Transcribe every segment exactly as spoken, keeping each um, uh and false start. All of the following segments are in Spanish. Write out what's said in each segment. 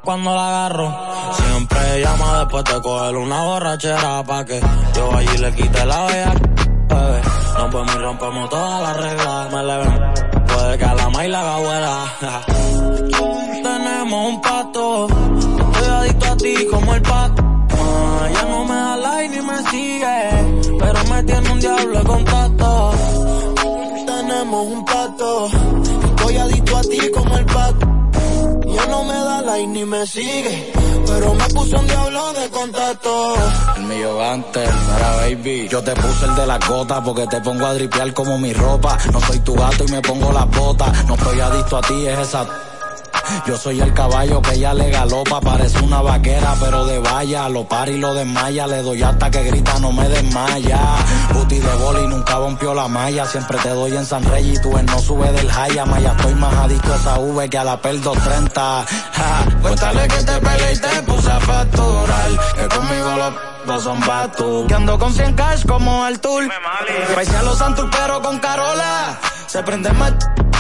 cuando la agarro. Siempre llama después de coger una borrachera pa' que yo allí le quite la bella, bebé. Nos vemos y rompemos todas las reglas. Me le ven, puede que a la maíz la haga abuela. Tenemos un pacto, estoy adicto a ti como el pato. Ah, ya no me da like ni me sigue, pero me tiene un diablo de contacto. Tenemos un pacto, estoy adicto a ti como el pato. Ya no me da like ni me sigue, pero me puso un diablo de contacto. El millogante, mira baby, yo te puse el de la gota porque te pongo a dripear como mi ropa. No soy tu gato y me pongo las botas, no estoy adicto a ti, es esa. Yo soy el caballo que ella le galopa, parece una vaquera pero de valla, lo para y lo desmaya, le doy hasta que grita no me desmaya. Booty de boli nunca rompió la malla, siempre te doy en San Rey y tú en no sube del haya, maya estoy más adicto a esa V que a la Pel doscientos treinta. Ja, cuéntale que te peleé y te puse a facturar, que conmigo los dos son batus, que ando con cien cash como el tour, paise a los Santur pero con Carola, se prende más.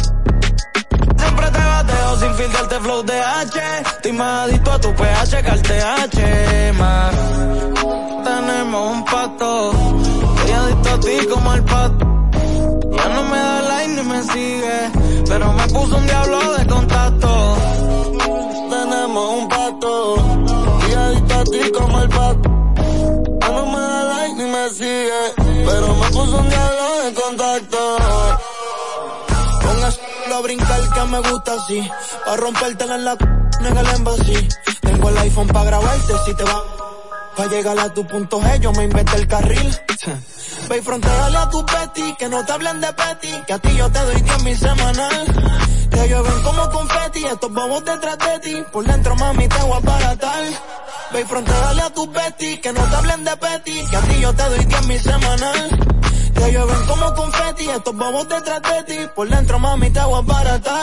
Siempre te bateo sin filtrarte flow de H. Estoy más adicto a tu pH que al T H, más. Tenemos un pacto, estoy adicto a ti como el pato. Ya no me da like ni me sigue, pero me puso un diablo de contacto. Tenemos un pacto, estoy adicto a ti como el pato. Ya no me da like ni me sigue, pero me puso un diablo de contacto. Pongas a brincar que me gusta así, pa' rompértela en la c*** en el embassy. Tengo el iPhone pa' grabarte si te va. Pa' llegar a tu punto G yo me inventé el carril. Ve y fronteale a tu Betty, que no te hablen de Petty, que a ti yo te doy diez mil semanal. Te llueven como confeti, estos bobos detrás de ti, por dentro mami te voy a baratar. Ve y fronteale a tu Betty, que no te hablen de Petty, que a ti yo te doy diez mil semanal. Te llueven como confeti, estos bobos detrás de ti, por dentro mami te voy a baratar.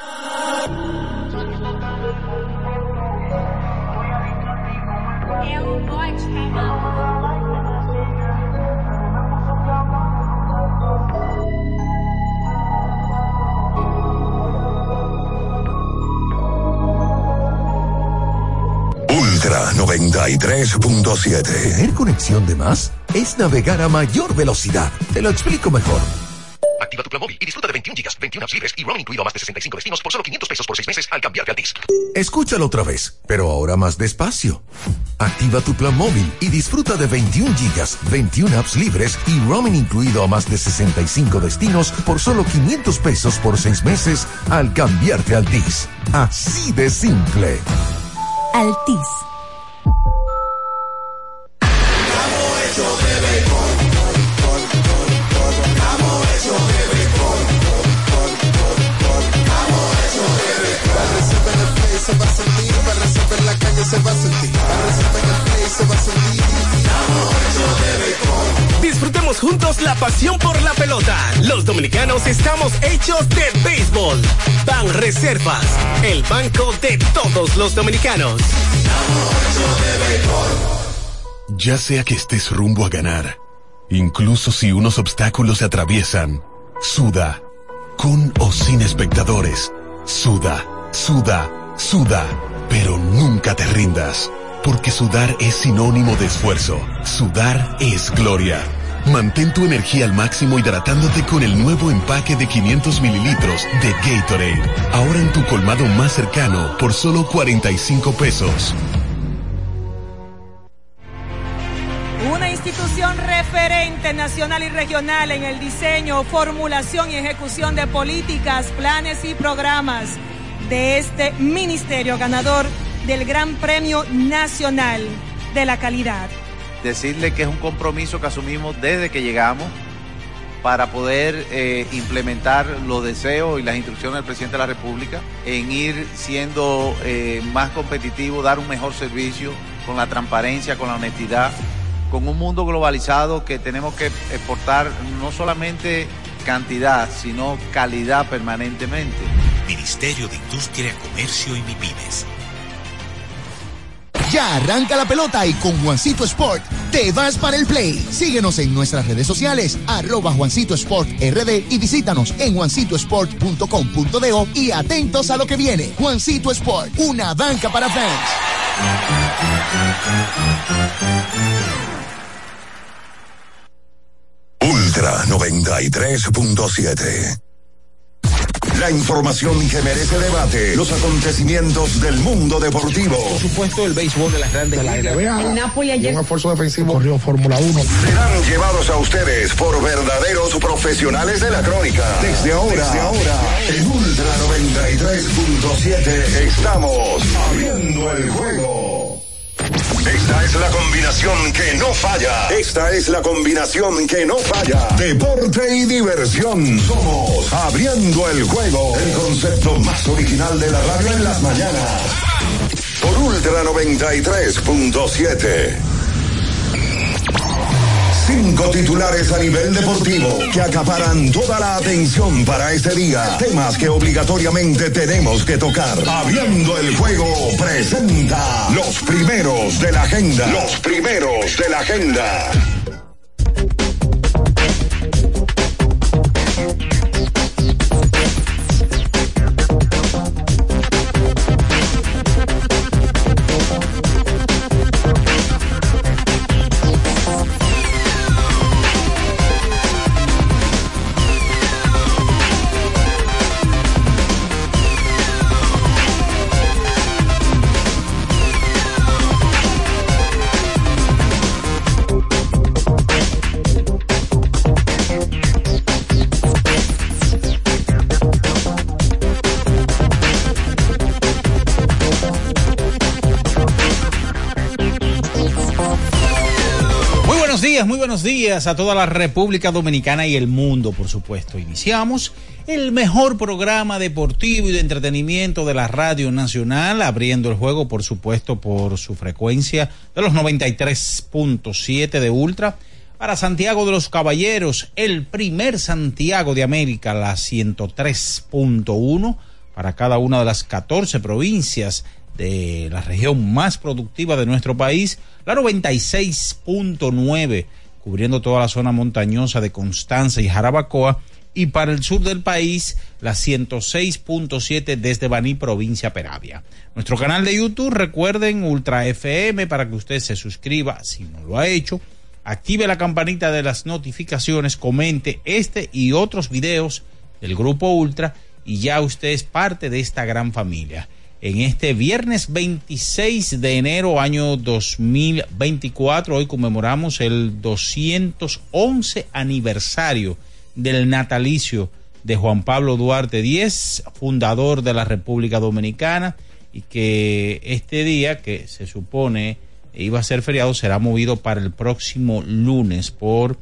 Ultra noventa y tres punto siete. Tener conexión de más es navegar a mayor velocidad. Te lo explico mejor. Activa tu plan móvil y disfruta de veintiún gigas, veintiún apps libres y roaming incluido a más de sesenta y cinco destinos por solo quinientos pesos por seis meses al cambiarte a Altis. Escúchalo otra vez, pero ahora más despacio. Activa tu plan móvil y disfruta de veintiún gigas, veintiún apps libres y roaming incluido a más de sesenta y cinco destinos por solo quinientos pesos por seis meses al cambiarte a Altis. Así de simple. Altis. Se va a sentir, para resolver la calle se va a sentir, para resolver el play se va a sentir. Disfrutemos juntos la pasión por la pelota. Los dominicanos estamos hechos de béisbol. Ban Reservas, el banco de todos los dominicanos. Ya sea que estés rumbo a ganar, incluso si unos obstáculos se atraviesan, suda, con o sin espectadores, suda, suda. Suda, pero nunca te rindas, porque sudar es sinónimo de esfuerzo. Sudar es gloria. Mantén tu energía al máximo hidratándote con el nuevo empaque de quinientos mililitros de Gatorade. Ahora en tu colmado más cercano por solo cuarenta y cinco pesos. Una institución referente nacional y regional en el diseño, formulación y ejecución de políticas, planes y programas de este ministerio ganador del Gran Premio Nacional de la Calidad. Decirle que es un compromiso que asumimos desde que llegamos para poder eh, implementar los deseos y las instrucciones del presidente de la República en ir siendo eh, más competitivo, dar un mejor servicio con la transparencia, con la honestidad, con un mundo globalizado que tenemos que exportar no solamente cantidad, sino calidad permanentemente. Ministerio de Industria, Comercio y MIPYMES. Ya arranca la pelota y con Juancito Sport te vas para el play. Síguenos en nuestras redes sociales, arroba Juancito Sport R D y visítanos en juancito sport punto com punto do y atentos a lo que viene. Juancito Sport, una banca para fans. Ultra noventa y tres punto siete. La información que merece debate, los acontecimientos del mundo deportivo. Por supuesto, el béisbol de las grandes ligas. El Napoli ayer. Un esfuerzo defensivo corrió Fórmula uno. Serán llevados a ustedes por verdaderos profesionales de la crónica. Desde ahora, Desde ahora, en Ultra noventa y tres punto siete estamos abriendo el juego. Esta es la combinación que no falla. Esta es la combinación que no falla. Deporte y diversión. Somos Abriendo el Juego. El concepto más original de la radio en las mañanas. Por Ultra noventa y tres punto siete. Cinco titulares a nivel deportivo que acaparan toda la atención para este día. Temas que obligatoriamente tenemos que tocar. Abriendo el Juego presenta los primeros de la agenda. Los primeros de la agenda. Muy buenos días a toda la República Dominicana y el mundo, por supuesto. Iniciamos el mejor programa deportivo y de entretenimiento de la Radio Nacional, abriendo el juego, por supuesto, por su frecuencia de los noventa y tres punto siete de Ultra. Para Santiago de los Caballeros, el primer Santiago de América, la ciento tres punto uno. Para cada una de las catorce provincias de la región más productiva de nuestro país, la noventa y seis punto nueve, cubriendo toda la zona montañosa de Constanza y Jarabacoa, y para el sur del país, la ciento seis punto siete desde Baní, provincia Peravia. Nuestro canal de YouTube, recuerden, Ultra F M, para que usted se suscriba si no lo ha hecho, active la campanita de las notificaciones, comente este y otros videos del Grupo Ultra, y ya usted es parte de esta gran familia. En este viernes veintiséis de enero, año dos mil veinticuatro, hoy conmemoramos el doscientos once aniversario del natalicio de Juan Pablo Duarte Díez, fundador de la República Dominicana, y que este día, que se supone iba a ser feriado, será movido para el próximo lunes por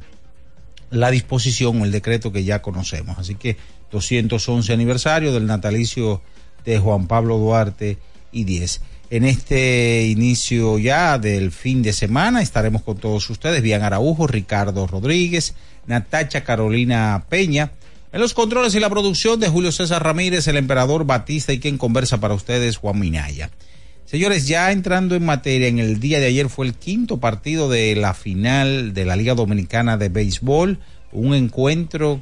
la disposición o el decreto que ya conocemos. Así que doscientos once aniversario del natalicio de Juan Pablo Duarte y Díez. En este inicio ya del fin de semana estaremos con todos ustedes, Bian Araujo, Ricardo Rodríguez, Natacha Carolina Peña, en los controles y la producción de Julio César Ramírez, el Emperador Batista, y quien conversa para ustedes, Juan Minaya. Señores, ya entrando en materia, en el día de ayer fue el quinto partido de la final de la Liga Dominicana de Béisbol, un encuentro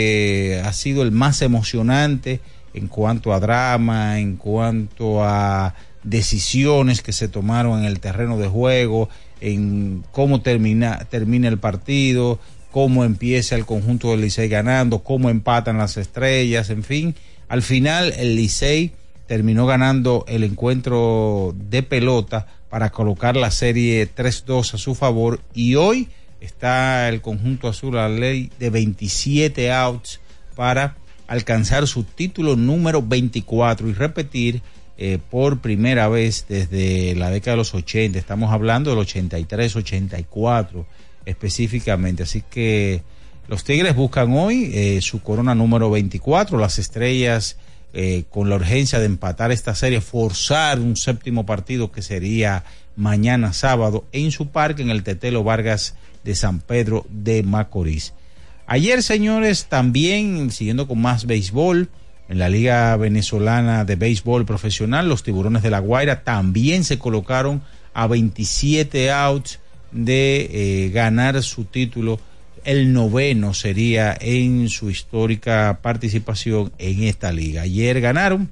que ha sido el más emocionante en cuanto a drama, en cuanto a decisiones que se tomaron en el terreno de juego, en cómo termina, termina el partido, cómo empieza el conjunto del Licey ganando, cómo empatan las estrellas, en fin. Al final el Licey terminó ganando el encuentro de pelota para colocar la serie tres dos a su favor, y hoy está el conjunto azul a la ley de veintisiete outs para alcanzar su título número veinticuatro y repetir eh, por primera vez desde la década de los ochenta, estamos hablando del ochenta y tres, ochenta y cuatro específicamente. Así que los Tigres buscan hoy eh, su corona número veinticuatro, las estrellas eh, con la urgencia de empatar esta serie, forzar un séptimo partido que sería mañana sábado en su parque, en el Tetelo Vargas de San Pedro de Macorís. Ayer, señores, también, siguiendo con más béisbol, en la Liga Venezolana de Béisbol Profesional, los Tiburones de La Guaira también se colocaron a veintisiete outs de eh, ganar su título. El noveno sería en su histórica participación en esta liga. Ayer ganaron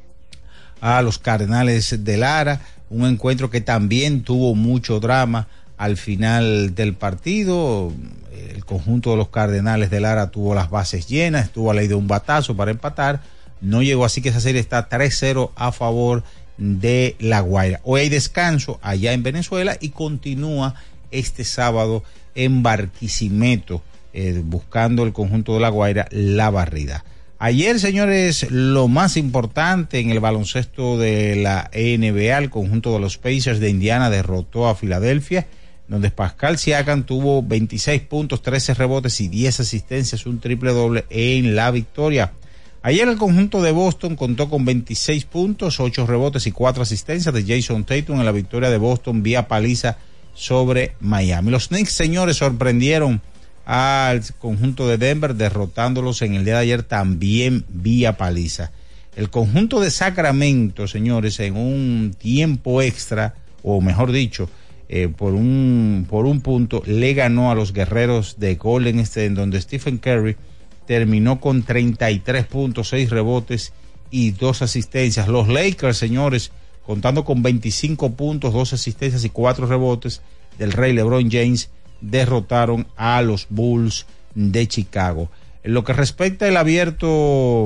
a los Cardenales de Lara, un encuentro que también tuvo mucho drama al final del partido. El conjunto de los Cardenales de Lara tuvo las bases llenas, estuvo a ley de un batazo para empatar, no llegó, así que esa serie está tres cero a favor de La Guaira. Hoy hay descanso allá en Venezuela y continúa este sábado en Barquisimeto, eh, buscando el conjunto de La Guaira la barrida. Ayer, señores, lo más importante en el baloncesto de la N B A, el conjunto de los Pacers de Indiana derrotó a Filadelfia, donde Pascal Siakam tuvo veintiséis puntos, trece rebotes y diez asistencias, un triple doble en la victoria. Ayer el conjunto de Boston contó con veintiséis puntos, ocho rebotes y cuatro asistencias de Jason Tatum en la victoria de Boston vía paliza sobre Miami. Los Knicks, señores, sorprendieron al conjunto de Denver derrotándolos en el día de ayer también vía paliza. El conjunto de Sacramento, señores, en un tiempo extra, o mejor dicho, eh, por un por un punto, le ganó a los guerreros de Golden State, en donde Stephen Curry terminó con treinta y tres puntos, seis rebotes y dos asistencias. Los Lakers, señores, contando con veinticinco puntos, dos asistencias y cuatro rebotes del rey LeBron James, derrotaron a los Bulls de Chicago. En lo que respecta al abierto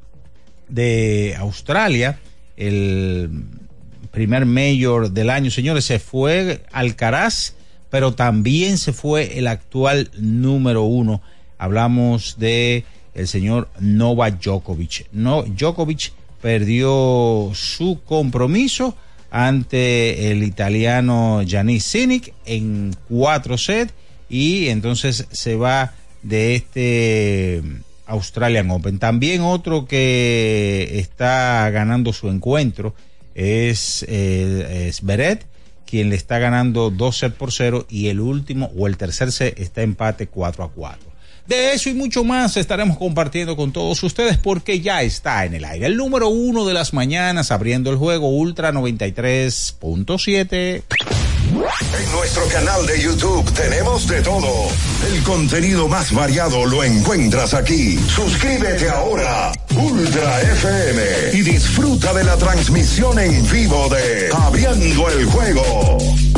de Australia, el primer mayor del año, señores, se fue Alcaraz, pero también se fue el actual número uno. Hablamos de el señor Novak Djokovic. No, Djokovic perdió su compromiso ante el italiano Jannik Sinner en cuatro sets y entonces se va de este Australian Open. También otro que está ganando su encuentro es, eh, es Zverev, quien le está ganando dos sets por cero, y el último o el tercer set está empate cuatro a cuatro. De eso y mucho más estaremos compartiendo con todos ustedes porque ya está en el aire el número uno de las mañanas, abriendo el juego, Ultra noventa y tres punto siete. En nuestro canal de YouTube tenemos de todo. El contenido más variado lo encuentras aquí. Suscríbete ahora, Ultra F M, y disfruta de la transmisión en vivo de Abriendo el Juego.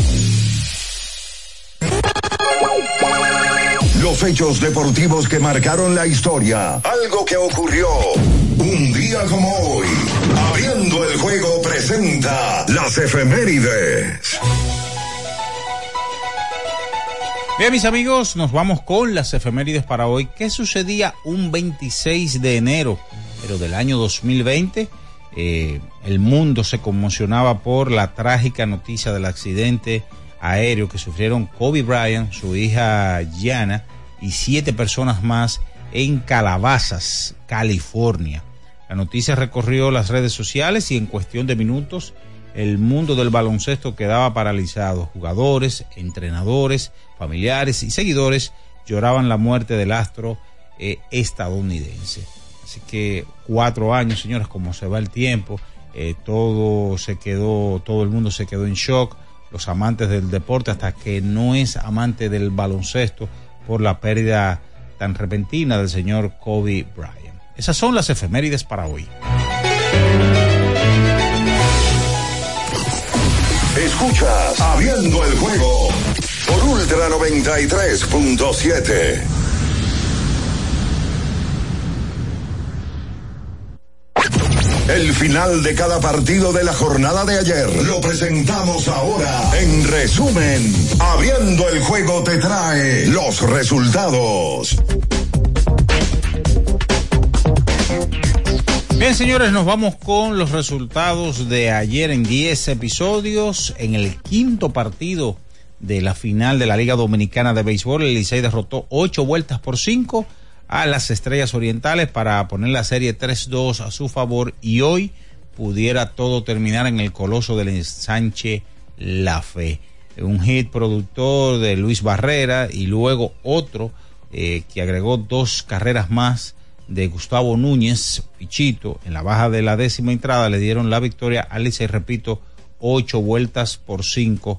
Los hechos deportivos que marcaron la historia. Algo que ocurrió un día como hoy. Abriendo el Juego presenta las efemérides. Bien, mis amigos, nos vamos con las efemérides para hoy. ¿Qué sucedía un veintiséis de enero, pero del año dos mil veinte? Eh, el mundo se conmocionaba por la trágica noticia del accidente aéreo que sufrieron Kobe Bryant, su hija Gianna y siete personas más en Calabazas, California. La noticia recorrió las redes sociales y en cuestión de minutos el mundo del baloncesto quedaba paralizado. Jugadores, entrenadores, familiares y seguidores lloraban la muerte del astro eh, estadounidense. Así que cuatro años, señores, como se va el tiempo, eh, todo se quedó, todo el mundo se quedó en shock. Los amantes del deporte, hasta que no es amante del baloncesto, por la pérdida tan repentina del señor Kobe Bryant. Esas son las efemérides para hoy. Escuchas Abriendo el Juego por Ultra noventa y tres punto siete. El final de cada partido de la jornada de ayer lo presentamos ahora. En resumen, Abriendo el Juego te trae los resultados. Bien, señores, nos vamos con los resultados de ayer en diez episodios. En el quinto partido de la final de la Liga Dominicana de Béisbol, el Licey derrotó ocho vueltas por cinco a las Estrellas Orientales para poner la serie tres dos a su favor, y hoy pudiera todo terminar en el Coloso del Ensanche La Fe. Un hit productor de Luis Barrera y luego otro eh, que agregó dos carreras más de Gustavo Núñez, Pichito, en la baja de la décima entrada le dieron la victoria al Licey, repito, ocho vueltas por cinco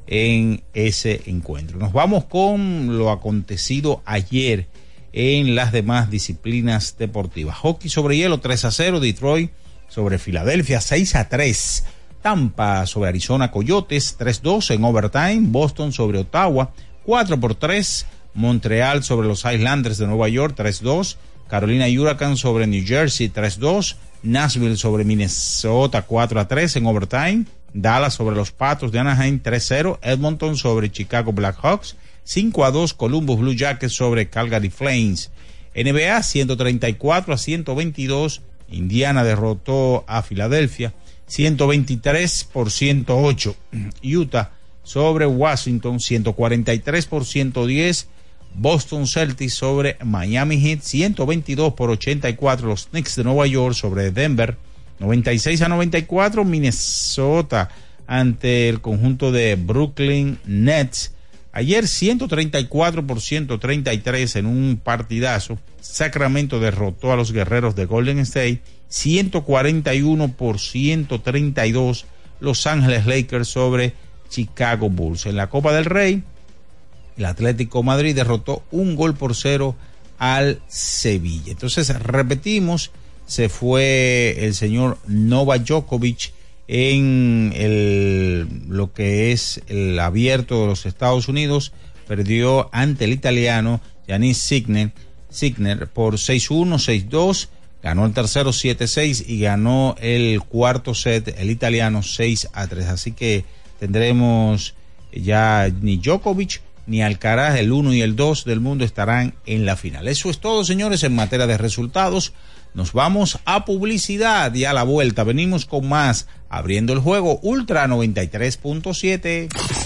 en ese encuentro. Nos vamos con lo acontecido ayer en las demás disciplinas deportivas. Hockey sobre hielo tres a cero, Detroit sobre Filadelfia seis a tres, Tampa sobre Arizona Coyotes tres dos en overtime, Boston sobre Ottawa cuatro por tres, Montreal sobre los Islanders de Nueva York tres dos, Carolina Hurricanes sobre New Jersey tres dos, Nashville sobre Minnesota cuatro a tres en overtime, Dallas sobre los Patos de Anaheim tres cero, Edmonton sobre Chicago Blackhawks cinco a dos, Columbus Blue Jackets sobre Calgary Flames. N B A ciento treinta y cuatro a ciento veintidós, Indiana derrotó a Filadelfia ciento veintitrés por ciento ocho, Utah sobre Washington ciento cuarenta y tres por ciento diez, Boston Celtics sobre Miami Heat ciento veintidós por ochenta y cuatro, los Knicks de Nueva York sobre Denver noventa y seis a noventa y cuatro, Minnesota ante el conjunto de Brooklyn Nets. Ayer ciento treinta y cuatro por ciento treinta y tres en un partidazo. Sacramento derrotó a los guerreros de Golden State ciento cuarenta y uno por ciento treinta y dos, Los Ángeles Lakers sobre Chicago Bulls. En la Copa del Rey, el Atlético Madrid derrotó un gol por cero al Sevilla. Entonces, repetimos, se fue el señor Novak Djokovic en el, lo que es el abierto de los Estados Unidos, perdió ante el italiano Jannik Sinner, Sinner por seis uno, seis dos, ganó el tercero siete seis y ganó el cuarto set el italiano seis a tres. Así que tendremos ya ni Djokovic ni Alcaraz, el uno y el dos del mundo estarán en la final. Eso es todo, señores, en materia de resultados. Nos vamos a publicidad y a la vuelta venimos con más Abriendo el Juego, Ultra noventa y tres punto siete.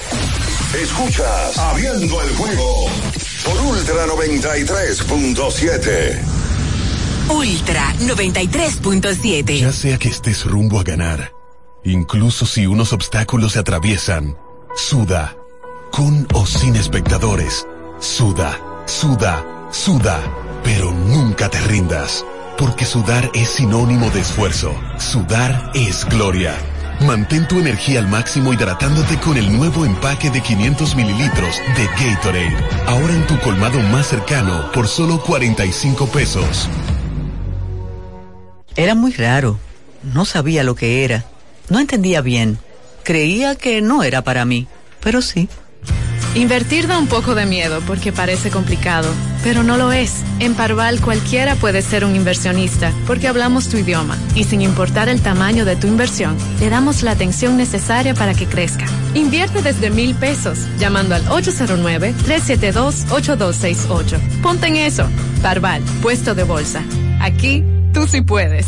Escuchas Abriendo el Juego por Ultra noventa y tres punto siete. Ultra noventa y tres punto siete. Ya sea que estés rumbo a ganar, incluso si unos obstáculos se atraviesan, suda, con o sin espectadores, suda, suda, suda, pero nunca te rindas. Porque sudar es sinónimo de esfuerzo. Sudar es gloria. Mantén tu energía al máximo hidratándote con el nuevo empaque de quinientos mililitros de Gatorade. Ahora en tu colmado más cercano por solo cuarenta y cinco pesos. Era muy raro. No sabía lo que era. No entendía bien. Creía que no era para mí, pero sí. Invertir da un poco de miedo porque parece complicado, pero no lo es. En Parval cualquiera puede ser un inversionista porque hablamos tu idioma y sin importar el tamaño de tu inversión, le damos la atención necesaria para que crezca. Invierte desde mil pesos llamando al ocho cero nueve, tres siete dos, ocho dos seis ocho. Ponte en eso. Parval, puesto de bolsa. Aquí, tú sí puedes.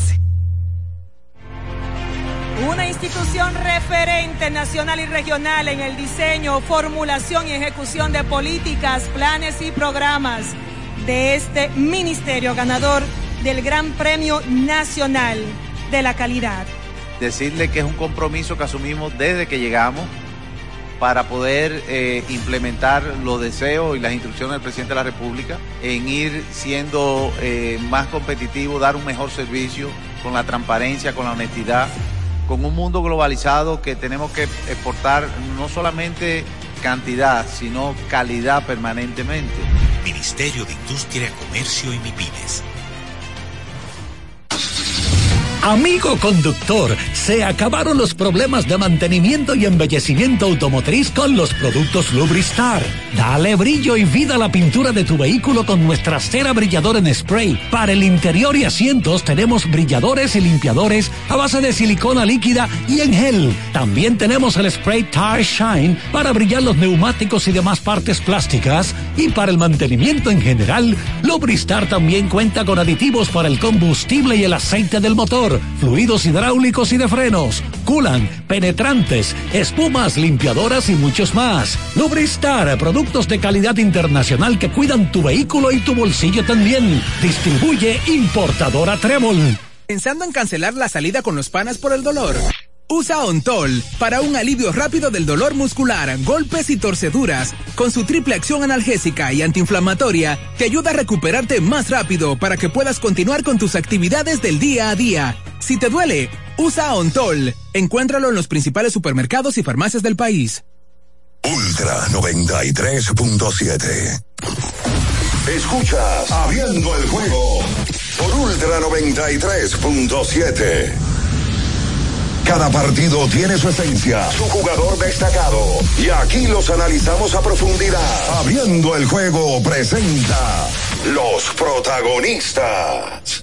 Una institución referente nacional y regional en el diseño, formulación y ejecución de políticas, planes y programas de este ministerio ganador del Gran Premio Nacional de la Calidad. Decirle que es un compromiso que asumimos desde que llegamos para poder eh, implementar los deseos y las instrucciones del presidente de la República en ir siendo eh, más competitivo, dar un mejor servicio con la transparencia, con la honestidad, con un mundo globalizado que tenemos que exportar no solamente cantidad, sino calidad permanentemente. Ministerio de Industria, Comercio y MIPYMES. Amigo conductor, se acabaron los problemas de mantenimiento y embellecimiento automotriz con los productos Lubristar. Dale brillo y vida a la pintura de tu vehículo con nuestra cera brilladora en spray. Para el interior y asientos tenemos brilladores y limpiadores a base de silicona líquida y en gel. También tenemos el spray Tire Shine para brillar los neumáticos y demás partes plásticas. Y para el mantenimiento en general, Lubristar también cuenta con aditivos para el combustible y el aceite del motor, fluidos hidráulicos y de frenos, culan, penetrantes, espumas, limpiadoras y muchos más. Lubristar, productos de calidad internacional que cuidan tu vehículo y tu bolsillo también. Distribuye importadora Trébol. ¿Pensando en cancelar la salida con los panas por el dolor? Usa Ontol para un alivio rápido del dolor muscular, golpes y torceduras. Con su triple acción analgésica y antiinflamatoria, te ayuda a recuperarte más rápido para que puedas continuar con tus actividades del día a día. Si te duele, usa Ontol. Encuéntralo en los principales supermercados y farmacias del país. Ultra noventa y tres punto siete. Escuchas Abriendo el Juego por Ultra noventa y tres punto siete. Cada partido tiene su esencia, su jugador destacado, y aquí los analizamos a profundidad. Abriendo el Juego presenta los protagonistas.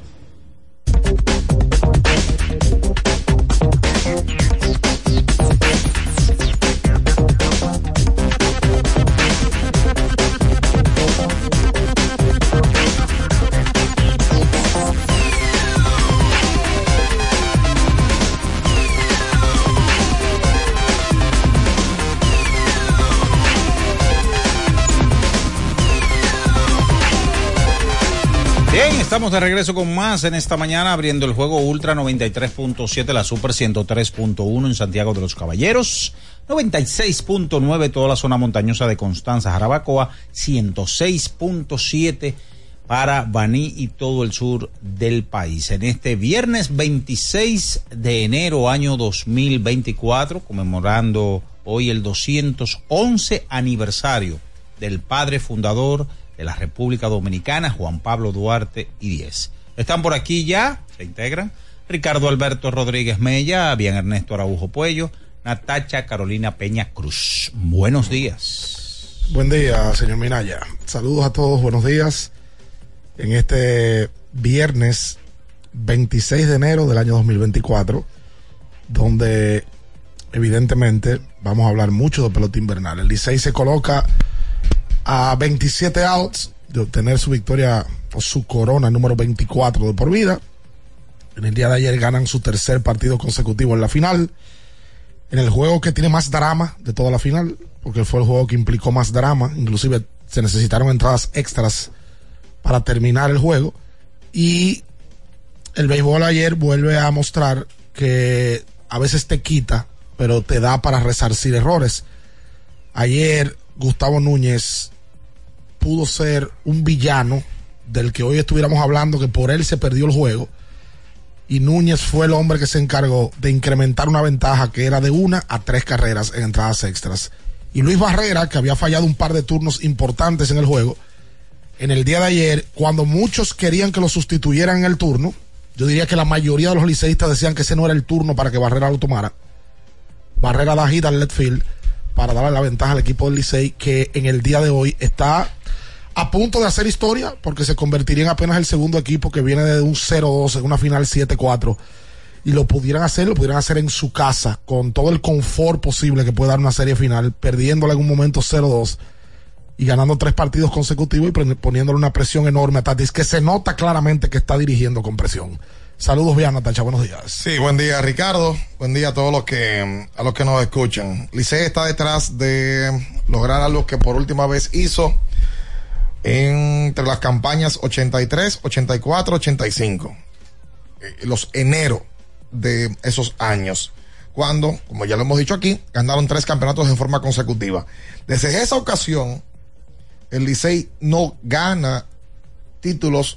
Bien, estamos de regreso con más en esta mañana, abriendo el juego Ultra noventa y tres punto siete, la Super ciento tres punto uno en Santiago de los Caballeros, noventa y seis punto nueve toda la zona montañosa de Constanza, Jarabacoa, ciento seis punto siete para Baní y todo el sur del país. En este viernes veintiséis de enero año dos mil veinticuatro, conmemorando hoy el doscientos once aniversario del padre fundador de la República Dominicana, Juan Pablo Duarte y Diez. Están por aquí ya, se integran Ricardo Alberto Rodríguez Mella, bien Ernesto Araujo Puello, Natacha Carolina Peña Cruz. Buenos días. Buen día, señor Minaya. Saludos a todos, buenos días. En este viernes veintiséis de enero del año dos mil veinticuatro, donde evidentemente vamos a hablar mucho de pelota invernal. El Licey se coloca a veintisiete outs de obtener su victoria o su corona número veinticuatro de por vida. En el día de ayer ganan su tercer partido consecutivo en la final, en el juego que tiene más drama de toda la final, porque fue el juego que implicó más drama, inclusive se necesitaron entradas extras para terminar el juego, y el béisbol ayer vuelve a mostrar que a veces te quita, pero te da para resarcir errores. Ayer Gustavo Núñez pudo ser un villano del que hoy estuviéramos hablando, que por él se perdió el juego, y Núñez fue el hombre que se encargó de incrementar una ventaja que era de una a tres carreras en entradas extras. Y Luis Barrera, que había fallado un par de turnos importantes en el juego, en el día de ayer, cuando muchos querían que lo sustituyeran en el turno, yo diría que la mayoría de los liceístas decían que ese no era el turno para que Barrera lo tomara. Barrera da hit al left field para darle la ventaja al equipo del Licey, que en el día de hoy está a punto de hacer historia, porque se convertiría en apenas el segundo equipo que viene de un cero dos en una final siete cuatro, y lo pudieran hacer, lo pudieran hacer en su casa, con todo el confort posible que puede dar una serie final, perdiéndola en un momento cero dos y ganando tres partidos consecutivos y poniéndole una presión enorme a Tatis, que se nota claramente que está dirigiendo con presión. Saludos, bien, Natacha, buenos días. Sí, buen día, Ricardo. Buen día a todos los que a los que nos escuchan. Licey está detrás de lograr algo que por última vez hizo entre las campañas ochenta y tres, ochenta y cuatro, ochenta y cinco. Eh, los enero de esos años, cuando, como ya lo hemos dicho aquí, ganaron tres campeonatos en forma consecutiva. Desde esa ocasión, el Licey no gana títulos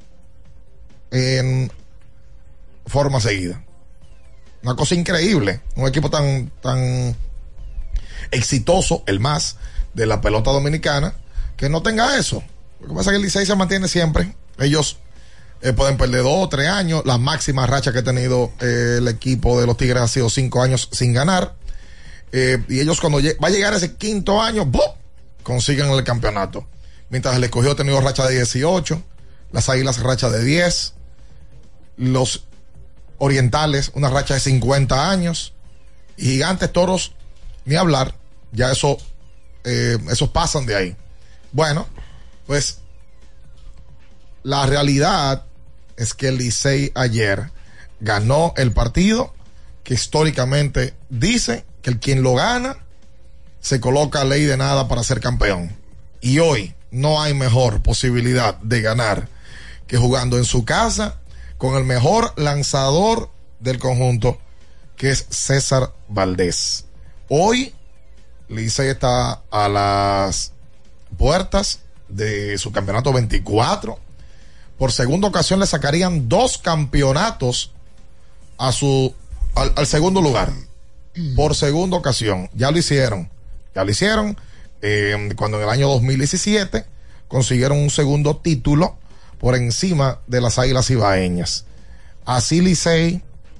en forma seguida. Una cosa increíble. Un equipo tan, tan exitoso, el más, de la pelota dominicana, que no tenga eso. Lo que pasa es que el Licey se mantiene siempre. Ellos eh, pueden perder dos o tres años. La máxima racha que ha tenido eh, el equipo de los Tigres ha sido cinco años sin ganar. Eh, y ellos cuando va a llegar ese quinto año, ¡bum!, consiguen el campeonato. Mientras el Escogido ha tenido racha de dieciocho, las Águilas racha de diez, los Orientales una racha de cincuenta años, y Gigantes, Toros, ni hablar, ya eso, eh, esos pasan de ahí. Bueno, pues la realidad es que el Licey ayer ganó el partido que históricamente dice que el quien lo gana se coloca a ley de nada para ser campeón. Y hoy no hay mejor posibilidad de ganar que jugando en su casa con el mejor lanzador del conjunto, que es César Valdés. Hoy Licey está a las puertas de su campeonato veinticuatro. Por segunda ocasión le sacarían dos campeonatos a su al, al segundo lugar. Por segunda ocasión. Ya lo hicieron Ya lo hicieron. Eh, cuando en el año dos mil diecisiete consiguieron un segundo título por encima de las Águilas Ibaeñas. Así Licey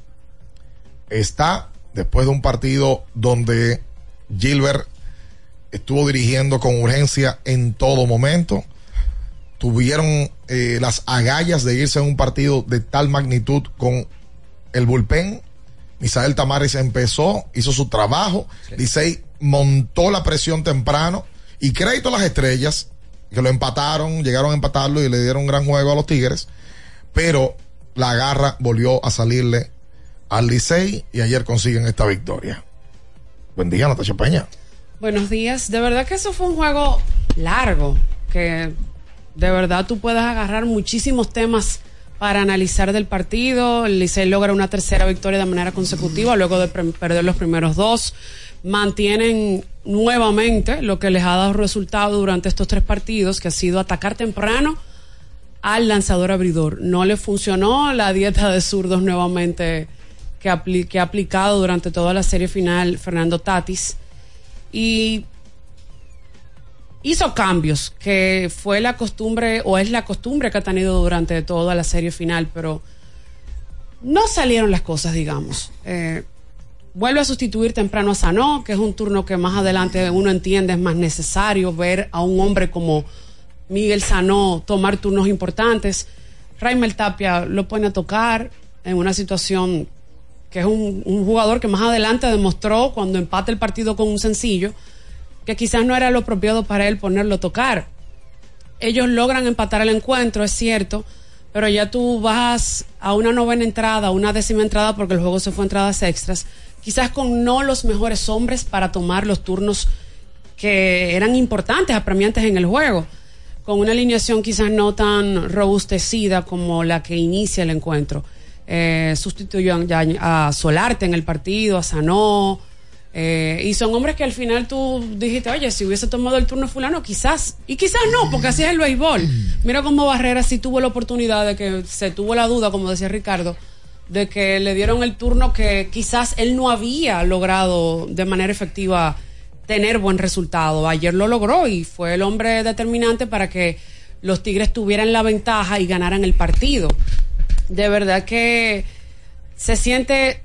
está después de un partido donde Gilbert estuvo dirigiendo con urgencia en todo momento. Tuvieron eh, las agallas de irse en un partido de tal magnitud con el bullpen. Misael Tamares empezó, hizo su trabajo. Sí. Licey montó la presión temprano y crédito a las estrellas que lo empataron, llegaron a empatarlo y le dieron un gran juego a los Tigres, pero la garra volvió a salirle al Licey y ayer consiguen esta victoria. Buen día, Natasha Peña. Buenos días. De verdad que eso fue un juego largo, que de verdad tú puedes agarrar muchísimos temas para analizar del partido. El Licey logra una tercera victoria de manera consecutiva luego de pre- perder los primeros dos. Mantienen nuevamente lo que les ha dado resultado durante estos tres partidos, que ha sido atacar temprano al lanzador abridor. No le funcionó la dieta de zurdos nuevamente que, apli- que ha aplicado durante toda la serie final Fernando Tatis. Y hizo cambios, que fue la costumbre, o es la costumbre que ha tenido durante toda la serie final, pero no salieron las cosas, digamos. Eh, vuelve a sustituir temprano a Sanó, que es un turno que más adelante uno entiende es más necesario ver a un hombre como Miguel Sanó tomar turnos importantes. Raimel Tapia lo pone a tocar en una situación que es un, un jugador que más adelante demostró cuando empata el partido con un sencillo que quizás no era lo apropiado para él ponerlo a tocar. Ellos logran empatar el encuentro, es cierto, pero ya tú vas a una novena entrada, una décima entrada, porque el juego se fue a entradas extras, quizás con no los mejores hombres para tomar los turnos que eran importantes, apremiantes en el juego, con una alineación quizás no tan robustecida como la que inicia el encuentro. Eh, sustituyó a, a Solarte en el partido, a Sanó, Eh, y son hombres que al final tú dijiste, oye, si hubiese tomado el turno fulano, quizás, y quizás no, porque así es el béisbol. Mira cómo Barrera sí tuvo la oportunidad de que se tuvo la duda, como decía Ricardo, de que le dieron el turno que quizás él no había logrado de manera efectiva tener buen resultado. Ayer lo logró y fue el hombre determinante para que los Tigres tuvieran la ventaja y ganaran el partido. De verdad que se siente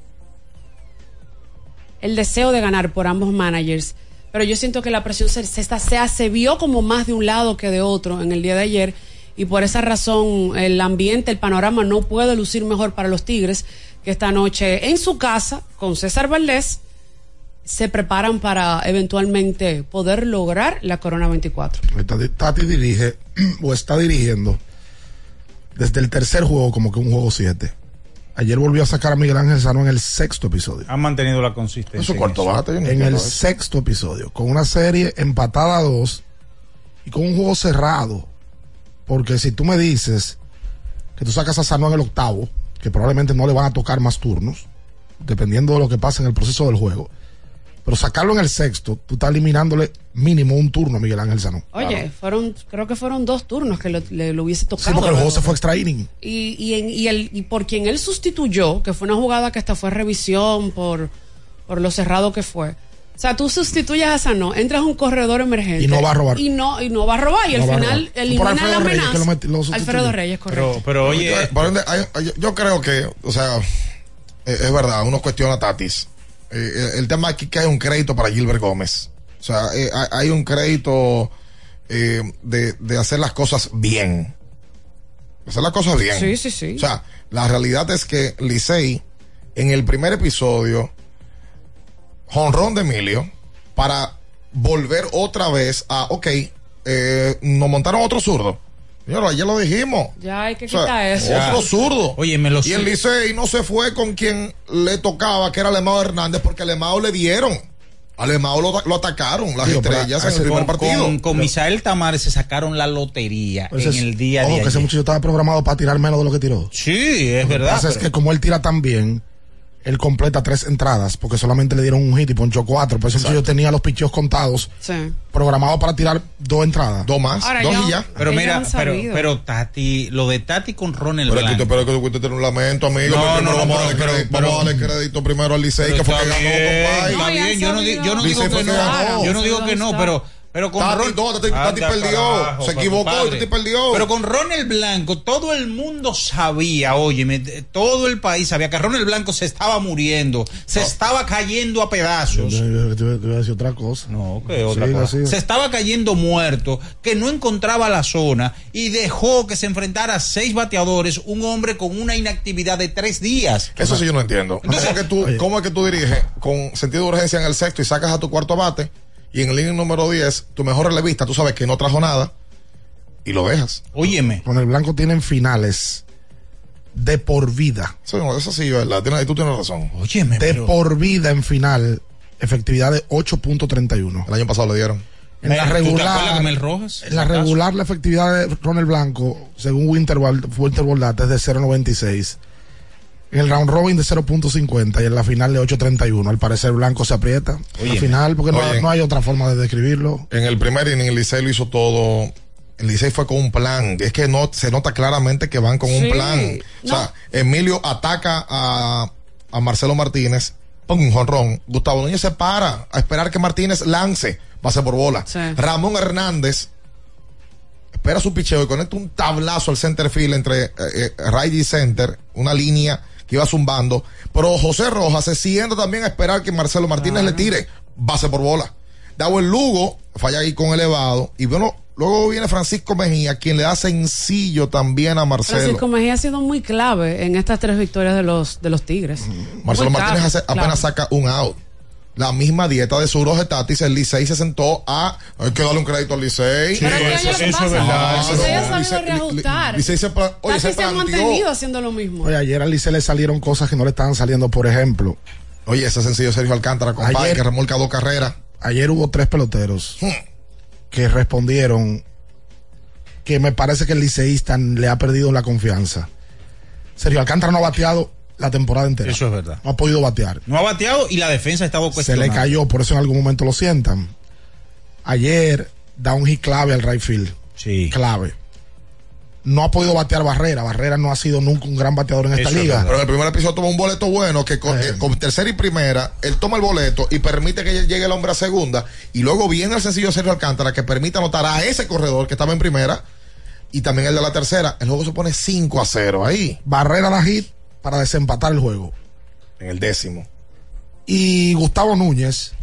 el deseo de ganar por ambos managers, pero yo siento que la presión se, se, se, se vio como más de un lado que de otro en el día de ayer, y por esa razón el ambiente, el panorama no puede lucir mejor para los Tigres, que esta noche en su casa con César Valdés se preparan para eventualmente poder lograr la Corona veinticuatro. Tati dirige o está dirigiendo desde el tercer juego como que un juego siete. Ayer volvió a sacar a Miguel Ángel Sanó en el sexto episodio. Han mantenido la consistencia. Eso cuarto bate. En el sexto episodio, con una serie empatada a dos y con un juego cerrado. Porque si tú me dices que tú sacas a Sanó en el octavo, que probablemente no le van a tocar más turnos, dependiendo de lo que pase en el proceso del juego, pero sacarlo en el sexto, tú estás eliminándole mínimo un turno a Miguel Ángel Sanó. Oye, claro. fueron, creo que fueron dos turnos que lo, le, lo hubiese tocado. Sí, porque el juego se fue extra inning. Y, y, en, y, el, y por quien él sustituyó, que fue una jugada que hasta fue revisión por, por lo cerrado que fue. O sea, tú sustituyes a Sanó, entras a un corredor emergente. Y no va a robar. Y no, y no va a robar. Y no al final elimina la amenaza. Reyes, lo met, Alfredo Reyes, correcto. Pero, pero oye. Hay, hay, yo creo que, o sea, es, es verdad, uno cuestiona a Tatis. Eh, el tema aquí que hay un crédito para Gilbert Gómez. O sea, eh, hay un crédito eh, de, de hacer las cosas bien. Hacer las cosas bien. Sí, sí, sí. O sea, la realidad es que Licey, en el primer episodio, jonrón de Emilio, para volver otra vez a, ok, eh, nos montaron otro zurdo. Señor, ayer lo dijimos. Ya hay que o sea, quitar eso. Otro zurdo. Oye, me lo y el Licey no se fue con quien le tocaba, que era Alemão Hernández, porque a Alemão le dieron. A Alemão lo, lo atacaron las Digo, estrellas en el primer con, partido. Con, con Misael Tamares se sacaron la lotería pues en es, el día ojo, de que ese muchacho estaba programado para tirar menos de lo que tiró. Sí, es lo verdad. Lo que pasa pero... es que como él tira tan bien, él completa tres entradas porque solamente le dieron un hit y ponchó cuatro. Por eso yo tenía los picheos contados, sí, programados para tirar dos entradas. Dos más, Ahora, dos yo, y ya. Pero mira, pero, pero Tati, lo de Tati con Ronald Pero Blanco. que pero que tú tener un lamento, amigo. No, primero no, vamos, pero, a darle pero, crédito, pero, vamos a darle crédito primero al Licey, que fue que ganó, compadre. Está bien, yo no, yo no digo que no, yo no digo que no, pero pero con Tati, Ron... no, Tati, Tati perdió, carajo, se equivocó compadre. y Tati perdió. Pero con Ronald Blanco, todo el mundo sabía, óyeme, todo el país sabía que Ronald Blanco se estaba muriendo, se no. estaba cayendo a pedazos. Yo, yo, yo, yo voy a decir otra cosa. No, que otra sí, cosa. sí. Se estaba cayendo muerto, que no encontraba la zona y dejó que se enfrentara a seis bateadores, un hombre con una inactividad de tres días. Eso sí yo no entiendo. Entonces, ¿Cómo, es que tú, ¿Cómo es que tú diriges con sentido de urgencia en el sexto y sacas a tu cuarto bate? Y en el inning número diez, tu mejor relevista, tú sabes que no trajo nada y lo dejas. Óyeme. Con el Blanco tienen finales de por vida. Eso, eso sí, ¿verdad? Tienes, tú tienes razón. Óyeme, de pero... por vida en final, efectividad de ocho punto treinta y uno. El año pasado le dieron. En la regular, de Mel Rojas? En la regular, la efectividad de Ronald Blanco, según Winterball, Winterball Data, es de cero punto noventa y seis. En el round robin de cero punto cincuenta y en la final de ocho punto treinta y uno. Al parecer Blanco se aprieta. Oye, al final, porque oye, no, no hay otra forma de describirlo. En el primer inning el Licey lo hizo todo. El Licey fue con un plan. Es que no se nota claramente que van con sí, un plan. No. O sea, Emilio ataca a, a Marcelo Martínez, pone un jonrón. Gustavo Núñez se para a esperar que Martínez lance, base por bola. Sí. Ramón Hernández espera su picheo y conecta un tablazo al center field entre eh, eh, right y center, una línea que iba zumbando, pero José Rojas se sienta también a esperar que Marcelo Martínez claro. le tire base por bola. Dawel Lugo falla ahí con elevado y bueno, luego viene Francisco Mejía, quien le da sencillo también a Marcelo. Francisco Mejía ha sido muy clave en estas tres victorias de los de los Tigres. Mm. Marcelo muy Martínez hace, apenas clave. saca un out. La misma dieta de Suro Getatis, el Licey se sentó a... Hay que darle un crédito al Licey. Sí, pero eso, eso, eso es verdad. El Licey ha sabido reajustar. Licey se, oye, se, se ha mantenido haciendo lo mismo. Oye, ayer al Licey le salieron cosas que no le estaban saliendo, por ejemplo. Oye, ese sencillo Sergio Alcántara, compadre, que remolca dos carreras. Ayer hubo tres peloteros hmm. que respondieron que me parece que el liceísta le ha perdido la confianza. Sergio Alcántara no ha bateado la temporada entera. Eso es verdad. No ha podido batear. No ha bateado y la defensa ha estado cuestionada. Se le cayó, por eso en algún momento lo sientan. Ayer da un hit clave al right field. Sí. Clave. No ha podido batear Barrera. Barrera no ha sido nunca un gran bateador en esta eso liga. Pero en el primer episodio toma un boleto bueno que con, eh. con tercera y primera, él toma el boleto y permite que llegue el hombre a segunda. Y luego viene el sencillo Sergio Alcántara que permite anotar a ese corredor que estaba en primera y también el de la tercera. El juego se pone cinco a cero ahí. Barrera da hit para desempatar el juego. En el décimo. Y Gustavo Núñez,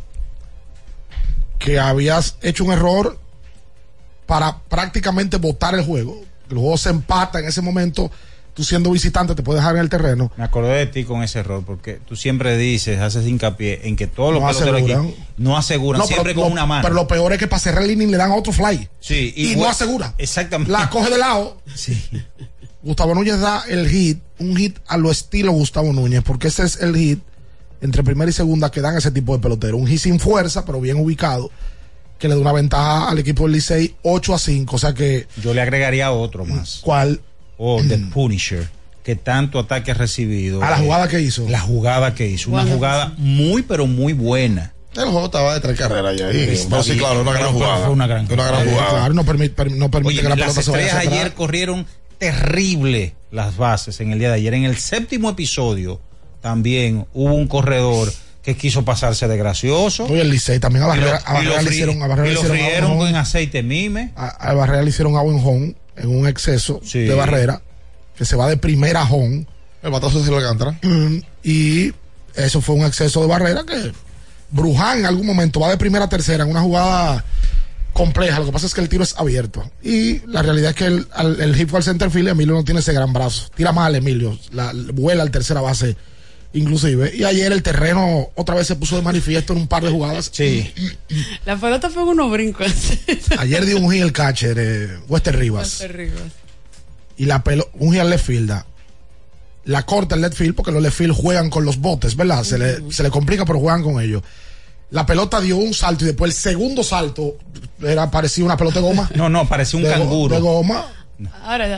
que habías hecho un error para prácticamente botar el juego. El juego se empata en ese momento. Tú siendo visitante te puedes dejar en el terreno. Me acordé de ti con ese error porque tú siempre dices, haces hincapié en que todos los no peloteros aseguran. Aquí no aseguran, no, siempre con lo, una mano. Pero lo peor es que para cerrar el inning le dan otro fly. Sí, y, y bueno, no asegura. Exactamente. La coge de lado. Sí. Gustavo Núñez da el hit, un hit a lo estilo Gustavo Núñez, porque ese es el hit entre primera y segunda que dan ese tipo de pelotero. Un hit sin fuerza, pero bien ubicado, que le da una ventaja al equipo del Licey ocho a cinco. O sea que. Yo le agregaría otro más. ¿Cuál? O oh, The Punisher, que tanto ataque ha recibido. A la jugada que hizo. La jugada que hizo. Una jugada muy, pero muy buena. El juego estaba de tres carreras ya ahí. Sí, pero sí, claro, una gran jugada. Fue una gran jugada. Una gran jugada. Claro, no permite, no permite Oye, que la pelota se vaya a Las estrellas ayer corrieron terrible las bases en el día de ayer. En el séptimo episodio también hubo un corredor que quiso pasarse de gracioso. Oye, el Licey también a Barrera, a Barrera le hicieron a Barrera y lo frieron con aceite mime. A, a Barrera le hicieron a buen home en un exceso sí. de Barrera que se va de primera home. El batazo se lo Alcántara. Y eso fue un exceso de Barrera que Bruján en algún momento va de primera a tercera en una jugada compleja. Lo que pasa es que el tiro es abierto y la realidad es que el, el, el hit fue al center field. Emilio no tiene ese gran brazo, tira mal Emilio, la, vuela al tercera base inclusive, y ayer el terreno otra vez se puso de manifiesto en un par de jugadas. Sí. La pelota fue unos brincos. Ayer dio un hit el catcher eh, Wester Rivas. Wester Rivas y la pelota un hit al left field, la corta el left field porque los left field juegan con los botes, ¿verdad? Uh-huh. Se le, se le complica pero juegan con ellos. La pelota dio un salto y después el segundo salto era parecía una pelota de goma. No, no, parecía un de canguro. De goma. Ahora,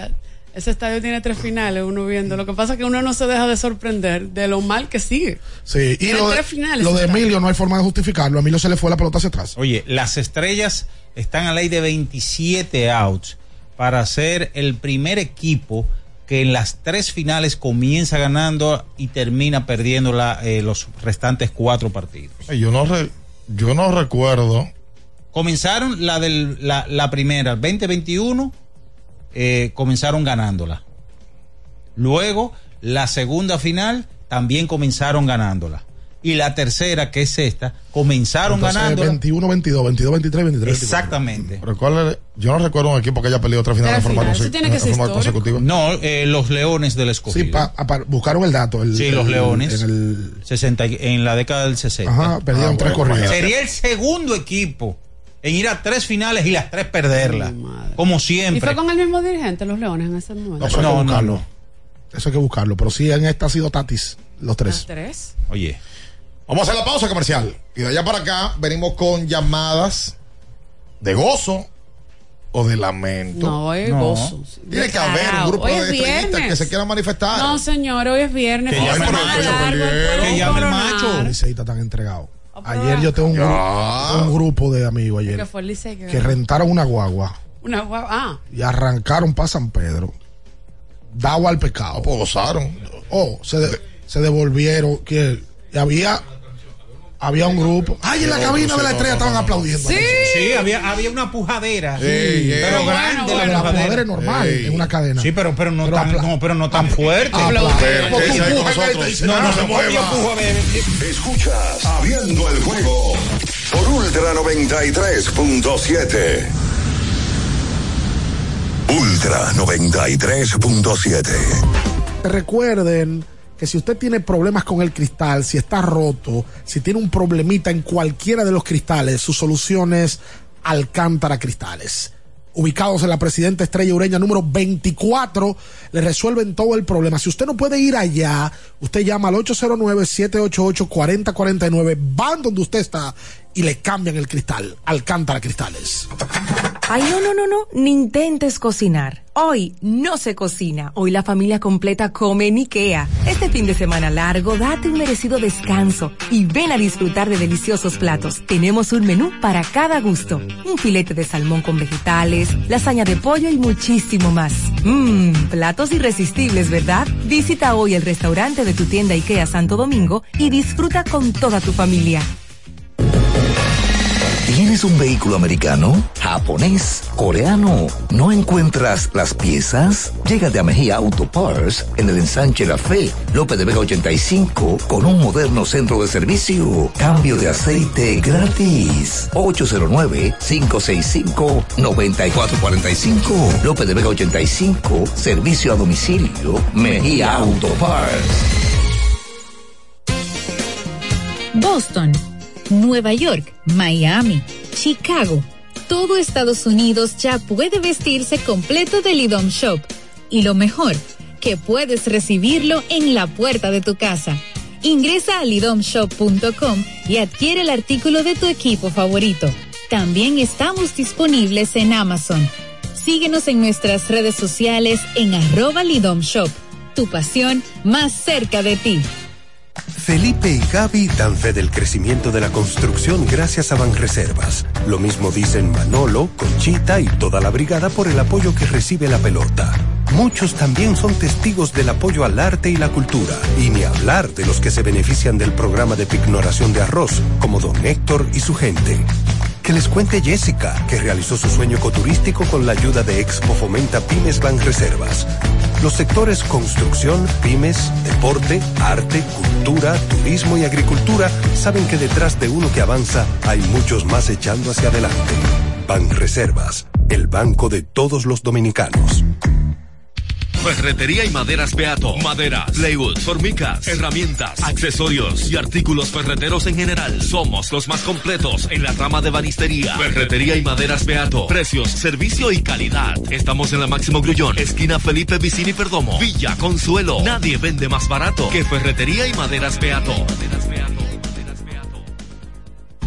Ese estadio tiene tres finales, uno viendo. Lo que pasa es que uno no se deja de sorprender de lo mal que sigue. Sí, y tiene lo de, tres finales, lo de Emilio no hay forma de justificarlo. A Emilio se le fue la pelota hacia atrás. Oye, las Estrellas están a ley de veintisiete outs para ser el primer equipo que en las tres finales comienza ganando y termina perdiendo la, eh, los restantes cuatro partidos. Yo no, re, yo no recuerdo. Comenzaron la, del, la, la primera, veinte veintiuno. Eh, comenzaron ganándola. Luego, la segunda final también comenzaron ganándola. Y la tercera, que es esta, comenzaron Entonces, ganándola. veintiuno veintidós, veintidós veintitrés, veintitrés. Exactamente. Recuerda, yo no recuerdo un equipo que haya perdido otra final de forma, conse forma consecutiva. No, eh, los Leones del Escogido. Sí, pa, pa, buscaron el dato. El, sí, el, los Leones. En, el... sesenta, en la década del sesenta. Ajá, perdieron ah, tres bueno, corridas. Sería el segundo equipo en ir a tres finales y las tres perderlas. Como siempre. ¿Y fue con el mismo dirigente, los Leones, en ese momento? No, eso no, hay que buscarlo. No, no. Eso hay que buscarlo. Pero sí, en esta ha sido Tatis, los tres. ¿Los tres? Oye. Vamos a hacer la pausa comercial. Y de allá para acá venimos con llamadas de gozo o de lamento. No, es no. gozo. Tiene que haber un grupo hoy de estrellistas que se quieran manifestar. No, señor, hoy es viernes. Que llame el macho. Que llame el macho. Los están entregados. Ayer yo tengo un, grupo, un grupo de amigos ayer fue el Licey, que, que rentaron una guagua. Una guagua, ah. Y arrancaron para San Pedro. Dado al pecado. No, pues gozaron. Oh, se, de, se devolvieron. Que y había había un grupo. Ay, en la cabina de la estrella estaban aplaudiendo. Sí, sí había, había una pujadera. Sí, sí, pero bueno, grande. Bueno, la, la pujadera es normal sí. En una cadena. Sí, pero, pero, no, pero, tan, no, pero no tan fuerte. No, no se mueva. Escuchas Abriendo el Juego por Ultra noventa y tres punto siete. Ultra noventa y tres punto siete. Recuerden que si usted tiene problemas con el cristal, si está roto, si tiene un problemita en cualquiera de los cristales, su solución es Alcántara Cristales. Ubicados en la Presidenta Estrella Ureña número veinticuatro, le resuelven todo el problema. Si usted no puede ir allá, usted llama al ocho cero nueve, siete ocho ocho, cuatro cero cuatro nueve, van donde usted está y le cambian el cristal. Alcántara Cristales. Ay, no, no, no, no, ni intentes cocinar. Hoy no se cocina, hoy la familia completa come en IKEA. Este fin de semana largo, date un merecido descanso y ven a disfrutar de deliciosos platos. Tenemos un menú para cada gusto. Un filete de salmón con vegetales, lasaña de pollo y muchísimo más. Mmm, platos irresistibles, ¿verdad? Visita hoy el restaurante de tu tienda IKEA Santo Domingo y disfruta con toda tu familia. ¿Tienes un vehículo americano, japonés, coreano? ¿No encuentras las piezas? Llégate a Mejía Auto Parts en el ensanche La Fe, López de Vega ochenta y cinco, con un moderno centro de servicio. Cambio de aceite gratis. ocho cero nueve, cinco seis cinco, nueve cuatro cuatro cinco. López de Vega ochenta y cinco, servicio a domicilio. Mejía Auto Parts. Boston, Nueva York, Miami, Chicago. Todo Estados Unidos ya puede vestirse completo del IDOM Shop. Y lo mejor, que puedes recibirlo en la puerta de tu casa. Ingresa a lidom shop punto com y adquiere el artículo de tu equipo favorito. También estamos disponibles en Amazon. Síguenos en nuestras redes sociales en arroba Lidom Shop. Tu pasión más cerca de ti. Felipe y Gaby dan fe del crecimiento de la construcción gracias a Banreservas. Lo mismo dicen Manolo, Conchita y toda la brigada por el apoyo que recibe la pelota. Muchos también son testigos del apoyo al arte y la cultura. Y ni hablar de los que se benefician del programa de pignoración de arroz, como don Héctor y su gente. Que les cuente Jessica, que realizó su sueño ecoturístico con la ayuda de Expo Fomenta Pymes Banreservas. Los sectores construcción, pymes, deporte, arte, cultura, turismo y agricultura saben que detrás de uno que avanza hay muchos más echando hacia adelante. Banreservas, el banco de todos los dominicanos. Ferretería y maderas Beato. Maderas, plywood, formicas, herramientas, accesorios y artículos ferreteros en general. Somos los más completos en la rama de banistería. Ferretería y maderas Beato. Precios, servicio y calidad. Estamos en la Máximo Grullón, esquina Felipe Vicini Perdomo, Villa Consuelo. Nadie vende más barato que Ferretería y maderas Beato.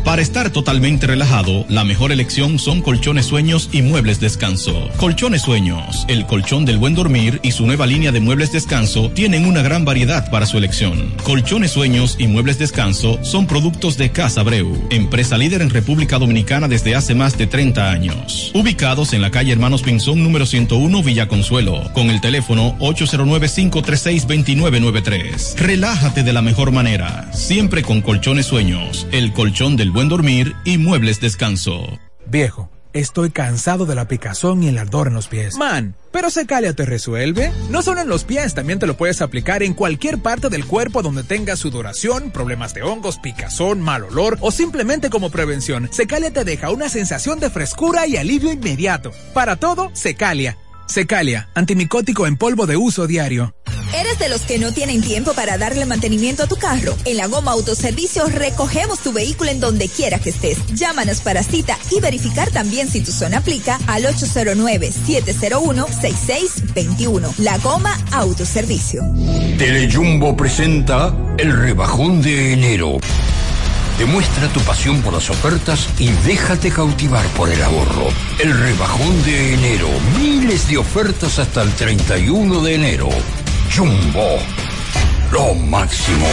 Para estar totalmente relajado, la mejor elección son Colchones Sueños y Muebles Descanso. Colchones Sueños, el colchón del buen dormir y su nueva línea de muebles descanso tienen una gran variedad para su elección. Colchones Sueños y Muebles Descanso son productos de Casa Abreu, empresa líder en República Dominicana desde hace más de treinta años. Ubicados en la calle Hermanos Pinzón número ciento uno, Villa Consuelo, con el teléfono ocho cero nueve, cinco tres seis, dos nueve nueve tres. Relájate de la mejor manera, siempre con Colchones Sueños, el colchón del buen dormir y Muebles Descanso. Viejo, estoy cansado de la picazón y el ardor en los pies. Man, pero Secalia te resuelve. No solo en los pies, también te lo puedes aplicar en cualquier parte del cuerpo donde tengas sudoración, problemas de hongos, picazón, mal olor o simplemente como prevención. Secalia te deja una sensación de frescura y alivio inmediato. Para todo, Secalia. Secalia, antimicótico en polvo de uso diario. ¿Eres de los que no tienen tiempo para darle mantenimiento a tu carro? En la Goma Autoservicio recogemos tu vehículo en donde quiera que estés. Llámanos para cita y verificar también si tu zona aplica al ocho cero nueve, siete cero uno, seis seis dos uno. La Goma Autoservicio. Telejumbo presenta el rebajón de enero. Demuestra tu pasión por las ofertas y déjate cautivar por el ahorro. El rebajón de enero. Miles de ofertas hasta el treinta y uno de enero. Jumbo. Lo máximo.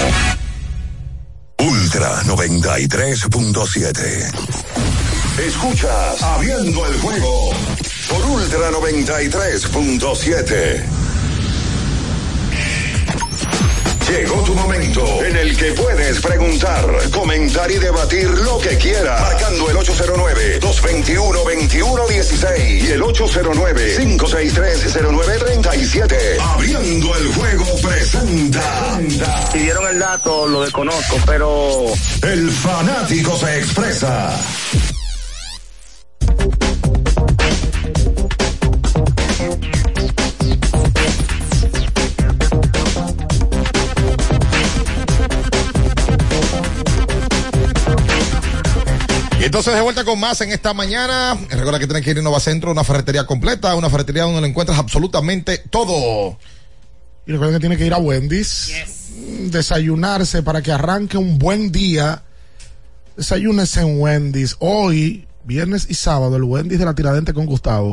Ultra noventa y tres punto siete. Escuchas Abriendo el Juego por Ultra noventa y tres punto siete. Llegó tu momento en el que puedes preguntar, comentar y debatir lo que quieras. Marcando el ocho cero nueve, dos dos uno, dos uno uno seis y el ocho cero nueve, cinco seis tres, cero nueve tres siete. Abriendo el Juego presenta. Si dieron el dato, lo desconozco, pero... El fanático se expresa. Y entonces de vuelta con más en esta mañana. Recuerda que tienes que ir a Innova Centro, una ferretería completa, una ferretería donde lo encuentras absolutamente todo. Y recuerda que tiene que ir a Wendy's, yes. Desayunarse para que arranque un buen día. Desayúnese en Wendy's. Hoy, viernes y sábado, el Wendy's de la Tiradentes con Gustavo.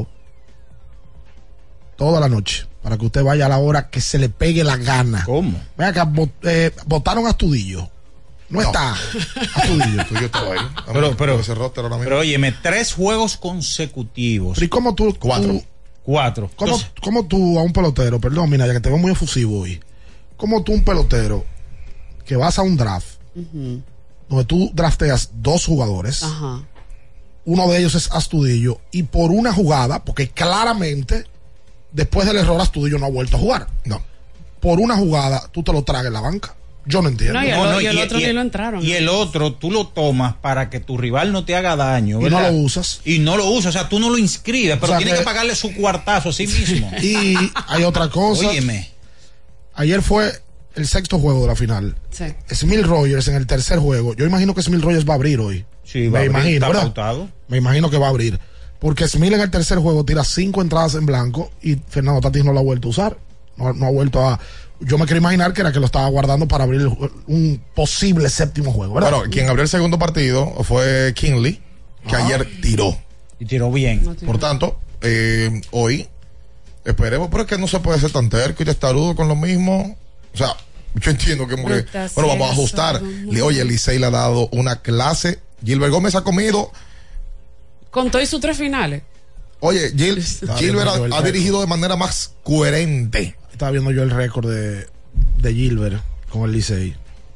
Toda la noche. Para que usted vaya a la hora que se le pegue la gana. ¿Cómo? Vea que bot, eh, votaron a Astudillo. No, no está. Astudillo, tú y yo estaba ahí. Pero, pero, pero óyeme, tres juegos consecutivos. Pero ¿y cómo tú? Cuatro. Tú, Cuatro. ¿Cómo, Entonces, ¿Cómo tú a un pelotero, perdón, mira, ya que te veo muy efusivo hoy, cómo tú un pelotero que vas a un draft, uh-huh. donde tú drafteas dos jugadores, uh-huh. uno de ellos es Astudillo, y por una jugada, porque claramente después del error Astudillo no ha vuelto a jugar, no, por una jugada tú te lo tragas en la banca? Yo no entiendo. No, y el, no, no, y el y, otro y, ni lo entraron. Y el otro tú lo tomas para que tu rival no te haga daño, ¿verdad? Y no lo usas. Y no lo usas, o sea, tú no lo inscribes, pero o sea, tienes que, que pagarle su cuartazo a sí mismo. Y hay otra cosa. Óyeme. Ayer fue el sexto juego de la final. Sí. Smith Rogers en el tercer juego. Yo imagino que Smith Rogers va a abrir hoy. Sí, va Me a abrir, imagino, está ¿verdad? pautado. Me imagino que va a abrir. Porque Smith en el tercer juego tira cinco entradas en blanco y Fernando Tatis no lo ha vuelto a usar. No, no ha vuelto a... Yo me quiero imaginar que era que lo estaba guardando para abrir un posible séptimo juego, ¿verdad? Bueno, quien abrió el segundo partido fue Kinley, que ah. ayer tiró. Y tiró bien. No tiró. Por tanto, eh, hoy esperemos, pero es que no se puede ser tan terco y testarudo con lo mismo. O sea, yo entiendo que, que bueno, vamos a ajustar. Le, oye, Licey le ha dado una clase. Gilbert Gómez ha comido. Con todo y sus tres finales. Oye, Gil, Gilbert ha, ha dirigido de manera más coherente. Estaba viendo yo el récord de, de Gilbert con el Licey.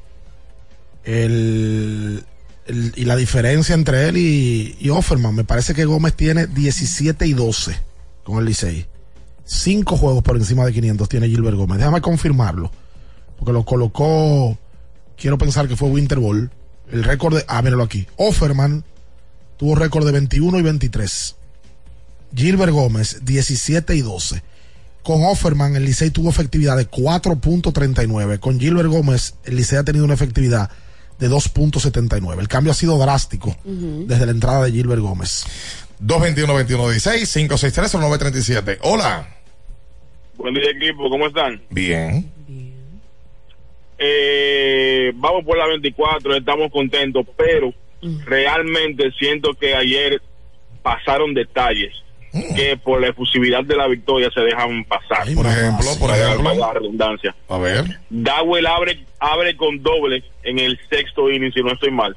El, el, y la diferencia entre él y, y Offerman, me parece que Gómez tiene diecisiete y doce con el Licey. Cinco juegos por encima de quinientos tiene Gilbert Gómez. Déjame confirmarlo, porque lo colocó, quiero pensar que fue Winter Ball. El récord de, ah, míralo aquí. Offerman tuvo récord de veintiuno y veintitrés. Gilbert Gómez, diecisiete y doce. Con Offerman, el Licey tuvo efectividad de cuatro punto treinta y nueve. Con Gilbert Gómez, el Licey ha tenido una efectividad de dos punto setenta y nueve. El cambio ha sido drástico uh-huh. desde la entrada de Gilbert Gómez. dos veintiuno, veintiuno dieciséis, cinco seis tres, nueve tres siete. Hola. Buen día, equipo. ¿Cómo están? Bien. Eh, vamos por la veinticuatro, estamos contentos, pero realmente siento que ayer pasaron detalles mm. que por la efusividad de la victoria se dejan pasar. Ay, por ejemplo, por ejemplo, la redundancia. A ver. Dowell abre, abre con doble en el sexto inning, si no estoy mal.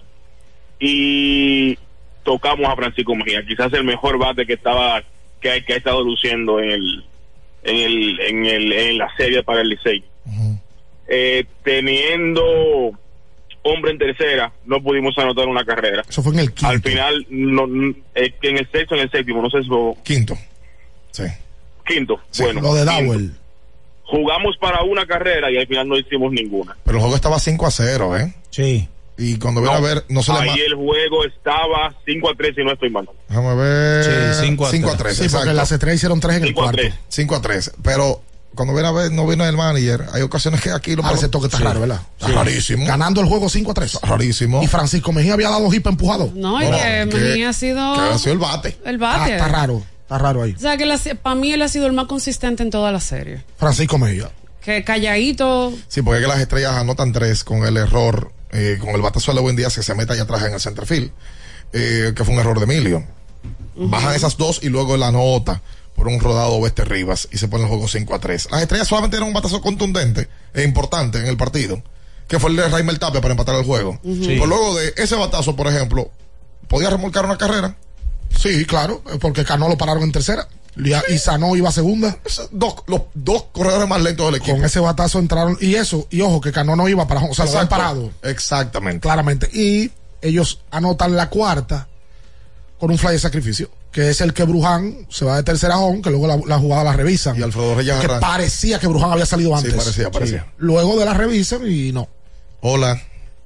Y tocamos a Francisco Mejía, quizás el mejor bate que estaba que, que ha estado luciendo en el en el en el en la serie para el Licey. Uh-huh. Eh, teniendo hombre en tercera, no pudimos anotar una carrera. Eso fue en el quinto. Al final, no, eh, en el sexto, en el séptimo, no sé si fue... Quinto. Sí. Quinto. Sí, bueno. Lo de Dowell. Jugamos para una carrera y al final no hicimos ninguna. Pero el juego estaba cinco a cero, ¿eh? Sí. Y cuando viene no, a ver, no se ahí le... Ahí el juego estaba cinco a tres, si no estoy mal. Déjame ver... Sí, cinco a tres. Sí, exacto. Porque las estrellas hicieron tres en el cuarto. cinco a tres. Pero... Cuando viene a ver, no viene el manager. Hay ocasiones que aquí lo ah, ese toque está sí. raro, ¿verdad? Está sí. rarísimo. Ganando el juego cinco a tres. Está rarísimo. Y Francisco Mejía había dado hip empujado. No, y no, que Mejía ha sido. Que ha sido el bate. El bate. Ah, está raro. Está raro ahí. O sea, que para mí él ha sido el más consistente en toda la serie. Francisco Mejía. Que calladito. Sí, porque es que las estrellas anotan tres con el error, eh, con el batazo de Lewin Díaz que se mete allá atrás en el center field. Eh, que fue un error de Emilio. Uh-huh. Bajan esas dos y luego la anota por un rodado Oeste Rivas y se pone el juego cinco a tres. Las estrellas solamente eran un batazo contundente e importante en el partido, que fue el de Raimel Tapia para empatar el juego. Uh-huh. Sí. Por luego de ese batazo, por ejemplo, ¿podía remolcar una carrera? Sí, claro, porque Cano lo pararon en tercera y Sanó iba a segunda. Dos, los dos corredores más lentos del equipo. Con ese batazo entraron, y eso, y ojo, que Cano no iba para, o sea, lo habían parado. Exactamente. Claramente. Y ellos anotan la cuarta con un fly de sacrificio, que es el que Bruján se va de tercera home, que luego la, la jugada la revisan. Y Alfredo Reyes que arranca. Parecía que Bruján había salido antes. Sí, parecía, parecía. Sí. Luego de la revisan y no. Hola.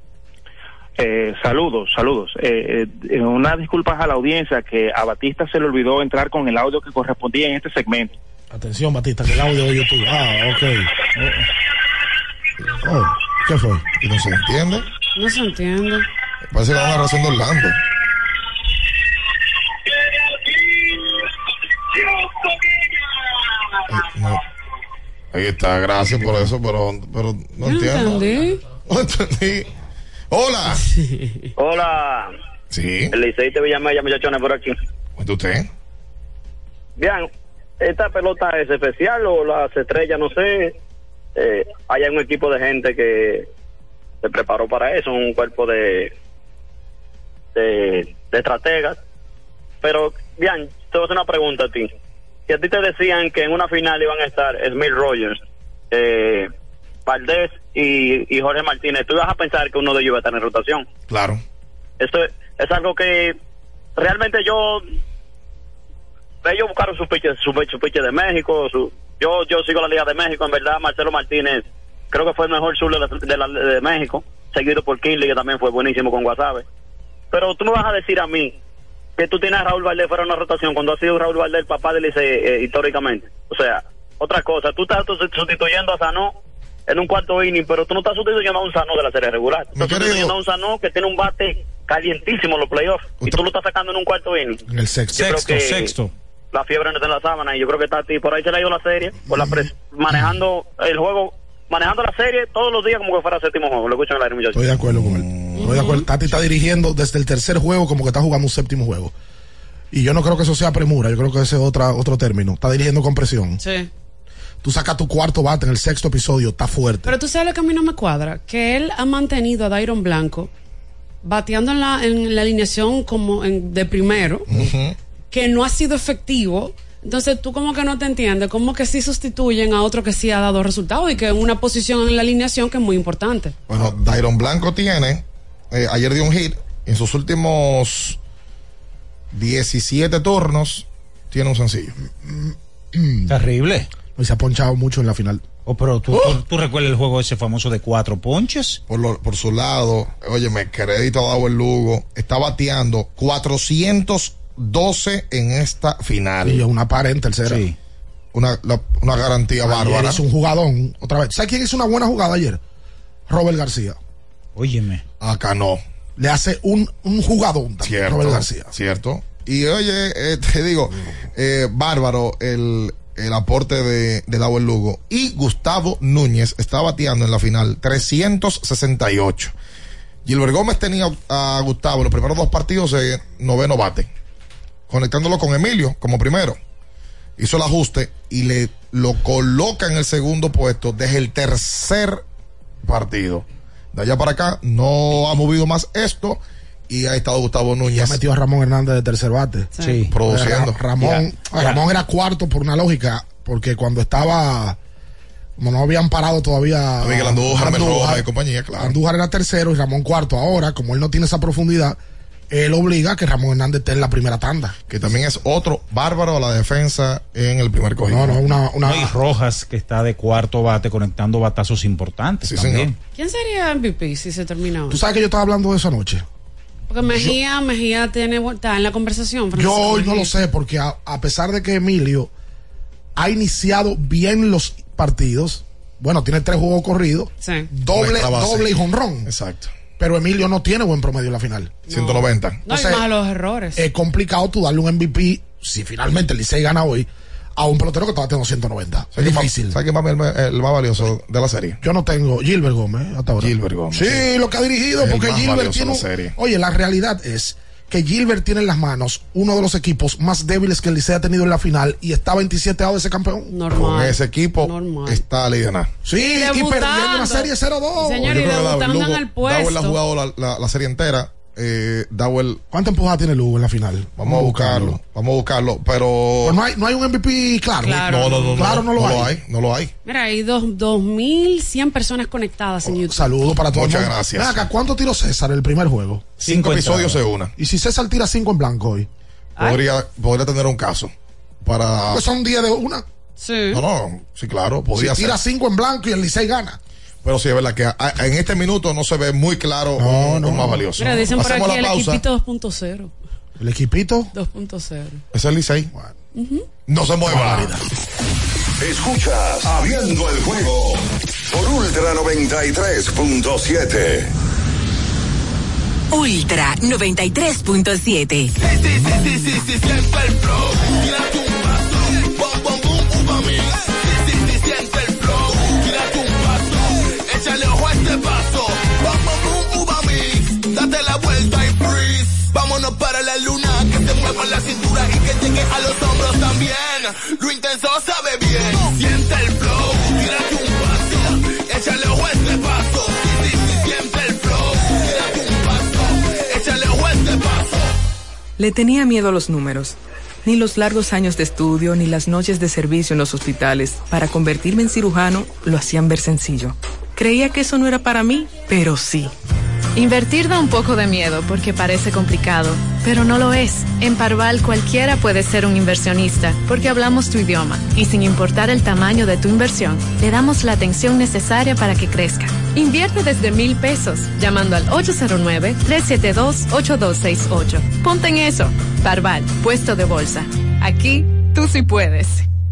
Eh, saludos, saludos. Eh, eh, unas disculpas a la audiencia, que a Batista se le olvidó entrar con el audio que correspondía en este segmento. Atención, Batista, que el audio de YouTube. Ah, ok. Oh. Oh, ¿qué fue? ¿Y no se entiende? No se entiende. Parece que van a razón de Orlando. No. Ahí está, gracias por eso, pero, pero no Yo entiendo. Entendí. No entendí. Hola. Sí. Hola. Sí. El Licey de Villamella, muchachones, por aquí. ¿Y usted? Bien, esta pelota es especial o las estrellas, no sé. Eh, hay un equipo de gente que se preparó para eso, un cuerpo de de, de estrategas. Pero, bien, te voy a hacer una pregunta a ti. Si a ti te decían que en una final iban a estar Smith Rogers, eh, Valdés y, y Jorge Martínez, tú ibas a pensar que uno de ellos iba a estar en rotación. Claro. Esto es, es algo que realmente yo... Ellos buscaron su pitcher, su, su pitcher de México. Su, yo yo sigo la Liga de México. En verdad, Marcelo Martínez creo que fue el mejor sur de, la, de, la, de México, seguido por Kinley, que también fue buenísimo con Guasave. Pero tú me vas a decir a mí que tú tienes a Raúl Valdés fuera de una rotación cuando ha sido Raúl Valdés el papá del Licey eh, históricamente. O sea, otra cosa, tú estás sustituyendo a Sanó en un cuarto inning, pero tú no estás sustituyendo a un Sanó de la serie regular. Tú estás sustituyendo a un Sanó que tiene un bate calientísimo en los playoffs y tú lo estás sacando en un cuarto inning. En el sexto. Yo sexto, sexto. La fiebre no está en la sábana y yo creo que está por ahí se le ha ido la serie, por la pres manejando el juego, manejando la serie todos los días como que fuera séptimo juego. Lo escuchan en el aire, muchachos. Estoy de acuerdo con él. Estoy de acuerdo. Tati está dirigiendo desde el tercer juego como que está jugando un séptimo juego. Y yo no creo que eso sea premura, yo creo que ese es otra, otro término. Está dirigiendo con presión. Sí. Tú sacas tu cuarto bate en el sexto episodio, está fuerte. Pero tú sabes lo que a mí no me cuadra, que él ha mantenido a Dairon Blanco bateando en la, en la alineación como en, de primero, uh-huh. que no ha sido efectivo. Entonces tú como que no te entiendes, como que sí sustituyen a otro que sí ha dado resultados y que en una posición en la alineación que es muy importante. Bueno, Dairon Blanco tiene, eh, ayer dio un hit, en sus últimos diecisiete turnos tiene un sencillo. Terrible. Y se ha ponchado mucho en la final. Oh, pero tú, oh. tú, tú recuerdas el juego ese famoso de cuatro ponches. Por, lo, por su lado, óyeme, crédito a Dawel Lugo, está bateando cuatrocientos doce en esta final. Y una pared en tercera. Sí. Una, la, una garantía ayer bárbara. Es un jugadón, otra vez. ¿Sabes quién hizo una buena jugada ayer? Robert García. Óyeme. Acá no. Le hace un, un jugadón también, cierto, Robert García. Cierto. Y oye, eh, te digo, eh, bárbaro el, el aporte de, de Dawel Lugo. Y Gustavo Núñez está bateando en la final trescientos sesenta y ocho. Gilbert Gómez tenía a Gustavo los primeros dos partidos de noveno bate, conectándolo con Emilio como primero. Hizo el ajuste y le lo coloca en el segundo puesto desde el tercer partido. De allá para acá no ha movido más esto y ha estado Gustavo Núñez. Ya metió a Ramón Hernández de tercer bate. Sí. sí. Produciendo. Ra Ramón, yeah. Ramón era cuarto por una lógica, porque cuando estaba, como no habían parado todavía Miguel Andújar, Andújar y compañía, claro. Andújar era tercero y Ramón cuarto. Ahora, como él no tiene esa profundidad, él obliga a que Ramón Hernández esté en la primera tanda. Que también es otro bárbaro a la defensa en el primer cogido. No, no, una, una... No, y Rojas, que está de cuarto bate conectando batazos importantes. Sí, también. Señor. ¿Quién sería M V P si se termina hoy? Tú sabes que yo estaba hablando de eso anoche. Porque Mejía, yo, Mejía tiene, está en la conversación. Yo hoy no lo sé, porque a, a pesar de que Emilio ha iniciado bien los partidos, bueno, tiene tres juegos corridos, sí. doble, doble y jonrón. Exacto. Pero Emilio no tiene buen promedio en la final. No. ciento noventa. No, hay más los errores. Es complicado tú darle un M V P, si finalmente el Licey gana hoy, a un pelotero que todavía tiene ciento noventa. Es difícil. ¿Sabes quién va a ser el, el más valioso de la serie? Yo no tengo Gilbert Gómez hasta ahora. Gilbert Gómez. Sí, sí. Lo que ha dirigido, el porque Gilbert tiene. La serie. Oye, la realidad es que Gilbert tiene en las manos uno de los equipos más débiles que el Licey ha tenido en la final y está veintisiete a de ese campeón. Normal. Con ese equipo Normal. está liderando. Sí, y, y perdiendo una serie cero dos. Señor, y debutando en el puesto. Dawel ha jugado la, la, la serie entera. Eh, Dawel. ¿Cuánta empujada tiene Lugo en la final? Vamos, Vamos a buscarlo. buscarlo. Vamos a buscarlo, pero. Pues no hay, no hay un M V P claro. Claro, no, no, no, claro, no, no, no lo, lo hay. hay. No lo hay. Mira, hay dos, dos mil cien personas conectadas en Oh, YouTube. Saludos para todos. Muchas gracias. Ven acá, ¿cuánto tiró César el primer juego? Cinco, Cinco episodios se una. ¿Y si César tira cinco en blanco hoy? Podría, podría tener un caso. Para. Pues son diez de una. Sí. No, no, sí, claro. Podría si tira ser. cinco en blanco y el Licey gana. Pero sí, es verdad que a, a, en este minuto no se ve muy claro no, un, no, un más valioso. Mira, dicen Hacemos por aquí la el pausa. equipito dos punto cero. ¿El equipito? dos punto cero. Es el Licey. Bueno. Uh-huh. No se mueva. Escuchas Abriendo el Juego por Ultra noventa y tres punto siete. Ultra noventa y tres punto siete. Sí, sí, sí, sí, sí, sí, siente el flow. Tírate un paso, bom, bom, bum, uva mix. Sí, sí, sí, siente el flow. Tírate un paso, échale ojo a este paso. Bom, bom, bum, uva mix. Date la vuelta y freeze. Vámonos para la luna, que se mueva la cintura y que llegue a los hombros también. Lo intenso sabe bien. Siente el flow, tírate un paso, échale ojo a este paso. Sí, sí, sí, siente el flow. Tírate un paso, échale ojo a este paso. Le tenía miedo a los números. Ni los largos años de estudio, ni las noches de servicio en los hospitales para convertirme en cirujano lo hacían ver sencillo. Creía que eso no era para mí, pero sí. Invertir da un poco de miedo porque parece complicado, pero no lo es. En Parval cualquiera puede ser un inversionista porque hablamos tu idioma y sin importar el tamaño de tu inversión, le damos la atención necesaria para que crezca. Invierte desde mil pesos llamando al ocho cero nueve, tres siete dos, ocho dos seis ocho. Ponte en eso. Parval, puesto de bolsa. Aquí, tú sí puedes.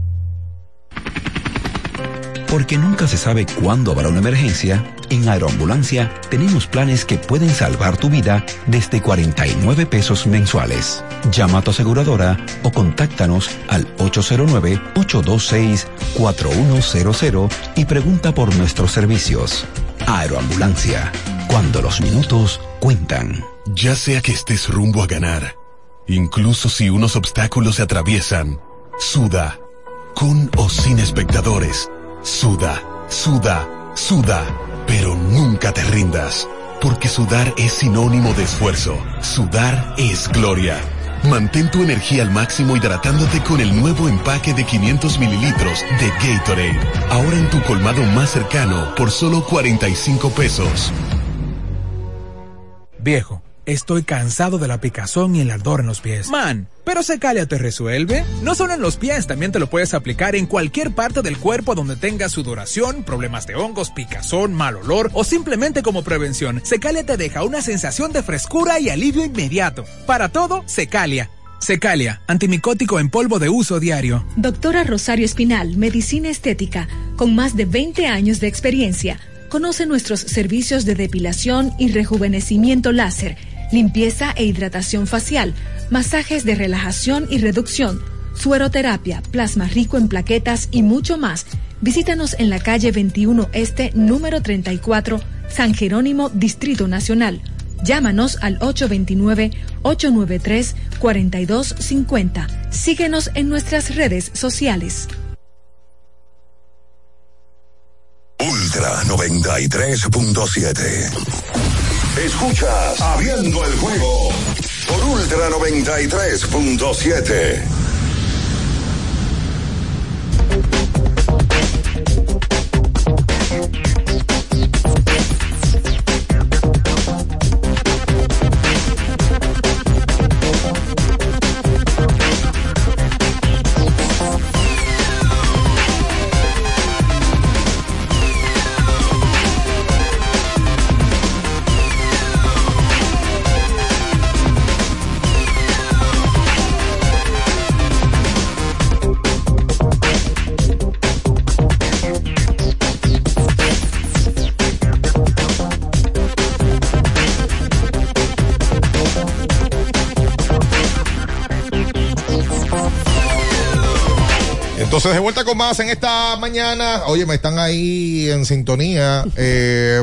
Porque nunca se sabe cuándo habrá una emergencia, en Aeroambulancia tenemos planes que pueden salvar tu vida desde cuarenta y nueve pesos mensuales. Llama a tu aseguradora o contáctanos al ocho cero nueve, ocho dos seis, cuatro uno cero cero y pregunta por nuestros servicios. Aeroambulancia, cuando los minutos cuentan. Ya sea que estés rumbo a ganar, incluso si unos obstáculos se atraviesan, suda, con o sin espectadores. Suda, suda, suda, pero nunca te rindas, porque sudar es sinónimo de esfuerzo. Sudar es gloria. Mantén tu energía al máximo hidratándote con el nuevo empaque de quinientos mililitros de Gatorade. Ahora en tu colmado más cercano por solo cuarenta y cinco pesos. Viejo, estoy cansado de la picazón y el ardor en los pies. Man, ¿pero Secalia te resuelve? No solo en los pies, también te lo puedes aplicar en cualquier parte del cuerpo donde tengas sudoración, problemas de hongos, picazón, mal olor o simplemente como prevención. Secalia te deja una sensación de frescura y alivio inmediato. Para todo, Secalia. Secalia, antimicótico en polvo de uso diario. Doctora Rosario Espinal, Medicina Estética, con más de veinte años de experiencia. Conoce nuestros servicios de depilación y rejuvenecimiento láser, limpieza e hidratación facial, masajes de relajación y reducción, sueroterapia, plasma rico en plaquetas y mucho más. Visítanos en la calle veintiuno Este, número treinta y cuatro, San Jerónimo, Distrito Nacional. Llámanos al ocho dos nueve, ocho nueve tres, cuatro dos cinco cero. Síguenos en nuestras redes sociales. Ultra noventa y tres punto siete. Escuchas Abriendo el Juego por Ultra noventa y tres punto siete. Entonces, de vuelta con más en esta mañana. Oye, me están ahí en sintonía eh,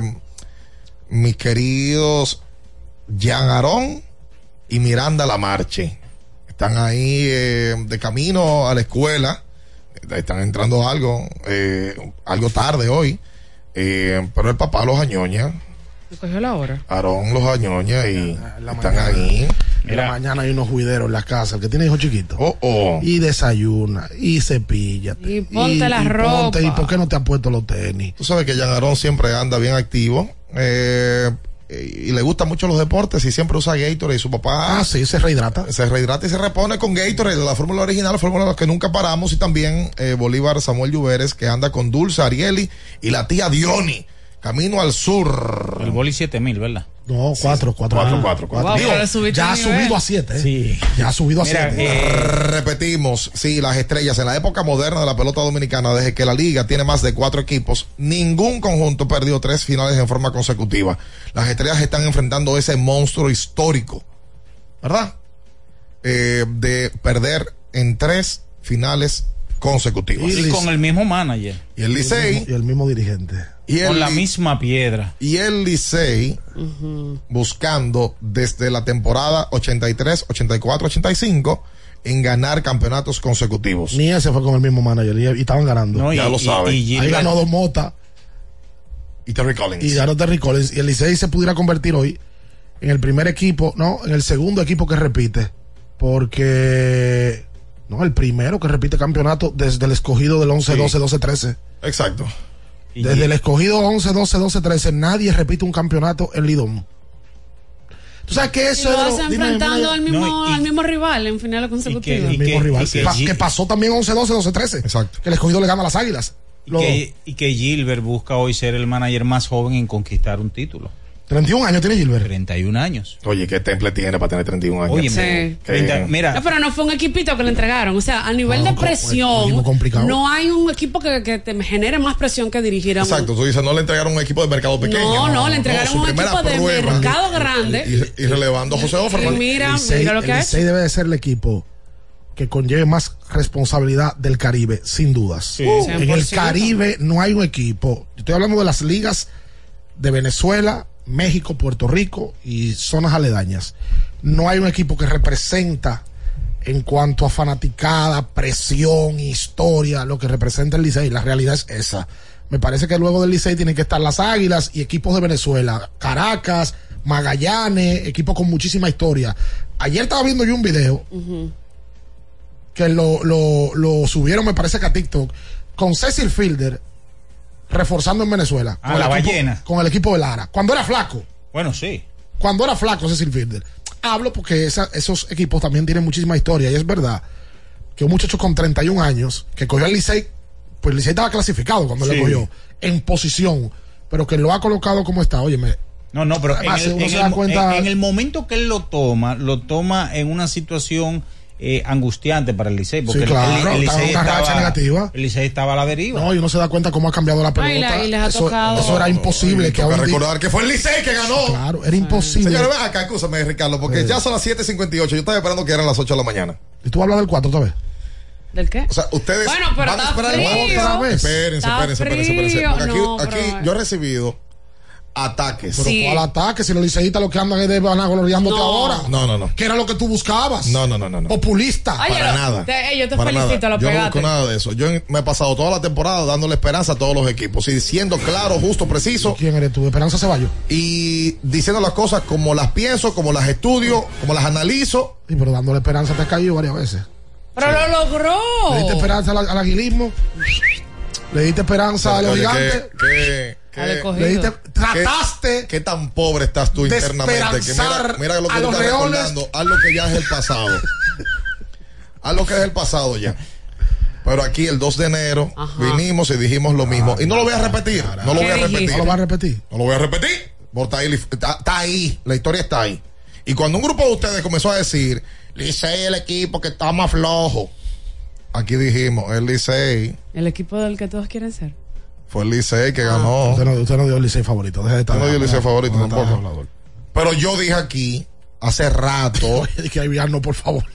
mis queridos Jean Aarón y Miranda Lamarche. Están ahí eh, de camino a la escuela. Están entrando algo, eh, algo tarde hoy. Eh, pero el papá los añoña. ¿Me cogió la hora? Aarón los añoña y la están mañana. ahí. En la mañana hay unos juideros en la casa, el que tiene hijos chiquitos. Oh, oh. Y desayuna, y cepilla. Y ponte la ropa. ¿Y por qué no te has puesto los tenis? Tú sabes que Jean Aarón siempre anda bien activo. Eh, y le gustan mucho los deportes y siempre usa Gatorade. Y su papá. Ah, sí, se rehidrata. Se rehidrata y se repone con Gatorade, la fórmula original, la fórmula de la que nunca paramos. Y también eh, Bolívar Samuel Lluveres, que anda con Dulce Arieli y la tía Dioni. Camino al sur. El boli siete mil, ¿verdad? No, cuatro, cuatro. Cuatro, cuatro, cuatro. Wow, Digo, pero ya ha subido a siete. ¿eh? Sí. Ya ha subido a Mira, siete. eh, Repetimos, sí, las estrellas. En la época moderna de la pelota dominicana, desde que la liga tiene más de cuatro equipos, ningún conjunto perdió tres finales en forma consecutiva. Las estrellas están enfrentando ese monstruo histórico, ¿verdad? Eh, de perder en tres finales consecutivas. Y con el mismo manager. Y el Licey. Y el mismo dirigente. Y el, con la misma piedra. Y el Licey Uh-huh. buscando desde la temporada ochenta y tres, ochenta y cuatro, ochenta y cinco en ganar campeonatos consecutivos. Ni ese fue con el mismo manager y, y estaban ganando. No, ya y, lo sabe. Y, y Ahí ganó dos Mota y Terry Collins. y ganó Terry Collins. Y el Licey se pudiera convertir hoy en el primer equipo, no, en el segundo equipo que repite. Porque, no, el primero que repite campeonato desde el escogido del once, doce, doce, trece. Exacto. Desde el escogido once, doce, doce, trece, nadie repite un campeonato en Lidón. ¿Tú sabes que eso y lo es hace lo- dime, enfrentando dime, al mismo, no, y- al mismo rival en finales consecutivos. el mismo que- rival, y que Pa- G- que pasó también once, doce, doce, trece. Exacto. Que el escogido le gana a las Águilas. Y Los que, y que Gilbert busca hoy ser el manager más joven en conquistar un título. treinta y un años tiene Gilbert. treinta y un años. Oye, ¿qué temple tiene para tener treinta y un años? Oye, Sí. Que- treinta mira, No, pero no fue un equipito que le entregaron. O sea, a nivel No, de co- presión, equipo complicado. no hay un equipo que, que te genere más presión que dirigir a un- Exacto, tú dices, no le entregaron un equipo de mercado pequeño. No, no, le entregaron su un primera equipo de prueba. mercado grande. Y, y relevando a José Y Offerman. mira, El Licey- mira lo que el ha Licey hecho. debe de ser el equipo que conlleve más responsabilidad del Caribe, sin dudas. Sí. Uh, cien en por el ciento. Caribe no hay un equipo. Yo estoy hablando de las ligas de Venezuela, México, Puerto Rico y zonas aledañas. No hay un equipo que representa en cuanto a fanaticada, presión, historia, lo que representa el Licey. La realidad es esa. Me parece que luego del Licey tienen que estar las Águilas y equipos de Venezuela, Caracas, Magallanes, equipos con muchísima historia. Ayer estaba viendo yo un video Ujú. que lo, lo, lo subieron, me parece que a TikTok, con Cecil Fielder reforzando en Venezuela. Ah, con la el equipo, ballena. con el equipo de Lara. Cuando era flaco. bueno, sí. Cuando era flaco Cecil Fielder. Hablo porque esa, esos equipos también tienen muchísima historia. Y es verdad que un muchacho con treinta y un años que cogió al Licey, pues el Licey estaba clasificado cuando Sí. le cogió, en posición, pero que lo ha colocado como está. Óyeme, No, no, pero en Además, el, uno en se el da mo- cuenta- en- en el momento que él lo toma, lo toma en una situación eh, angustiante para el Licey, porque Sí, el- claro, el, el estaba Licey en una racha estaba, negativa. el Licey estaba a la deriva. no, y uno se da cuenta cómo ha cambiado la No, y la- pelota. y les ha eso, tocado- eso era imposible. que Toca a un di- recordar que fue el Licey que ganó. Claro, era imposible. Señores, ven acá, escúchame, Ricardo, porque Eh. ya son las siete cincuenta y ocho. Yo estaba esperando que eran las ocho de la mañana. ¿Y tú hablas del cuatro otra vez? ¿Del qué? O sea, ustedes Bueno, pero van a está esperar el frío. voto otra vez. Espérense, Está espérense, espérense, espérense. frío. Porque aquí, No, aquí pero- yo he recibido ataques. Pero Sí. ¿cuál ataque? Si los liceístas lo que andan es de vanagloriándote No. ahora. No, no, no. ¿Qué era lo que tú buscabas? No, no, no, no. no. Populista. Ay, Para yo- nada. te- yo te Para felicito, nada. lo Yo no pegaste. busco nada de eso. Yo en- me he pasado toda la temporada dándole esperanza a todos los equipos y siendo claro, justo, preciso. ¿Quién eres tú? Esperanza Ceballos. Y diciendo las cosas como las pienso, como las estudio, como las analizo. Sí, pero dándole esperanza te has caído varias veces. Pero lo logró. Le diste esperanza al, al aguilismo. Le diste esperanza a los Oye, gigantes. ¿qué, qué, Al qué, escogido. Le diste, trataste qué, qué tan pobre estás tú de internamente? Que mira, esperanzar mira lo que a tú los estás Leones. recordando. Haz lo que ya es el pasado. Haz lo que es el pasado ya. Pero aquí el dos de enero Ajá. vinimos y dijimos lo mismo. Y no lo voy a repetir. No lo voy a ¿Qué repetir. dijiste? ¿No lo vas a repetir? No lo voy a repetir. Porque está ahí, está, está ahí. La historia está ahí. Y cuando un grupo de ustedes comenzó a decir, Licey es el equipo que está más flojo. Aquí dijimos, el Licey. El equipo del que todos quieren ser. Fue el Licey que Ah. ganó. Usted no, usted no dio el Licey favorito. Deje de estar. No dio el Licey favorito no, no, tampoco. no, no, no. Pero yo dije aquí, hace rato. Oye, que hay no, por favor.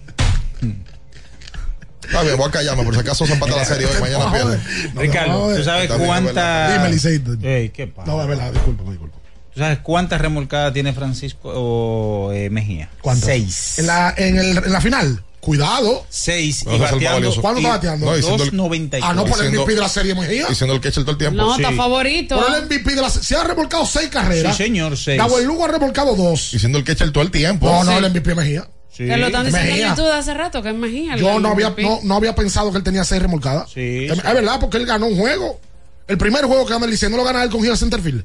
Está bien, voy a callarme, por si acaso se empata la serie hoy, mañana pierde. Ricardo, ¿tú sabes También es cuántas... Dime, Licey. Ey, ¿qué pasa? No, es verdad, disculpa, disculpa. ¿Tú sabes cuántas remolcadas tiene Francisco o, eh, Mejía? ¿Cuánto? Seis. En la, en, el, en la final. Cuidado. Seis. No, Y no es el bateando. valioso. ¿Cuándo y- está bateando? No, diciendo el- dos noventa y Ah, no, cuatro. por el Diciendo- M V P de la serie Mejía. Diciendo el catcher todo el tiempo. No, Sí. está favorito. Por el M V P de la se ha remolcado seis carreras. Sí, señor, seis. Gabo el Lugo ha remolcado dos. Diciendo el catcher todo el tiempo. No, no, Sí. el M V P Mejía. Sí. Que lo están diciendo Mejía. en YouTube hace rato, que es Mejía. el Yo no había, M V P. no, no había pensado que él tenía seis remolcadas. Sí, es, sí. es verdad, porque él ganó un juego. El primer juego que gana el Licey no lo gana él con gira centerfield.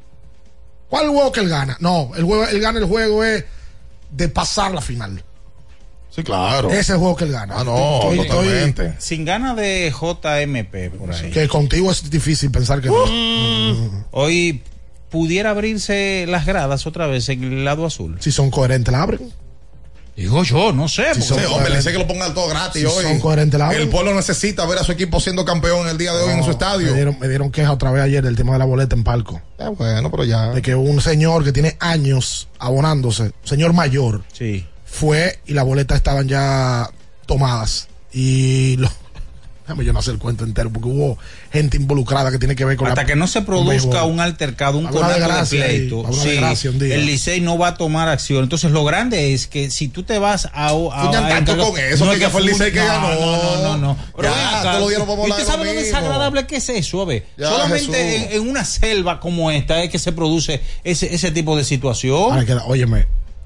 ¿Cuál es el juego que él gana? No, el juego, él gana el juego es de pasar la final. Sí, claro. Ese es el juego que él gana. Ah, no, Estoy- estoy- totalmente. Sin ganas de J M P por ahí. que contigo es difícil pensar que no. Hoy pudiera abrirse las gradas otra vez en el lado azul. Si son coherentes, la abren. Digo yo, no sé. Si porque- son Sí, hombre, coherentes. le sé que lo pongan todo gratis Si hoy. son coherentes, la abren. El pueblo necesita ver a su equipo siendo campeón el día de hoy en su estadio. Me dieron, me dieron queja otra vez ayer del tema de la boleta en palco. Ah, bueno, pero ya. De que un señor que tiene años abonándose, un señor mayor, Sí. fue y las boletas estaban ya tomadas. Y lo, déjame yo no hacer el cuento entero porque hubo gente involucrada que tiene que ver con Hasta la, que no se con produzca béisbol. un altercado, un Alguna conato de desgracia ahí, pleito, alguna sí, desgracia un día. el Licey no va a tomar acción. Entonces lo grande es que si tú te vas a... a, Tú ya a- tanto a- con eso, no que es ya fue el Licey que no, ganó. No, no, no, no. Pero Ya, ven acá, todos los días nos vamos a ¿y hablar usted de sabe lo lo mismo? desagradable que es eso? A ver, Ya, solamente Jesús. en, en una selva como esta es que se produce ese, ese tipo de situación. Ahora queda- óyeme,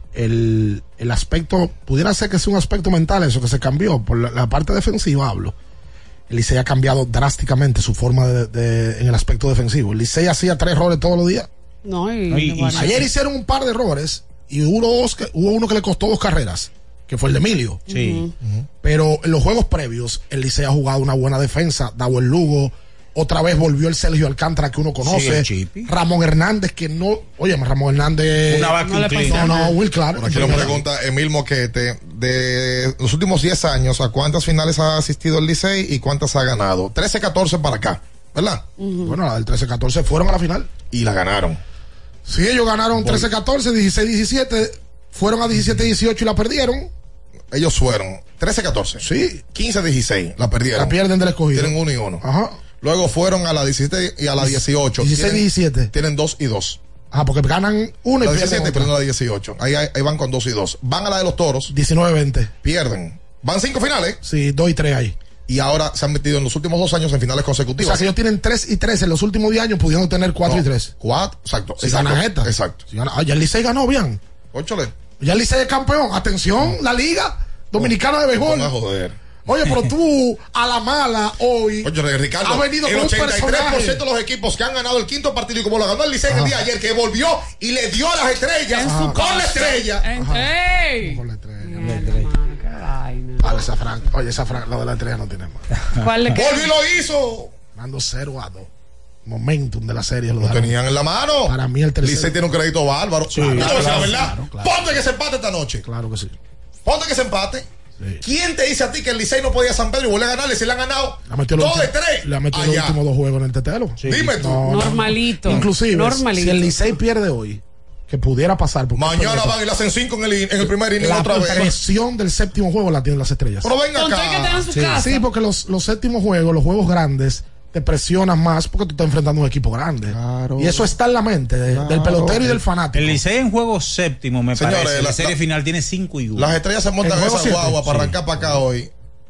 el, el aspecto, pudiera ser que sea un aspecto mental eso, que se cambió, por la, la parte defensiva hablo. El Licey ha cambiado drásticamente su forma de, de- en el aspecto defensivo. El Licey hacía tres errores todos los días. No, y, No, y- y- bueno, Ayer hicieron un par de errores y hubo, dos que- hubo uno que le costó dos carreras, que fue el de Emilio. Sí. Pero en los juegos previos, el Licey ha jugado una buena defensa. Davo el Lugo, otra vez volvió el Sergio Alcántara que uno Sí, conoce. el Chipi. Ramón Hernández, que no. Oye, Ramón Hernández. Una vacuum no le cleaner. pasa No, no, nada. Will Clark. Por aquí nos pregunta Emil Moquete, de los últimos diez años, ¿a cuántas finales ha asistido el Licey y cuántas ha ganado? trece catorce para acá, ¿verdad? Bueno, la del trece catorce fueron a la final. Y la ganaron. Sí, ellos ganaron trece catorce, dieciséis diecisiete, fueron a diecisiete dieciocho y la perdieron. Ellos fueron trece catorce. Sí. quince dieciséis, la perdieron. La pierden del escogido. Tienen uno y uno. Ajá. Luego fueron a la diecisiete y a la dieciocho. dieciséis Tienen- diecisiete. Tienen dos y dos. Ajá, porque ganan uno y La pierden diecisiete y otra. pierden la dieciocho. Ahí, ahí ahí van con dos y dos. Van a la de los toros, diecinueve veinte. pierden. Van cinco finales Sí, dos y tres ahí. y ahora se han metido en los últimos dos años en finales O consecutivas. sea, que ellos tienen tres y tres en los últimos diez años, pudiendo tener cuatro y tres. Cuatro, exacto. Si exacto, ganan esta. Exacto. Si gana- ah, ya el Licey ganó bien. Óchale. Ya el Licey es campeón. Atención, la Liga Dominicana de Béisbol. Ponga a joder. Oye, pero tú, a la mala, hoy. Oye, Ricardo, ha venido el con un ochenta y tres por personaje. ciento de los equipos que han ganado el quinto partido y como lo ganó el Licey el día de ayer, que volvió y le dio a las estrellas En su con casa. la estrella. En- ¡Ey! Con la estrella. Mierda, mano, qué vaina. Vale, esa Fran. Oye, esa Fran, lo de la estrella no tiene más. ¿Cuál le queda? Volvió y lo hizo. Mando cero a dos. Momentum de la serie. Lo Lo dejaron. tenían en la mano. Para mí el tercero. Licey tiene un crédito bárbaro. Sí, Yo te voy a decir claro, la verdad. claro, claro. Ponte que se empate esta noche. Claro que sí. Ponte que se empate. Sí. ¿Quién te dice a ti que el Licey no podía San Pedro y vuelve a ganarle si le han ganado Le ha metido los dos de últimos- tres? Le ha metido los allá? últimos dos juegos en el tetelo. Dime tú. No, no, no. Normalito. Inclusive, Normalito. si el Licey pierde hoy, que pudiera pasar. porque Mañana esto- van y le hacen cinco en el, en el primer inning la otra vez. presión del séptimo juego la tienen las estrellas. Pero venga Con todo y que acá. tengan su Sí, casa. sí, porque los, los séptimos juegos, los juegos grandes, te presionas más porque tú estás enfrentando un equipo grande. Claro. Y eso está en la mente de, claro. del pelotero y del fanático. El Licey en juego séptimo, me Señores, parece. La, la serie la, final tiene cinco y uno. Las estrellas se montan en esa siete, guagua para sí. arrancar para acá hoy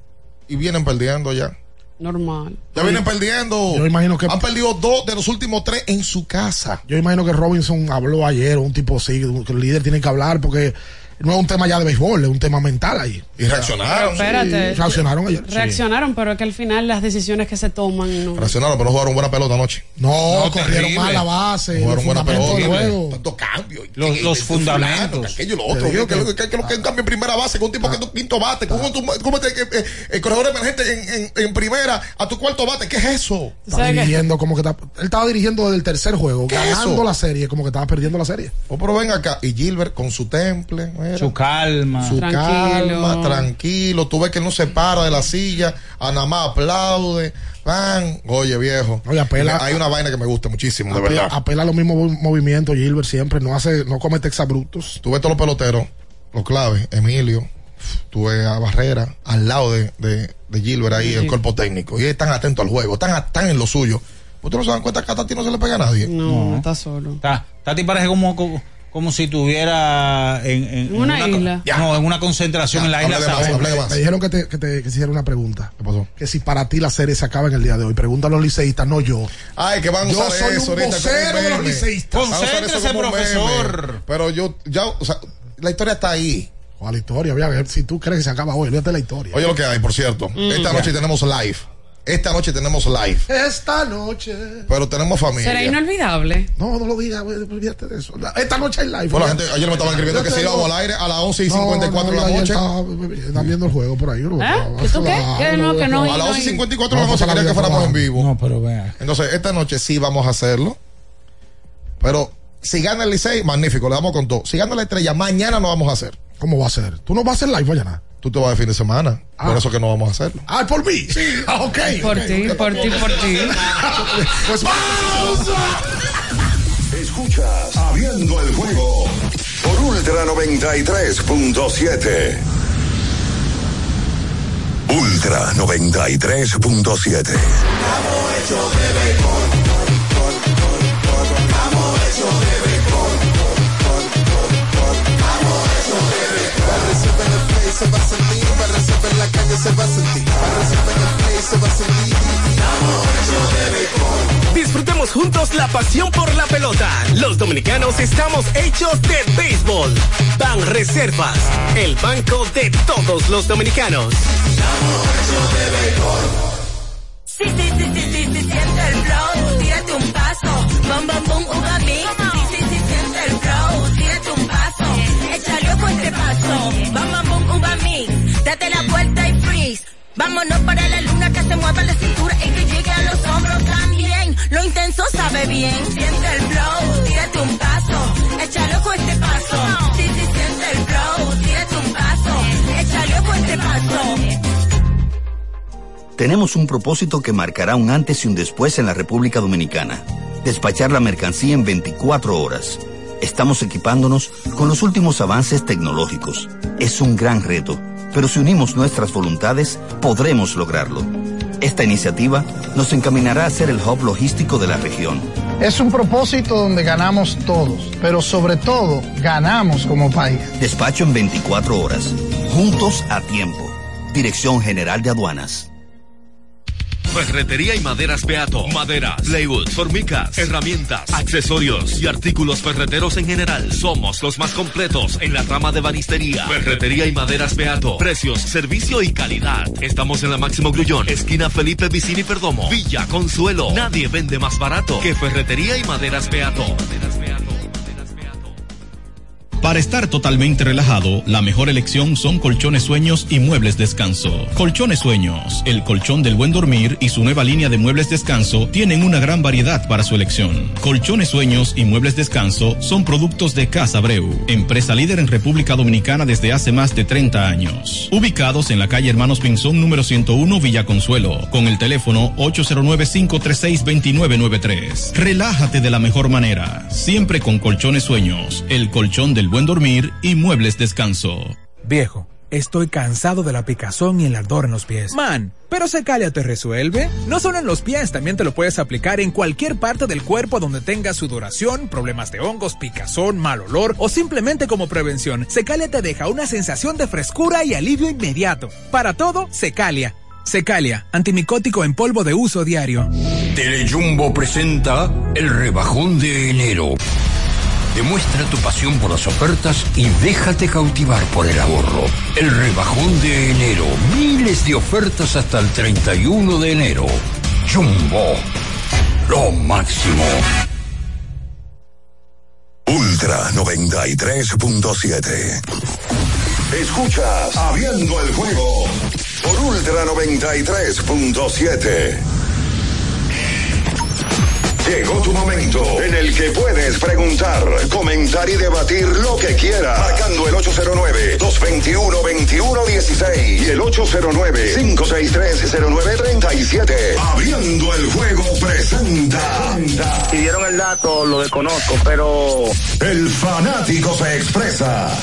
y vienen perdiendo ya. Normal. Ya vienen perdiendo. Yo imagino que han perdido dos de los últimos tres en su casa. Yo imagino que Robinson habló ayer, un tipo así, que el líder tiene que hablar porque no es un tema ya de béisbol, es un tema mental ahí. Y reaccionaron. Pero espérate. Sí, reaccionaron ayer. Reaccionaron, sí. Pero es que al final las decisiones que se toman no. Reaccionaron, pero no jugaron buena pelota anoche. No, no corrieron terrible. mal la base. No jugaron buena pelota. Tantos cambios. Los, que, los que fundamentos. Fulano, que aquello y lo otro. Que, que, que, que, que, que un cambio en primera base con un tipo ah. que es tu quinto bate. Con un, como te, que, eh, el corredor emergente en, en, en primera a tu cuarto bate. ¿Qué es eso? Está dirigiendo como que está, él estaba dirigiendo desde el tercer juego, ganando eso? La serie, como que estaba perdiendo la serie. Oh, pero ven acá. Y Gilbert con su temple. Mira. Su calma. Su tranquilo. calma, tranquilo. Tú ves que él no se para de la silla, a nada más aplaude. Van, oye viejo. Oye, apela, hay una vaina que me gusta muchísimo, de apela, verdad. Apela a los mismos movimientos, Gilbert siempre, no hace, no comete exabruptos. Tú ves todos los peloteros, los claves, Emilio, tú ves a Barrera, al lado de, de, de Gilbert ahí, sí. El cuerpo técnico. Y están atentos al juego, están, están en lo suyo. ¿Ustedes no se dan cuenta que a Tati no se le pega a nadie? No, no. Está solo. Está, Tati parece como, como como si tuviera en, en una, en una isla. Ya. No, en una concentración ya, en la isla Sao. Me dijeron que te, que te que hiciera una pregunta. ¿Qué pasó? Que si para ti la serie se acaba en el día de hoy. Pregúntale a los liceístas, no yo. Ay, que van a usar yo soy eso un ahorita. vocero de los liceístas. Concéntrese, profesor. Meme. Pero yo, ya, o sea, la historia está ahí. ¿Cuál historia? Voy a ver si tú crees que se acaba hoy. Olvídate la historia. Oye, lo que hay, por cierto. Mm. Esta noche tenemos live. Esta noche tenemos live. Esta noche. Pero tenemos familia. ¿Será inolvidable? No, no lo digas, olvídate de eso. Esta noche hay live. Bueno, la gente ayer me estaban escribiendo que si íbamos al aire a las once y cincuenta y cuatro no, no, de la noche. Estaba, están viendo el juego por ahí. ¿No? ¿Eh? ¿Esto qué? ¿Qué? No, que no. A las once y cincuenta y cuatro de la noche quería que fuéramos en vivo. No, pero vea. Entonces, esta noche sí vamos a hacerlo. Pero si gana el Licey, magnífico, le damos con todo. Si gana la Estrella, mañana no vamos a hacer. ¿Cómo va a ser? ¿Tú no vas a hacer live mañana? Tú te vas de fin de semana. Ah. Por eso que no vamos a hacerlo. Ah, por mí. Sí. Ah, ok. Por okay, ti, okay, por ti, por ti. Pues pausa. Escuchas Abriendo el Juego por Ultra noventa y tres punto siete. Ultra noventa y tres punto siete. Estamos hechos de béisbol. Estamos hechos de béisbol. Estamos hechos de béisbol. Se va a sentir, para resolver en la calle se va a sentir, para resolver en el play se va a sentir. Estamos hechos de béisbol. Disfrutemos juntos la pasión por la pelota. Los dominicanos estamos hechos de béisbol. Ban Reservas, el banco de todos los dominicanos. Estamos hechos de béisbol. Sí, sí, sí, sí, sí, sí, siente el flow, tírate un paso, bam, bam, bum, uva mix. Sí, sí, sí, siente el flow, tírate un paso, échale ojo este paso, bam, bam, bum, uva mix. Date la vuelta y freeze. Vámonos para la luna, que se mueva la cintura y que llegue a los hombros también. Lo intenso sabe bien. Siente el flow, tírate un paso, échale ojo este paso. Sí, sí, siente el flow, tírate un paso, échale ojo este paso. Tenemos un propósito que marcará un antes y un después en la República Dominicana. Despachar la mercancía en veinticuatro horas. Estamos equipándonos con los últimos avances tecnológicos. Es un gran reto, pero si unimos nuestras voluntades, podremos lograrlo. Esta iniciativa nos encaminará a ser el hub logístico de la región. Es un propósito donde ganamos todos, pero sobre todo, ganamos como país. Despacho en veinticuatro horas. Juntos a tiempo. Dirección General de Aduanas. Ferretería y maderas Beato. Maderas, plywood, formicas, herramientas, accesorios y artículos ferreteros en general. Somos los más completos en la rama de banistería. Ferretería y maderas Beato. Precios, servicio y calidad. Estamos en la Máximo Grullón, esquina Felipe Vicini Perdomo, Villa Consuelo. Nadie vende más barato que Ferretería y maderas Beato. Para estar totalmente relajado, la mejor elección son colchones sueños y muebles descanso. Colchones Sueños, el colchón del buen dormir y su nueva línea de muebles descanso tienen una gran variedad para su elección. Colchones Sueños y muebles descanso son productos de Casa Abreu, empresa líder en República Dominicana desde hace más de treinta años. Ubicados en la calle Hermanos Pinzón número ciento uno, Villa Consuelo, con el teléfono ocho cero nueve, cinco tres seis, dos nueve nueve tres. Relájate de la mejor manera, siempre con Colchones Sueños, el colchón del buen dormir y muebles descanso. Viejo, Estoy cansado de la picazón y el ardor en los pies. Man, ¿pero Secalia te resuelve? No solo en los pies, también te lo puedes aplicar en cualquier parte del cuerpo donde tengas sudoración, problemas de hongos, picazón, mal olor o simplemente como prevención. Secalia te deja una sensación de frescura y alivio inmediato. Para todo, Secalia. Secalia, antimicótico en polvo de uso diario. Telejumbo presenta el rebajón de enero. Demuestra tu pasión por las ofertas y déjate cautivar por el ahorro. El rebajón de enero. Miles de ofertas hasta el treinta y uno de enero. Jumbo. Lo máximo. Ultra noventa y tres punto siete. Escuchas Abriendo el Juego por Ultra noventa y tres punto siete. Llegó tu momento en el que puedes preguntar, comentar y debatir lo que quieras. Marcando el ocho cero nueve, dos dos uno, dos uno uno seis y el ocho cero nueve, cinco seis tres, cero nueve tres siete. Abriendo el Juego presenta. Si dieron el dato, lo desconozco, pero... El fanático se expresa.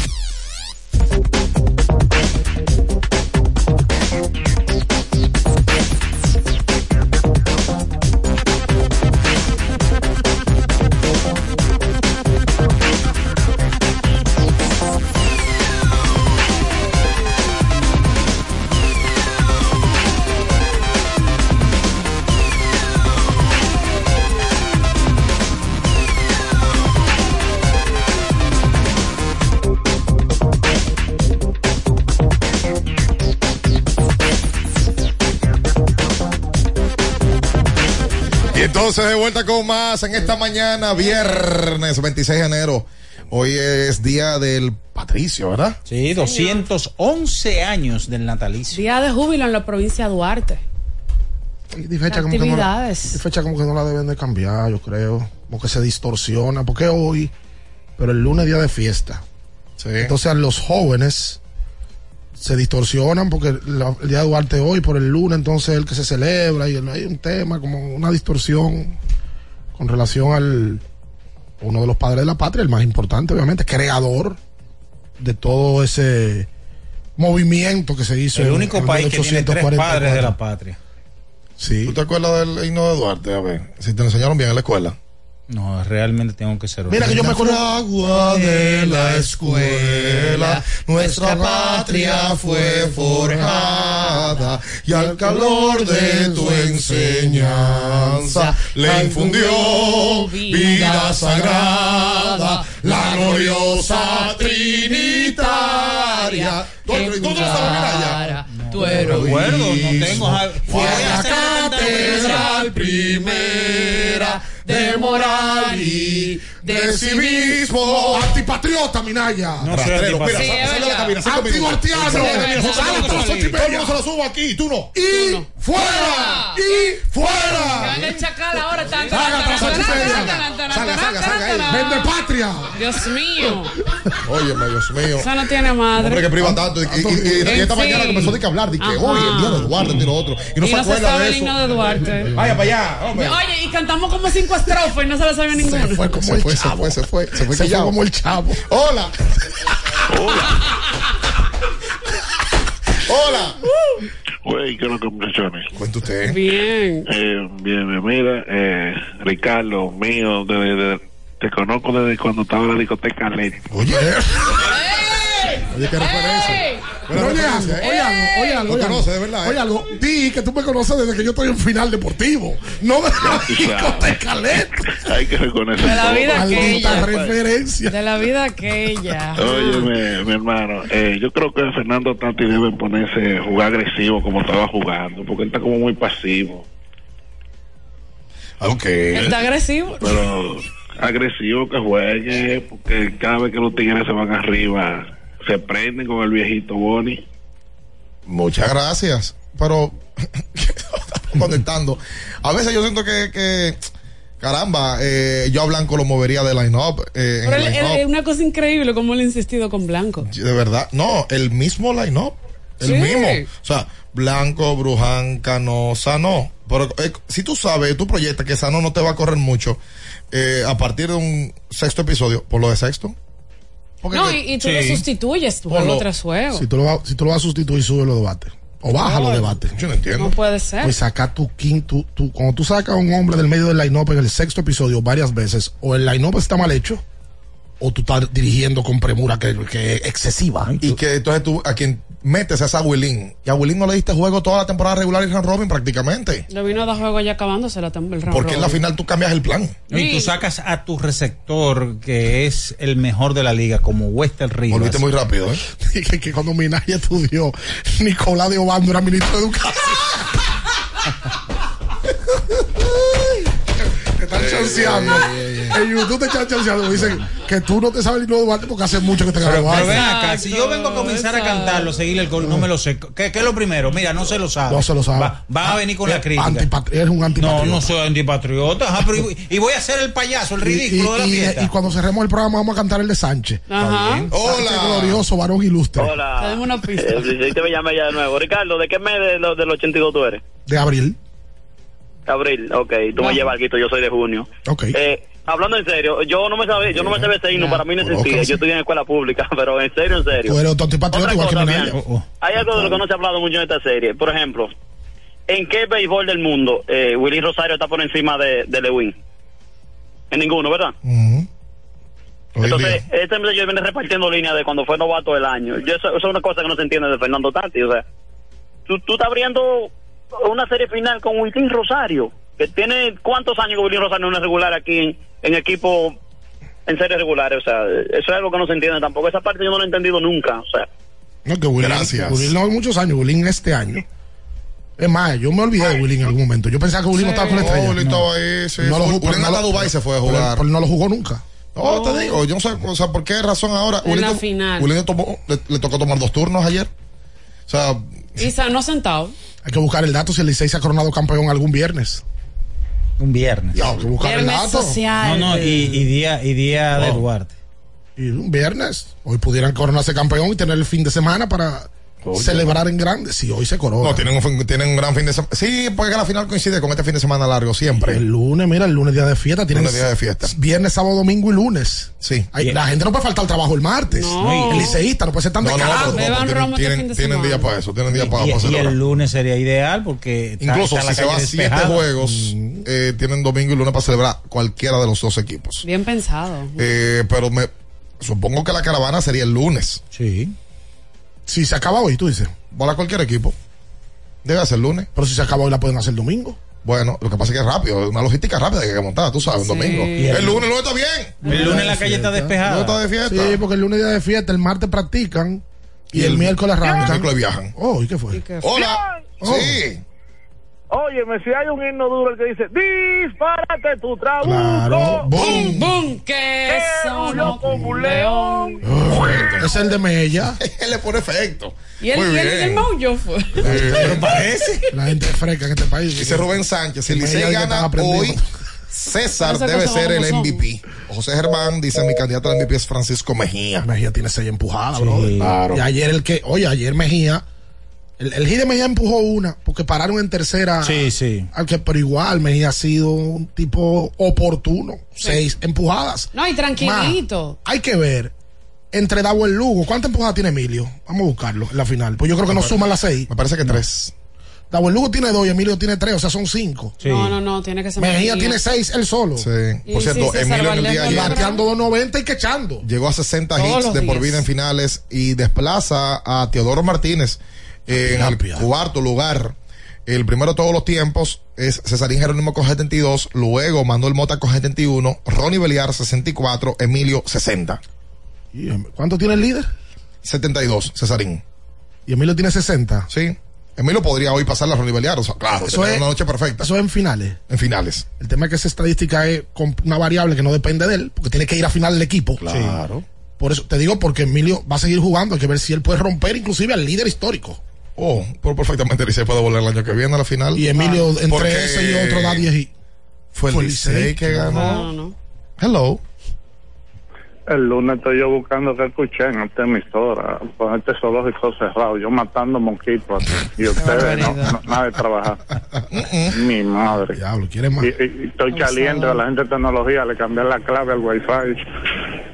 Entonces, de vuelta con más en esta mañana, viernes veintiséis de enero. Hoy es día del Patricio, ¿verdad? Sí, doscientos once años del natalicio. Día de júbilo en la provincia de Duarte. Y fecha como, que no la, y fecha como que no la deben de cambiar, yo creo. Como que se distorsiona. Porque hoy, pero el lunes es día de fiesta. Sí. Entonces, los jóvenes se distorsionan porque la, el día de Duarte hoy, por el lunes, entonces el que se celebra y el, hay un tema, como una distorsión con relación al uno de los padres de la patria, el más importante, obviamente, creador de todo ese movimiento que se hizo. El único en, en país que tiene tres padres de la patria. Sí. ¿Tú te acuerdas del himno de Duarte? A ver, si te lo enseñaron bien en la escuela. No, realmente tengo que ser. Mira que yo me acuerdo. Agua de la escuela, nuestra patria fue forjada y al calor de tu enseñanza le infundió vida sagrada, la gloriosa trinitaria. ¿Tú no sabes allá? No recuerdo, no tengo. Fue a la catedral primera de moral y de civismo. Antipatriota, Minaya. No soy antipatriota. Mira, sale de la cabina. Antimartiano. Sale por ocho y media. Se lo subo aquí. Tú no. Y fuera. Y fuera. Gana el chacal ahora. Salga tras ocho y media. Salga, salga, salga. Vende patria. Dios mío. Óyeme, Dios mío. Eso no tiene madre. Hombre, que priva tanto. Y esta mañana comenzó a hablar de que hoy, el día de Duarte, y lo otro. Y no se acuerda de eso. De Duarte. Vaya para allá, hombre. Oye, y cantamos como cinco estrofas y no se lo sabía ninguno. Se fue como el chavo. Se fue, se fue. Se fue, se fue como el chavo. Hola. Hola. Hola. Güey, ¿qué es lo que muchachones? Cuenta usted. Bien. Eh, bien, bien, mira, eh, Ricardo, mío, de, de, de, te conozco desde cuando estaba en la discoteca Leti. Oye. Oye, qué referencia. Pero oye algo, oye algo, oye algo. Lo conoce, de verdad. Oye algo, di que tú me conoces desde que yo estoy en final deportivo. No de la discoteca Leti. Hay que reconocer. De la vida aquella. Referencia. De la vida aquella. Óyeme, mi hermano, eh, yo creo que Fernando Tati debe ponerse a jugar agresivo como estaba jugando, porque él está como muy pasivo. Ok. Está agresivo. Pero agresivo que juegue, porque cada vez que los tigres se van arriba, se prenden con el viejito Boni. Muchas gracias. Pero conectando. A veces yo siento que, que caramba, eh, yo a Blanco lo movería de line-up. Eh, Pero es una cosa increíble como él ha insistido con Blanco. De verdad. No, el mismo line-up. El sí. mismo. O sea, Blanco, Bruján, Cano, Sano. Pero eh, si tú sabes, tú proyectas que Sano no te va a correr mucho, eh, a partir de un sexto episodio, por lo de sexto. Porque no, que, y, y tú sí. lo sustituyes juego Ponlo. tras juego. Si tú, lo vas, si tú lo vas a sustituir, sube los debates. O baja los debates. Yo no entiendo. No puede ser. Pues saca tu quinto. Tu, cuando tú sacas a un hombre del medio del line-up en el sexto episodio varias veces, o el line-up está mal hecho, o tú estás dirigiendo con premura que, que es excesiva. Y que entonces tú a quien metes es a Willín. Y a Willín no le diste juego toda la temporada regular y round robin prácticamente. Le vino a dar juego ya acabándose la tem- el round Porque en la robin. final tú cambias el plan. Y tú sacas a tu receptor, que es el mejor de la liga, como Wester Rivas. Volviste muy rápido, ¿eh? que, que cuando Minaya estudió, Nicolás de Obando era ministro de Educación. Te están chanceando. En YouTube te están chanceando. Dicen que tú no te sabes el libro de Duarte porque hace mucho que te Pero, graduaste. pero ven acá, si yo vengo a comenzar a cantarlo, seguir el coro, no me lo sé. ¿Qué, qué es lo primero? Mira, no se lo sabe. No se lo sabe. Va, van a venir con la crítica. Antipatri- eres un antipatriota. No, no soy antipatriota. Ajá, pero y, y voy a hacer el payaso, el ridículo y, de la y- fiesta. y cuando cerremos el programa vamos a cantar el de Sánchez. Ajá. Sánchez glorioso, varón ilustre. Hola. Dame una pista. Eh, te me llame ya de nuevo. Ricardo, ¿de qué mes de, lo- del ochenta y dos tú eres? De abril. Abril, ok. Tú No. me llevas algo, yo soy de junio. Ok. Eh, hablando en serio, yo no me sabía, yo no me sabía ese himno, para mí no existía. Colócase. Yo estoy en escuela pública, pero en serio, en serio. Tú eres otro antipatriota Otra igual que cosa, Minaya. bien, hay algo de lo que no se ha hablado mucho en esta serie. Por ejemplo, ¿en qué béisbol del mundo eh, Willy Rosario está por encima de, de Lewin? En ninguno, ¿verdad? Hoy Entonces, día. este muchacho viene repartiendo líneas de cuando fue novato del año. Yo, eso, eso es una cosa que no se entiende de Fernando Tati. O sea, tú, tú estás abriendo una serie final con Willy Rosario, que tiene cuántos años que Willy Rosario no es regular aquí en, en equipo, en series regulares. O sea, eso es algo que no se entiende tampoco. Esa parte yo no lo he entendido nunca. O sea, No, que Wilín, Gracias. Wilín no muchos años, Wilín este año. Es más, yo me olvidé de Wilín en algún momento. Yo pensaba que Wilín no estaba con la estrella. No, Wilín estaba ahí, sí. No lo jugó, Wilín no hasta lo- Dubái se fue a pero- jugar. pero no lo jugó nunca. No, te digo, yo no sé, o sea, por qué razón ahora. En Wilín la to- final. Wilín tomó- le, le tocó tomar dos turnos ayer. O sea, Y sa- no sentado. Hay que buscar el dato si el Licey se ha coronado campeón algún viernes. Un viernes. Ya, hay que buscar el Viernes dato. social. No, no, y, y día, y día de Oh. Duarte. Y un viernes. Hoy pudieran coronarse campeón y tener el fin de semana para celebrar en grande. Si hoy se corona. no, tienen un, fin- tienen un gran fin de semana. Sí, porque la final coincide con este fin de semana largo, siempre. El lunes, mira, el lunes día de fiesta. Tienen Lunes, día de fiesta. Viernes, sábado, domingo y lunes. Sí. Ay, la gente no puede faltar al trabajo el martes. No. El liceísta no puede ser tan No, no, descarado. no, Beban no, tienen, romo este tienen, fin de tienen semana. día para eso, tienen día para, Y, para y celebrar. el lunes sería ideal porque está- Incluso está la si se va calle a siete despejada. juegos, eh, tienen domingo y lunes para celebrar cualquiera de los dos equipos. Bien pensado. Eh, pero me supongo que la caravana sería el lunes. Sí. Si se acaba hoy, tú dices. Para cualquier equipo. Debe ser el lunes. Pero si se acaba hoy, la pueden hacer el domingo. Bueno, lo que pasa es que es rápido, es una logística rápida que hay que montar, tú sabes, un Sí. domingo. Y El, el- lunes, el lunes está bien. El lunes la calle está El despejada. lunes está de fiesta. Sí, porque el lunes día de fiesta, el martes practican y, Y el, el- miércoles El arrancan. miércoles viajan. Oh, ¿y qué fue? ¿Y qué? Hola. Oh. Sí. óyeme, si hay un himno duro el que dice, dispárate tu trabuco. Claro. Boom. ¡Bum! Que eso no como un león. Oh, es el de Mella. Él le pone efecto. Y el, Muy y el, bien. el Mojo fue. Pero parece. La gente es fresca en este país. Dice Rubén Sánchez, si el Que Licey Mella gana estaba aprendiendo. hoy, César Esas debe cosas ser el como son. M V P. José Germán dice, mi candidato al M V P es Francisco Mejía. Mejía tiene seis empujadas, Sí. bro. Claro. Y ayer el que, oye, ayer Mejía, el, el G de Mejía empujó una, porque pararon en tercera. Sí, sí. Al que, pero igual, Mejía ha sido un tipo oportuno. Seis empujadas. No, y tranquilito. Ma, hay que ver. Entre Davo y Lugo, ¿cuántas empujadas tiene Emilio? Vamos a buscarlo en la final. Pues yo creo que no suman las seis. Me parece que tres. Davo y Lugo tiene dos y Emilio tiene tres, o sea, son cinco. Sí. No, no, no, tiene que ser Mejía Mejía. tiene seis él solo. Sí. Y Por cierto, sí, César Emilio en el Valdés día lo Y ayer logra. bateando dos noventa y que echando. llegó a sesenta Todos hits los de por días. vida en finales y desplaza a Teodoro Martínez eh, en Terapia. el cuarto lugar. El primero de todos los tiempos es Cesarín Jerónimo con setenta y dos, luego Manuel Mota con setenta y uno, Ronnie Beliar sesenta y cuatro, Emilio sesenta. ¿Y ¿Cuánto tiene el líder? setenta y dos, Cesarín. Y Emilio tiene sesenta. Sí. Emilio podría hoy pasar la Ronnie Beliar, o sea, claro, Eso tener es- una noche perfecta Eso es en finales. en finales. El tema es que esa estadística es con una variable que no depende de él, porque tiene que ir a final el equipo. Claro. Por eso te digo, porque Emilio va a seguir jugando, hay que ver si él puede romper inclusive al líder histórico. Oh, pero perfectamente Licey puede volver el año que viene a la final. Y Emilio, entre Porque ese y otro, da diez y... Fue el fue el Licey Licey, que claro. ganó. No, no, no. Hello. El lunes estoy yo buscando que escuchen en esta emisora, con este zoológico cerrado, yo matando mosquitos y ustedes no, no, nada de trabajar. Mi madre. Diablo, ¿quieres más? Y, y- y estoy caliente, a la gente de tecnología le cambié la clave al wifi.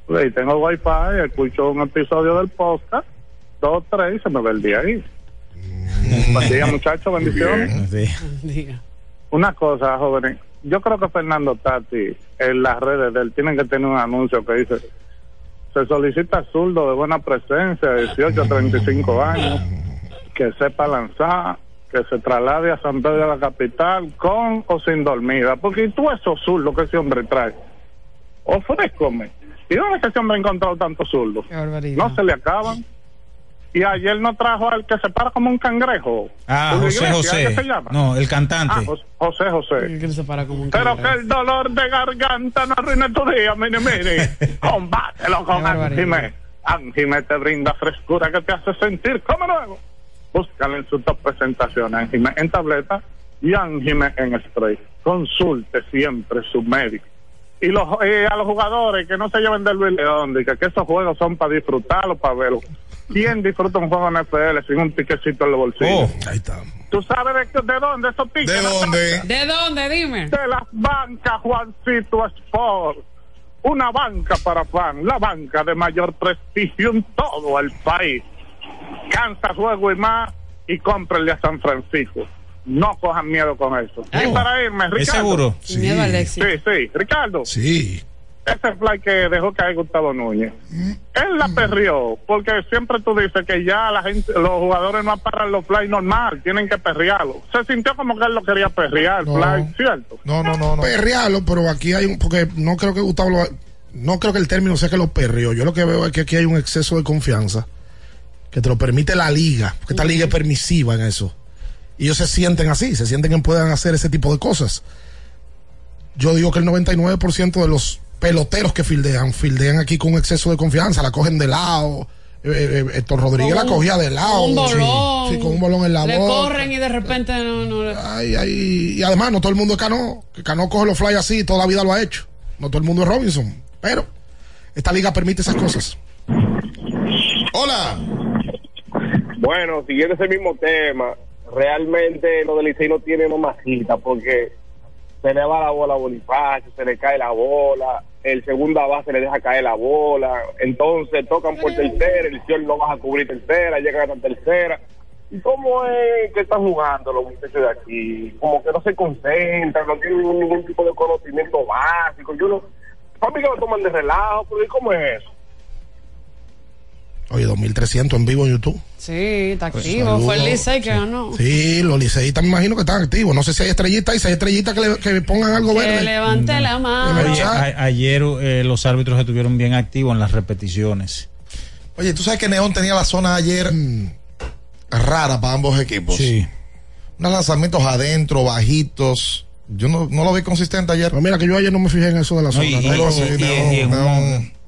Y tengo wifi, escucho un episodio del podcast, dos, tres, y se me ve el día ahí. Mm. Buen día, muchachos, bendiciones. Diga. Una cosa, jóvenes, yo creo que Fernando Tati, en las redes de él, tienen que tener un anuncio que dice, se solicita zurdo de buena presencia, dieciocho a treinta y cinco años, que sepa lanzar, que se traslade a San Pedro de la capital, con o sin dormida, porque tú esos zurdos que ese hombre trae, ofrécome. ¿Y dónde es que ese hombre ha encontrado tantos zurdos? No se le acaban. Y ayer no trajo al que se para como un cangrejo. Ah, José Iglesia, José. ¿qué se llama? No, el cantante. Ah, José José. El que se para como un Pero cangrejo. que el dolor de garganta no arruine tu día, mire, mire. Combátelo con Angime. Angime te brinda frescura que te hace sentir como nuevo. Búscalo en su top presentación, Angime en tableta y Angime en spray. Consulte siempre su médico. Y los, eh, a los jugadores que no se lleven del Luis León, que, que esos juegos son para disfrutarlos, para verlos. ¿Quién disfruta un juego en N F L sin un tiquecito en el bolsillo? Oh, ahí está. ¿Tú sabes de, de dónde esos tickets? ¿De dónde? ¿De dónde? Dime. De las bancas Juancito Sport. Una banca para fan, la banca de mayor prestigio en todo el país. Cansa juego y más, y cómprenle a San Francisco. No cojan miedo con eso. Oh, y para irme, Ricardo. ¿Es seguro? Sí. Miedo al éxito. Sí, sí. Ricardo. Sí. Ese fly que dejó caer Gustavo Núñez, mm. él la perrió, porque siempre tú dices que ya la gente, los jugadores no paran los fly normal, tienen que perrearlo. Se sintió como que él lo quería perrear, no. fly, ¿cierto? No, no, no, no. Perrearlo, pero aquí hay un, porque no creo que Gustavo lo, no creo que el término sea que lo perreó. Yo lo que veo es que aquí hay un exceso de confianza que te lo permite la liga, porque esta liga es permisiva en eso. Y ellos se sienten así, se sienten que puedan hacer ese tipo de cosas. Yo digo que el noventa y nueve por ciento de los peloteros que fildean, fildean aquí con exceso de confianza, la cogen de lado. Eh, eh, Héctor Rodríguez con la cogía de lado. Un bolón. Sí, sí, con un bolón en la le boca. Le corren y de repente no. no ay, ay, y además, no todo el mundo es Cano. Que Cano coge los fly así, toda la vida lo ha hecho. No todo el mundo es Robinson. Pero esta liga permite esas cosas. Hola. Bueno, siguiendo ese mismo tema, realmente lo del Licey no tiene mamacita porque se le va la bola a Bonifacio, se le cae la bola, el segunda base le deja caer la bola, entonces tocan por tercera, el Licey no baja a cubrir tercera, llegan a tercera. ¿Y cómo es que están jugando los muchachos de aquí? Como que no se concentran, no tienen ningún tipo de conocimiento básico. Yo no, para mí que lo toman de relajo, pero ¿y cómo es eso? Oye, dos mil trescientos en vivo en YouTube. Sí, está activo. Pues fue el Licey que ganó. Sí, los liceístas me imagino que están activos. No sé si hay estrellitas y si hay estrellitas que, le, que pongan algo que verde. Que levante no. la mano. Oye, a, ayer eh, los árbitros estuvieron bien activos en las repeticiones. Oye, ¿tú sabes que Neón tenía la zona ayer mmm, rara para ambos equipos? Sí. Unos lanzamientos adentro, bajitos. Yo no, no lo vi consistente ayer. Pero mira que yo ayer no me fijé en eso de la zona. No, y, no, y, lo sé, y, Neón, y, Neón,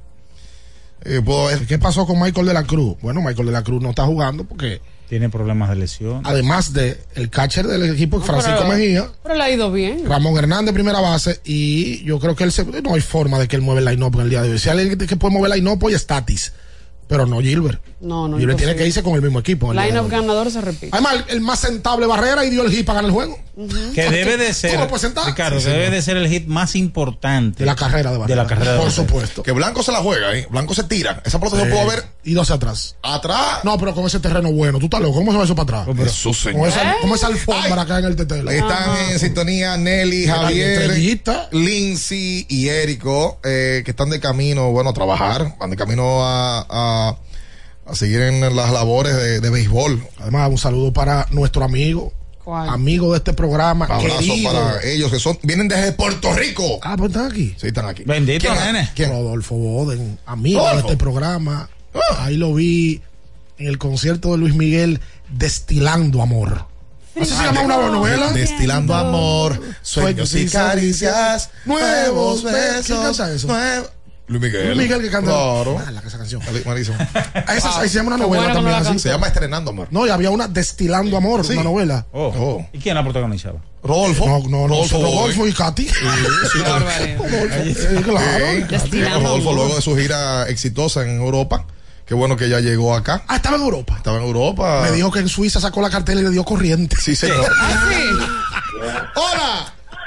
Eh, puedo ver. ¿Qué pasó con Michael de la Cruz? Bueno, Michael de la Cruz no está jugando porque tiene problemas de lesión. Además de el catcher del equipo, no, Francisco pero, Mejía. Pero le ha ido bien. Ramón Hernández, primera base. Y yo creo que él se, no hay forma de que él mueva el line-up en el día de hoy. Si hay alguien que puede mover el line-up, hoy es Tatis. Pero no Gilbert. No, no. Gilbert tiene que irse con el mismo equipo. Line-up ganador se repite. Además, el, el más sentable Barrera y dio el hit para ganar el juego. Uh-huh. Que debe de ser, Ricardo, sí, que debe de ser el hit más importante de la carrera de Barrera. De la carrera de Por Barrera. supuesto. Que Blanco se la juega, ¿eh? Blanco se tira. Esa pelota sí. se pudo haber ido hacia atrás. ¿Atrás? No, pero con ese terreno bueno. ¿Tú estás loco? ¿Cómo se va eso para atrás? Jesús, señor. Con esa, ¿Cómo esa alfombra acá en el tetelo? Están Ajá. en sintonía Nelly, Javier, Lindsay y Érico, eh, que están de camino, bueno, a trabajar. Van de camino a... a a seguir en las labores de, de béisbol. Además, un saludo para nuestro amigo, ¿cuál? Amigo de este programa. Un abrazo querido. Para ellos que son vienen desde Puerto Rico. Ah, pues están aquí. Sí, están aquí. Bendito, ¿Quién, nene. ¿Quién? Rodolfo Boden, amigo Rodolfo. de este programa. Ah. Ahí lo vi en el concierto de Luis Miguel, Destilando Amor. ¿Así se llama una novela? Destilando Amor, sueños y caricias, nuevos besos. ¿Quién canta eso? Nuevo. Luis Miguel. Luis Miguel que canta. Claro. Mala, esa canción. Malísimo. Esa, ahí se llama una novela bueno también. Así. Se llama Estrenando Amor. No, y había una Destilando Amor, sí. Una novela. Oh. Oh. ¿Y quién la protagonizaba? Rodolfo. No, no, Rodolfo, no, Rodolfo y Katy. Sí, sí, Rodolfo. Claro. Destilando Rodolfo, luego de su gira exitosa en Europa. Qué bueno que ya llegó acá. Ah, estaba en Europa. Estaba en Europa. Me dijo que en Suiza sacó la cartela y le dio corriente. Sí, señor. ¿Ah, sí? ¡Hola!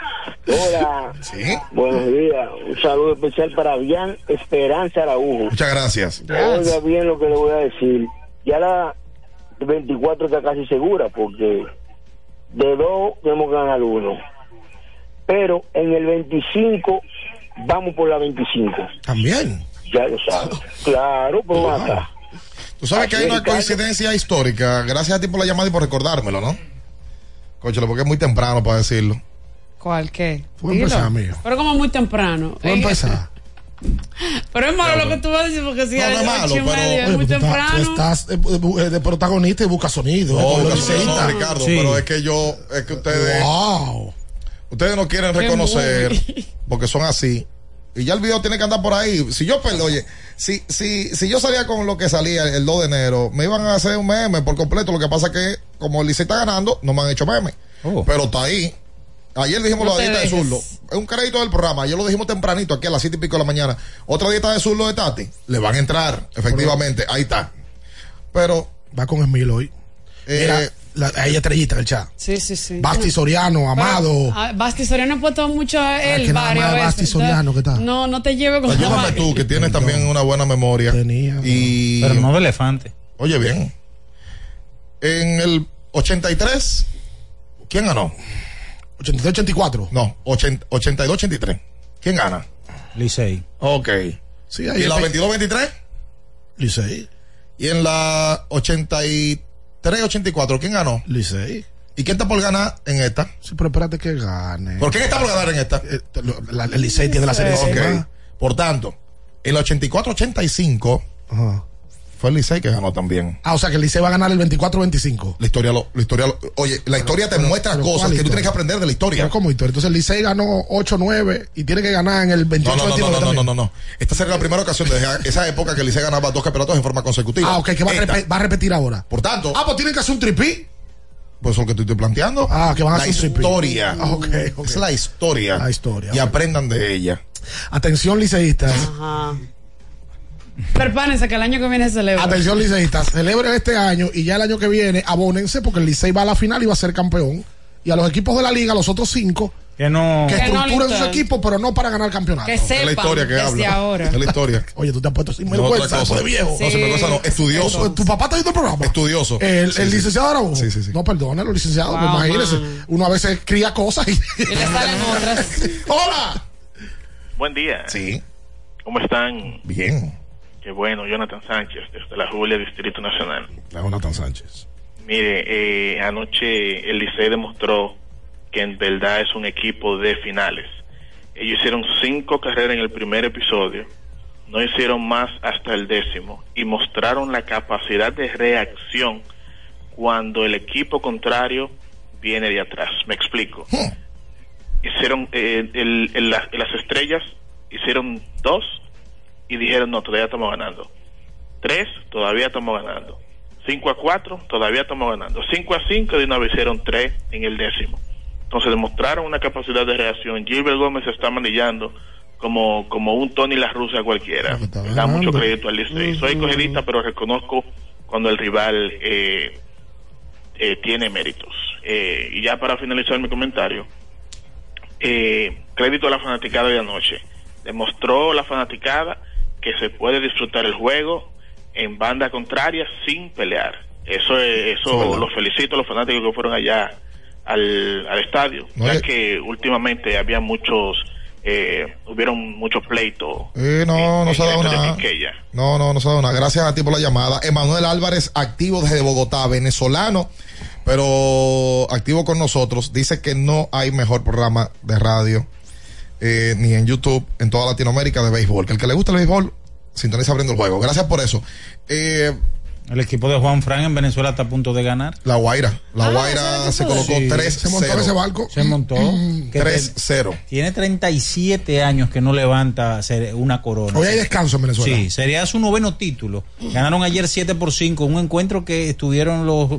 Hola. Sí. Buenos días. Un saludo especial para Bian Esperanza Araújo. Muchas gracias. Oiga bien lo que le voy a decir. Ya la veinticuatro está casi segura porque de dos tenemos que ganar uno. Pero en el veinticinco vamos por la veinticinco. También. Ya lo sabes. Claro, pues wow. Acá. Tú sabes que hay una coincidencia histórica. Gracias a ti por la llamada y por recordármelo, ¿no? Cóchale, porque es muy temprano para decirlo. ¿Cuál qué? Fue empezar, amigo. Pero como muy temprano. Fue empezar. Pero es malo lo que tú vas a decir porque si no, hay no es malo, pero media, es muy tú temprano. Estás, tú estás de, de protagonista y busca sonido. No, eh, no, no, no, Ricardo, sí. Pero es que yo, es que ustedes, wow. ustedes no quieren reconocer porque son así. Y ya el video tiene que andar por ahí. Si yo perdí, oye, si, si, si yo salía con lo que salía el dos de enero, me iban a hacer un meme por completo. Lo que pasa es que, como el Licey está ganando, no me han hecho meme. Oh. Pero está ahí. Ayer dijimos no la dieta de Zurdo. Es un crédito del programa. Ayer lo dijimos tempranito, aquí a las siete y pico de la mañana. Otra dieta de Zurdo de Tati. Le van a entrar, efectivamente. Ahí está. Pero. Va con Emilio hoy. Eh, Mira, la, ahí estrellita en el chat. Sí, sí, sí. Basti Soriano, Amado. Pero, a, Basti Soriano ha puesto mucho el ah, varios veces. Basti Soriano, ¿qué tal? No, no te lleve con ayúdame tú, que tienes también una buena memoria. Tenía. Y... Pero no de elefante. Oye, bien. En el ochenta y tres, ¿quién ganó? ochenta y tres ochenta y cuatro. No, ochenta, ochenta y dos ochenta y tres. ¿Quién gana? Licey. Ok. Sí, ahí ¿Y en la veintidós veintitrés? Licey. ¿Y en la ochenta y tres ochenta y cuatro quién ganó? Licey. ¿Y quién está por ganar en esta? Sí, pero espérate que gane. ¿Por quién está por ganar en esta? La, el Licey tiene la serie. Ok. Por tanto, en la ochenta y cuatro ochenta y cinco Ajá. fue el Licey que ganó también. Ah, o sea que el Licey va a ganar el veinticuatro veinticinco. La historia lo, la historia lo, oye, la historia te pero, muestra pero, cosas que tú tienes que aprender de la historia. Pero ¿cómo historia? Entonces el Licey ganó ocho nueve y tiene que ganar en el veintiocho veintinueve. No, no, no, no, no, no, no. Esta será la primera ocasión desde esa época que el Licey ganaba dos campeonatos en forma consecutiva. Ah, ok, que va, a, repe- va a repetir ahora. Por tanto. Ah, pues tienen que hacer un tripí. Pues eso es lo que estoy planteando. Ah, que van a la hacer un tripí. historia. Ah, okay, okay. Es la historia. La historia. Y okay. aprendan de ella. Atención, liceístas. Ajá. Prepárense que el año que viene se celebra. Atención, liceístas. Celebren este año y ya el año que viene abónense porque el Licey va a la final y va a ser campeón. Y a los equipos de la liga, los otros cinco, que no que, que estructuren no sus equipos, pero no para ganar campeonato. Que sepan es la historia que desde habla. ahora. Es la historia. Oye, tú te has puesto sin vergüenza, no, de viejo. Sí. No, sin vergüenza no. Estudioso. ¿Tu papá está viendo el programa? Estudioso. El, sí, el sí. licenciado Araújo. Sí, sí, sí. No, perdone, los licenciados. Wow, imagínense. Man. Uno a veces cría cosas y, y le salen otras. ¡Hola! Buen día. Sí. ¿Cómo están? Bien. Qué bueno, Jonathan Sánchez, desde la Julia, Distrito Nacional. Jonathan Sánchez. Mire, eh, anoche el Licey demostró que en verdad es un equipo de finales. Ellos hicieron cinco carreras en el primer episodio, no hicieron más hasta el décimo, y mostraron la capacidad de reacción cuando el equipo contrario viene de atrás. Me explico. Hmm. Hicieron, eh, el, el, la, las estrellas hicieron dos, y dijeron, no, todavía estamos ganando. Tres, todavía estamos ganando. Cinco a cuatro, todavía estamos ganando. Cinco a cinco, de una vez hicieron tres en el décimo. Entonces demostraron una capacidad de reacción. Gilbert Gómez se está manillando como, como un Tony La Russa cualquiera. Da mucho crédito al Licey. Soy cogedista, pero reconozco cuando el rival eh, eh, tiene méritos. Eh, y ya para finalizar mi comentario, eh, crédito a la fanaticada de anoche. Demostró la fanaticada que se puede disfrutar el juego en banda contraria sin pelear. Eso es, eso los felicito a los fanáticos que fueron allá al, al estadio, no, ya es... que últimamente había muchos eh, hubieron muchos pleitos. Eh, no, en, no se ha dado nada. No, no, no se ha dado nada. Gracias a ti por la llamada. Emanuel Álvarez, activo desde Bogotá, venezolano, pero activo con nosotros. Dice que no hay mejor programa de radio Eh, ni en YouTube en toda Latinoamérica de béisbol, que el que le gusta el béisbol sintoniza abriendo el juego. Gracias por eso. Eh, el equipo de Juan Fran en Venezuela está a punto de ganar. La Guaira, la ah, Guaira se colocó sí. tres cero. Se montó en ese barco. Se montó tres cero. Tiene treinta y siete años que no levanta una corona. Hoy hay descanso en Venezuela. Sí, sería su noveno título. Ganaron ayer siete por cinco, un encuentro que estuvieron los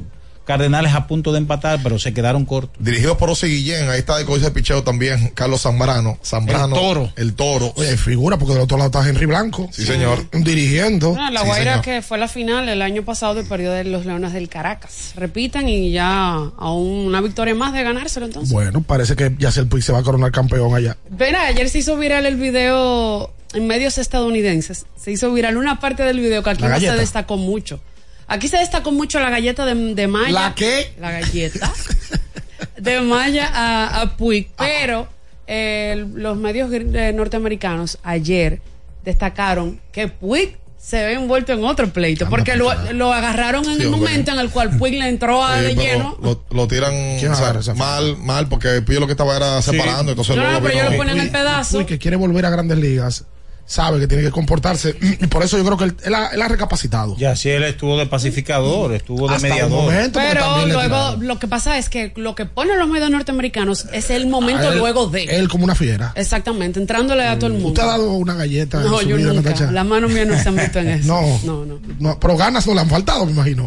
Cardenales a punto de empatar, pero se quedaron cortos. Dirigidos por Osi Guillén, ahí está de coche de picheo también, Carlos Zambrano. Zambrano. El Toro. El Toro. Oye, figura, porque del otro lado está Henry Blanco. Sí, señor. Dirigiendo. No, la Sí, Guaira, señor. que fue la final el año pasado del periodo de los Leones del Caracas. Repiten y ya a una victoria más de ganárselo entonces. Bueno, parece que Yasiel Puig se va a coronar campeón allá. Verá, ayer se hizo viral el video en medios estadounidenses. Se hizo viral una parte del video que aquí La no se galleta. destacó mucho. Aquí se destacó mucho la galleta de, de Maya. ¿La qué? La galleta de Maya a, a Puig. Pero eh, los medios eh, norteamericanos ayer destacaron que Puig se ve envuelto en otro pleito. Porque lo, lo agarraron en Sí, el hombre. momento en el cual Puig le entró a Sí, de pero lleno. Lo, lo tiran ¿Quién o sea, agarra esa mal, mal, porque Puyo lo que estaba era separando, entonces No, luego no, pero vino- ellos lo ponen el pedazo. Puig, que quiere volver a Grandes Ligas, sabe que tiene que comportarse. Y por eso yo creo que él, él ha, él ha recapacitado. Ya si él estuvo de pacificador, estuvo de Hasta el mediador. momento, Pero también le luego tiraron. lo que pasa es que lo que ponen los medios norteamericanos es el momento A él- luego de. Él como una fiera. Exactamente, entrándole a todo el mundo. ¿Usted ha dado una galleta No, en su yo vida, nunca. Natacha? Las manos mías no se han visto en eso. No. No, no. No, pero ganas no le han faltado, me imagino.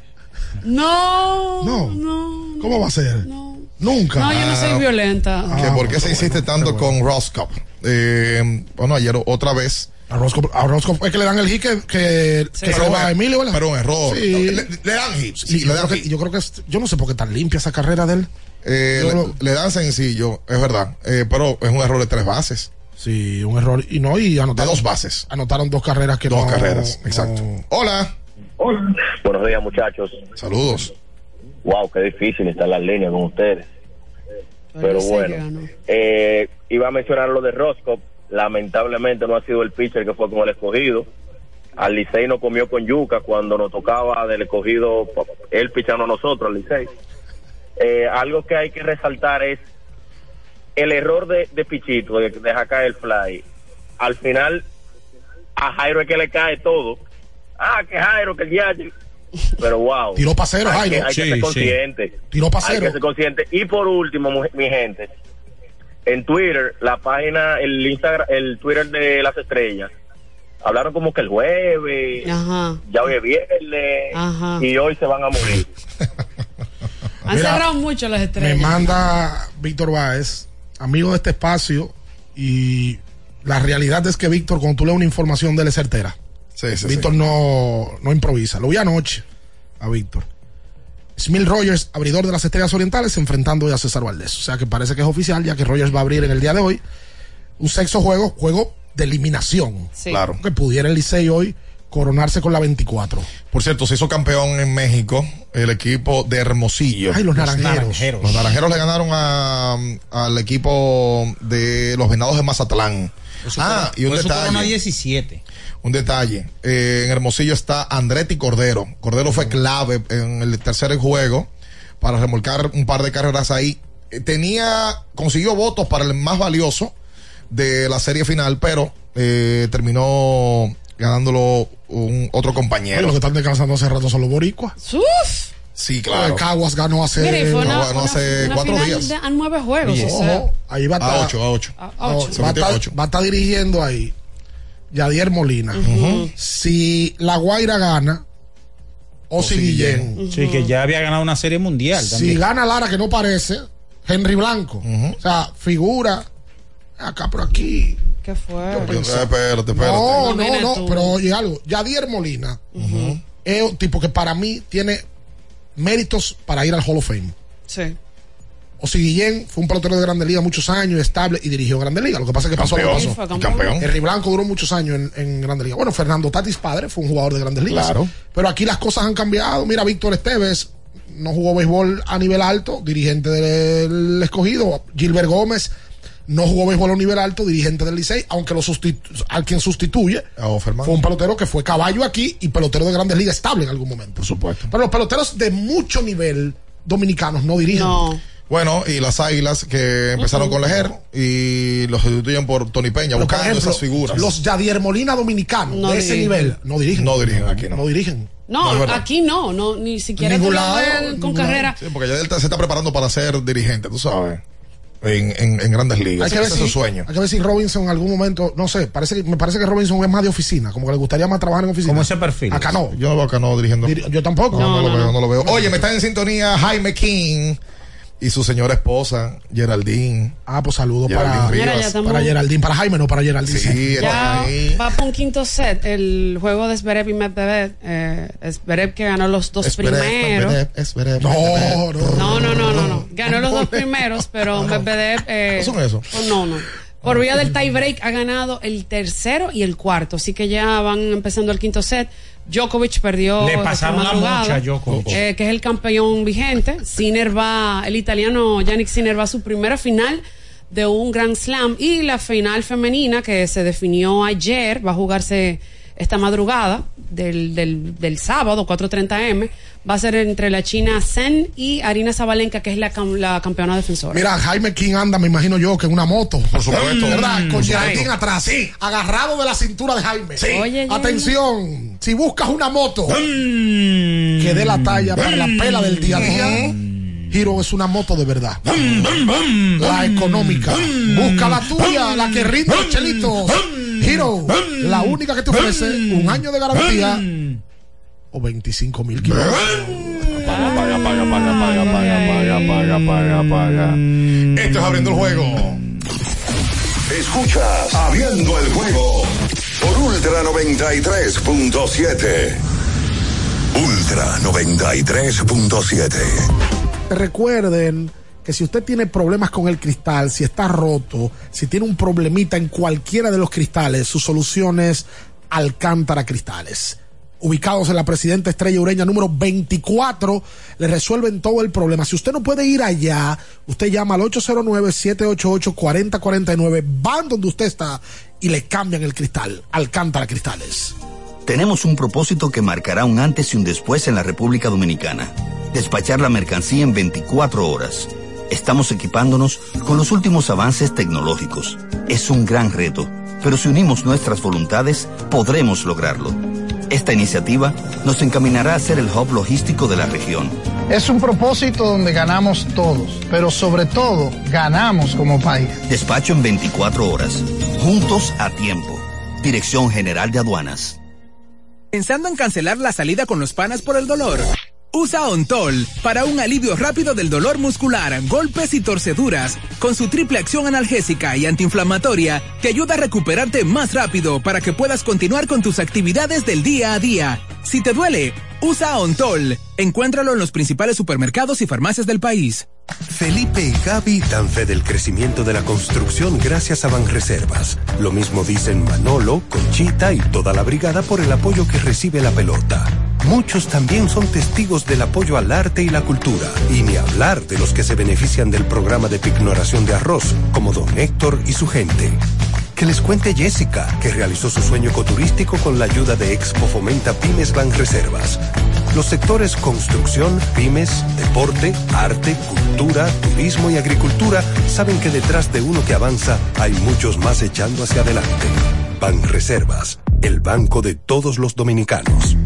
No. No. No. ¿Cómo va a ser? Nunca. No, yo no soy Ah, violenta. que por qué se insiste tanto con Roscoe. Eh, bueno, ayer otra vez. A Roscoe, a Roscoe es que le dan el hit que, que, Sí. que se Pero le va a un- Emilio, ¿verdad? pero un error. Sí. No, le- le dan hit, sí, Sí, le yo, dan creo que, hit. yo creo que es- yo no sé por qué tan limpia esa carrera de él. Eh, Yo le, lo- le dan sencillo, es verdad. Eh, pero es un error de tres bases. Sí, un error. Y no, y anotaron De dos bases. Anotaron dos carreras que Dos no- carreras, no- exacto. Hola. Hola. Buenos días, muchachos. Saludos. Wow, qué difícil estar en la línea con ustedes. Pero sé que bueno, ganó. eh, iba a mencionar lo de Roscoe. Lamentablemente no ha sido el pitcher que fue con el escogido. Al Licey no comió con yuca cuando nos tocaba del escogido, él pichando a nosotros, al Licey. Eh, algo que hay que resaltar es el error de, de Pichito, de dejar caer el fly. Al final, a Jairo es que le cae todo. Ah, que Jairo, que el Yachi. Pero wow. Tiró pa' cero, hay que, Jairo. hay que Sí, ser sí. consciente. Tiró pa' Hay cero. que ser consciente. Y por último, mu- mi gente, en Twitter, la página, el Instagram, el Twitter de las estrellas, hablaron como que el jueves, Ajá. ya hoy es viernes, Ajá. y hoy se van a morir. Han Mira, cerrado mucho las Me estrellas. manda Víctor Báez, amigo de este espacio, y la realidad es que Víctor, cuando tú lees una información de él, es certera. Sí, sí, Víctor sí. no, no improvisa. Lo vi anoche a Víctor. Smil Rogers, abridor de las Estrellas Orientales, enfrentando hoy a César Valdés. O sea que parece que es oficial, ya que Rogers va a abrir en el día de hoy un sexto juego, juego de eliminación. Sí. Claro. Que pudiera el Licey hoy coronarse con la veinticuatro. Por cierto, se hizo campeón en México el equipo de Hermosillo. Ay, los naranjeros. naranjeros. Los naranjeros le ganaron a, al equipo de los Venados de Mazatlán. Eso Ah, corona- y un por eso corona detalle. diecisiete. Un detalle. Eh, en Hermosillo está Andretti Cordero. Cordero fue clave en el tercer juego para remolcar un par de carreras ahí. Eh, tenía, consiguió votos para el más valioso de la serie final, pero eh, terminó ganándolo un otro Ay, compañero. los que están descansando hace rato son los boricuas. ¡Uf! Sí, claro. Caguas ganó hace, Mire, fue una, no, no, una- hace una cuatro final días. de- a nueve juegos. o sea, Ojo, ahí va a estar. A ocho, a ocho. a No, ocho. Se va, a metió estar, ocho. va a estar dirigiendo ahí Yadier Molina. Si La Guaira gana, Osi Osi Guillén. Guillén. Sí, que ya había ganado una serie mundial Si también. gana Lara, que no parece, Henry Blanco. O sea, figura acá por aquí. ¿Qué fue? Espérate, espérate, espérate. No, no, Mira no, tú. pero oye algo. Yadier Molina es un tipo que para mí tiene méritos para ir al Hall of Fame. Sí. Osi Guillén fue un pelotero de Grandes Ligas muchos años, estable, y dirigió Grandes Ligas. Lo que pasa es que pasó lo que Campeón. pasó. Fue campeón. Campeón. Henry Blanco duró muchos años en, en Grandes Ligas. Bueno, Fernando Tatis padre fue un jugador de Grandes Ligas. Claro. Pero aquí las cosas han cambiado. Mira, Víctor Esteves no jugó béisbol a nivel alto, dirigente del Escogido. Gilbert Gómez no jugó béisbol a nivel alto, dirigente del Licey, aunque lo sustitu- al quien sustituye A Offerman. fue un pelotero que fue caballo aquí y pelotero de Grandes Ligas estable en algún momento. Por supuesto. Pero los peloteros de mucho nivel dominicanos no dirigen. No. Bueno, y las Águilas que empezaron con Lejer y los sustituyen por Tony Peña, Pero, por buscando ejemplo, esas figuras. Los Yadier Molina dominicanos No de ese dirigen. nivel no dirigen. No dirigen aquí, no. No dirigen. No, No, es verdad. aquí no, no, ni siquiera Ningún tú lo lado, ves con ningún carrera. Sí, porque ya él se está preparando para ser dirigente, tú sabes. en, en, en Grandes Ligas. Hay que, ver Ese si, es su sueño. hay que ver si Robinson en algún momento, no sé, parece que, me parece que Robinson es más de oficina, como que le gustaría más trabajar en oficina. Como ese perfil. Acá no. Yo no veo a Cano dirigiendo. Dir- Yo tampoco. No, no, No, lo no, veo, no. no lo veo. Oye, me está en sintonía Jaime King y su señora esposa, Geraldine. Ah, pues saludos Geraldine para, Mira, ya Rivas. estamos- para Geraldine, para Jaime, no para Geraldine. Sí, Ya ahí. va por un quinto set el juego de Zverev y Medvedev. Eh, Zverev que ganó los dos Zverev, primeros. Medvedev, Zverev, No, Medvedev. no, No, no, no, no, no. Ganó los dos primeros, pero Medvedev. Eh, ¿Qué son eso? oh, no, no. Por vía del tie break ha ganado el tercero y el cuarto, así que ya van empezando el quinto set. Djokovic perdió Le esta pasaron la madrugada, mocha a Djokovic. eh, que es el campeón vigente. Sinner va, el italiano Yannick Sinner va a su primera final de un Grand Slam, y la final femenina que se definió ayer va a jugarse esta madrugada del, del, del sábado cuatro treinta eme. Va a ser entre la china Zen y Arina Sabalenka, que es la, cam- la campeona defensora. Mira, Jaime King anda, me imagino yo, que en una moto. Por supuesto. ¿Verdad? Con Por Geraldine supuesto. atrás. Sí. Agarrado de la cintura de Jaime. Sí. Oye, Atención, si buscas una moto que dé la talla para la pela del día a día, Hero es una moto de verdad. La económica. Busca la tuya, la que rinde los chelitos. Hero, la única que te ofrece un año de garantía o veinticinco mil kilómetros. Paga, paga, paga, paga, paga, paga, paga, paga, paga. Esto es Abriendo el Juego. Escuchas Abriendo el Juego por Ultra noventa y tres punto siete. Ultra noventa y tres punto siete. Recuerden que si usted tiene problemas con el cristal, si está roto, si tiene un problemita en cualquiera de los cristales, su solución es Alcántara Cristales. Ubicados en la Presidenta Estrella Ureña número veinticuatro, le resuelven todo el problema. Si usted no puede ir allá, usted llama al ocho cero nueve, siete ocho ocho, cuatro cero cuatro nueve, van donde usted está y le cambian el cristal. Alcántara Cristales. Tenemos un propósito que marcará un antes y un después en la República Dominicana. Despachar la mercancía en veinticuatro horas. Estamos equipándonos con los últimos avances tecnológicos. Es un gran reto, pero si unimos nuestras voluntades, podremos lograrlo. Esta iniciativa nos encaminará a ser el hub logístico de la región. Es un propósito donde ganamos todos, pero sobre todo ganamos como país. Despacho en veinticuatro horas. Juntos a tiempo. Dirección General de Aduanas. ¿Pensando en cancelar la salida con los panas por el dolor? Usa Ontol para un alivio rápido del dolor muscular, golpes y torceduras. Con su triple acción analgésica y antiinflamatoria, te ayuda a recuperarte más rápido para que puedas continuar con tus actividades del día a día. Si te duele, usa Ontol. Encuéntralo en los principales supermercados y farmacias del país. Felipe y Gaby dan fe del crecimiento de la construcción gracias a Banreservas. Lo mismo dicen Manolo, Conchita y toda la brigada por el apoyo que recibe la pelota. Muchos también son testigos del apoyo al arte y la cultura. Y ni hablar de los que se benefician del programa de pignoración de arroz, como don Héctor y su gente. Que les cuente Jessica, que realizó su sueño ecoturístico con la ayuda de Expo Fomenta Pymes Banreservas. Los sectores construcción, pymes, deporte, arte, cultura, turismo y agricultura saben que detrás de uno que avanza hay muchos más echando hacia adelante. Banreservas, el banco de todos los dominicanos.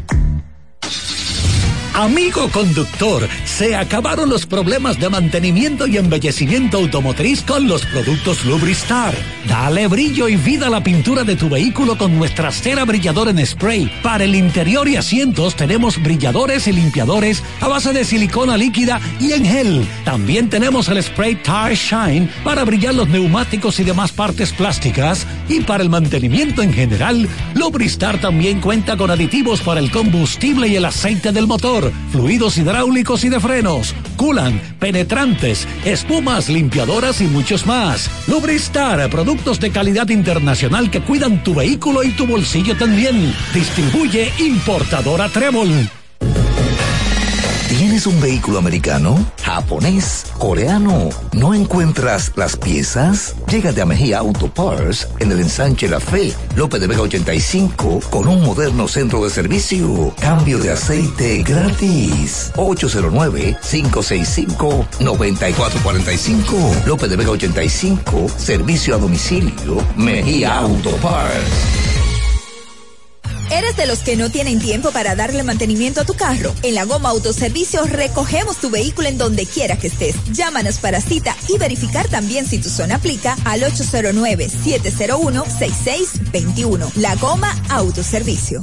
Amigo conductor, se acabaron los problemas de mantenimiento y embellecimiento automotriz con los productos Lubristar. Dale brillo y vida a la pintura de tu vehículo con nuestra cera brilladora en spray. Para el interior y asientos tenemos brilladores y limpiadores a base de silicona líquida y en gel. También tenemos el spray Tire Shine para brillar los neumáticos y demás partes plásticas. Y para el mantenimiento en general, Lubristar también cuenta con aditivos para el combustible y el aceite del motor, fluidos hidráulicos y de frenos, culan, penetrantes, espumas, limpiadoras y muchos más. Lubristar, productos de calidad internacional que cuidan tu vehículo y tu bolsillo también. Distribuye importadora Trébol. ¿Tienes un vehículo americano, japonés, coreano? ¿No encuentras las piezas? Llégate a Mejía Auto Parts en el ensanche La Fe, López de Vega ochenta y cinco, con un moderno centro de servicio. Cambio de aceite gratis. ocho cero nueve, cinco seis cinco, nueve cuatro cuatro cinco. López de Vega ochenta y cinco, servicio a domicilio. Mejía Auto Parts. ¿Eres de los que no tienen tiempo para darle mantenimiento a tu carro? En La Goma Autoservicio recogemos tu vehículo en donde quiera que estés. Llámanos para cita y verificar también si tu zona aplica al ocho cero nueve, siete cero uno, seis seis dos uno. La Goma Autoservicio.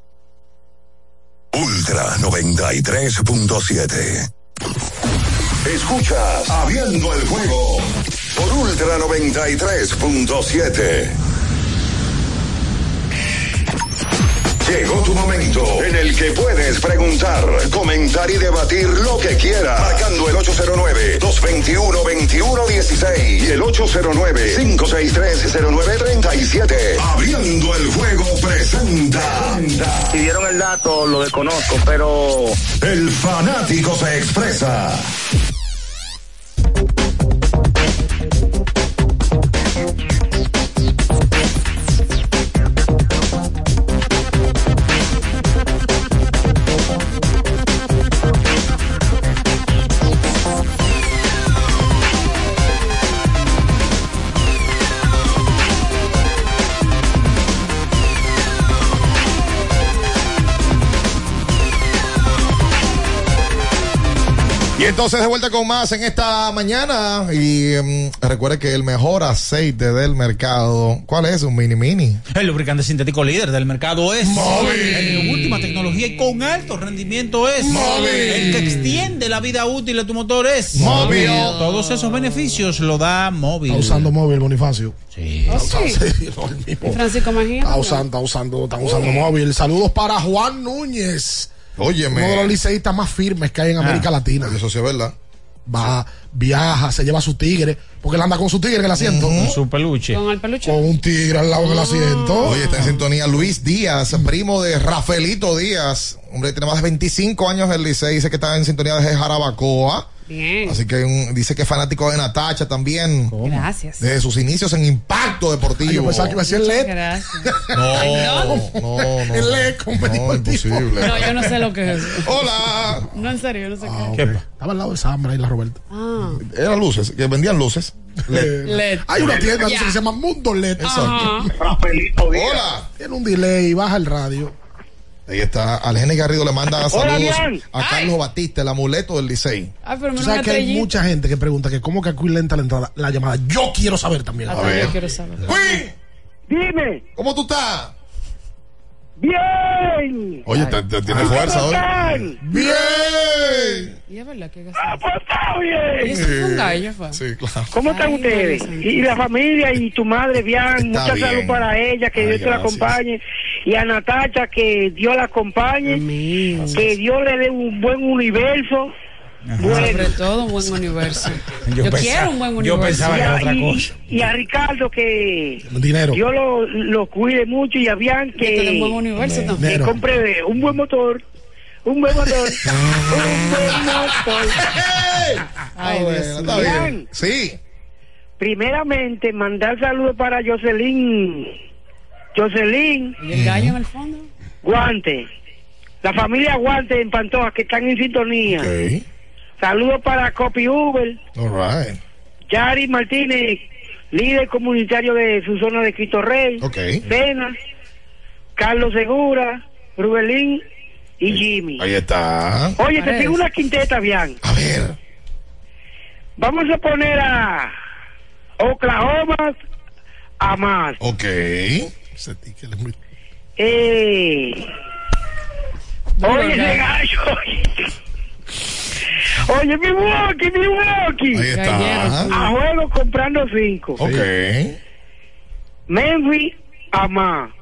Ultra noventa y tres punto siete. Escuchas Abriendo el Juego por Ultra noventa y tres punto siete. Llegó tu momento en el que puedes preguntar, comentar y debatir lo que quieras. Marcando el ocho cero nueve, dos dos uno, dos uno uno seis y el ocho cero nueve, cinco seis tres, cero nueve tres siete. Abriendo el Juego presenta. Si dieron el dato, lo desconozco, pero... El fanático se expresa. Y entonces de vuelta con más en esta mañana. Y um, recuerde que el mejor aceite del mercado, ¿cuál es? Un mini mini. El lubricante sintético líder del mercado es Móvil. El de última tecnología y con alto rendimiento es Móvil. El que extiende la vida útil de tu motor es Móvil. Todos esos beneficios lo da Móvil. Está usando Móvil, Bonifacio. Sí. Oh, sí. Sí, no, el mismo. ¿Y Francisco Mejía? Está usando, está usando, está usando Oh. Móvil. Saludos para Juan Núñez. Óyeme. Uno de los liceístas más firmes que hay en América Ah, Latina. Eso sí es verdad. Va, viaja, se lleva a su tigre, porque él anda con su tigre en el asiento. Ujú. Su peluche. Con el peluche. Con un tigre al lado del asiento. Oye, está en sintonía Luis Díaz, primo de Rafaelito Díaz. Hombre, tiene más de veinticinco años en el Licey. Dice que está en sintonía de Jarabacoa. Bien. Así que un, dice que es fanático de Natacha también. Gracias. Desde sus inicios en Impacto Deportivo. Ay, yo pensaba que iba a ser Muchas L E D. gracias. No, Ay, no. no, no. El L E D competitivo. No, imposible. No, yo no sé lo que es. Hola. No, en serio, yo no sé Ah, qué. ok. Estaba al lado de Sambra y la Roberta. Ah. Eran luces, que vendían luces. Eh, L E D. Hay una tienda Ya. que se llama Mundo L E D. Ajá. Hola. Tiene un delay, baja el radio. Ahí está. Algene Garrido le manda saludos Adrián. a Carlos Batista, el amuleto del Licey. Ay, pero Tú menos sabes que hay estrellita. mucha gente que pregunta que cómo que aquí lenta la entrada, la llamada. Yo quiero saber también. Hasta A ver. yo quiero saber. Queen, Dime, ¿cómo tú estás? bien. Oye, te, te tiene ¿Cómo fuerza hoy. están? Bien. Y es verdad que Ah, pues está Y bien. eso fue un gallo, fue. Sí, claro. ¿Cómo están Ay, ustedes? Dios Y la familia y tu madre, bien. Está Mucha bien. salud para ella, que Ay, Dios te la gracias. acompañe. Y a Natacha, que Dios la acompañe. Amén. Que Dios le dé un buen universo. Bueno. Sobre todo un buen universo. Yo, pensaba- quiero un buen yo universo. pensaba Y que era a, otra y- cosa. y a Ricardo, que Dinero. Dios lo, lo cuide mucho. Y a Bian, Que te dé un buen que, universo también. que Dinero. compre un buen motor. Un buen motor. un buen motor. Ay, Bueno, Dios está mío. bien. Sí. Primeramente, mandar saludos para Jocelyn. Jocelyn ¿Y el gallo en el fondo? Guante. La familia Guante en Pantoja, que están en sintonía. Ok. Saludos para Copy Uber. All right. Yari Martínez, líder comunitario de su zona de Cristo Rey. Ok. Pena. Carlos Segura, Rubelín y Jimmy. Ahí está. Oye, te Parece. tengo una quinteta, bien. A ver. Vamos a poner a Oklahoma a más. Ok. Ese ticket es muy- Eh, oye, ese gallo. Oye, Milwaukee, Milwaukee. Ahí está. Gallero. A juego comprando cinco. Ok. Memphis a más.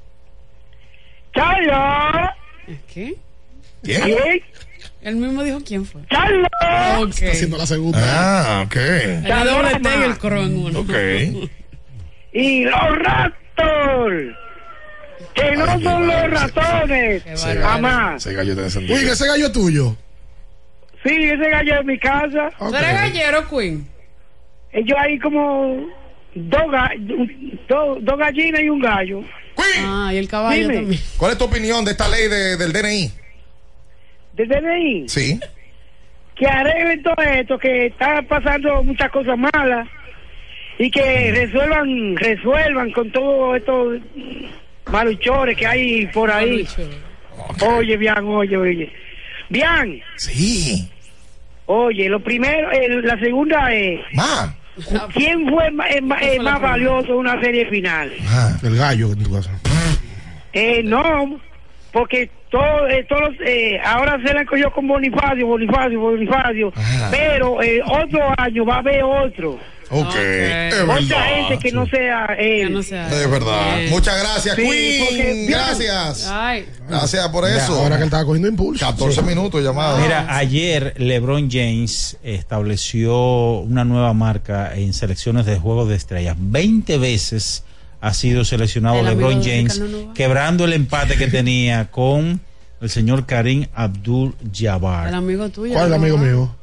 Charlo. ¿Qué? ¿Quién? ¿Quién? Él mismo dijo quién fue. Charlo. Ok. Está haciendo la segunda. Ah, ok. El doble T y el coro en uno. Ok. Y los Raptors. Que no Ay, qué son los bárbaro. ratones. Qué Sí. bárbaro. A más. Ese gallo te encendido. Uy, que ese gallo es tuyo. Sí, ese gallo es mi casa. ¿Tú Ok. eres gallero, Queen? Ellos hay como dos, ga- dos, dos gallinas y un gallo. Queen, Ah, y el caballo Dime. también. ¿cuál es tu opinión de esta ley de- del D N I? Del D N I. Sí. Que arreglen todo esto, que está pasando muchas cosas malas y que resuelvan, resuelvan con todo esto maluchores que hay por ahí. Okay. Oye, bien, oye, oye. Bien. Sí. Oye, lo primero, eh, la segunda es... Ma. ¿Quién fue el, el, el, el más valioso de una serie final? Ah, el gallo en tu casa. Eh, no, porque todo, eh, todos, eh, ahora se la cogió con Bonifacio, Bonifacio, Bonifacio, ah. pero eh, otro año va a haber otro. Ok, okay. Es Mucha verdad, gente que sí. no sea él. No sea es verdad. él. Muchas gracias, Sí, Queen. porque- Gracias. Ay. Gracias por eso. Ahora que él estaba cogiendo impulso. catorce Sí. minutos llamado. Mira, ayer LeBron James estableció una nueva marca en selecciones de juegos de estrellas. veinte veces ha sido seleccionado El amigo LeBron de James, Ricardo Nova. quebrando el empate que tenía con el señor Karim Abdul-Jabbar. El amigo tuyo. ¿Cuál es el ¿no? amigo mío?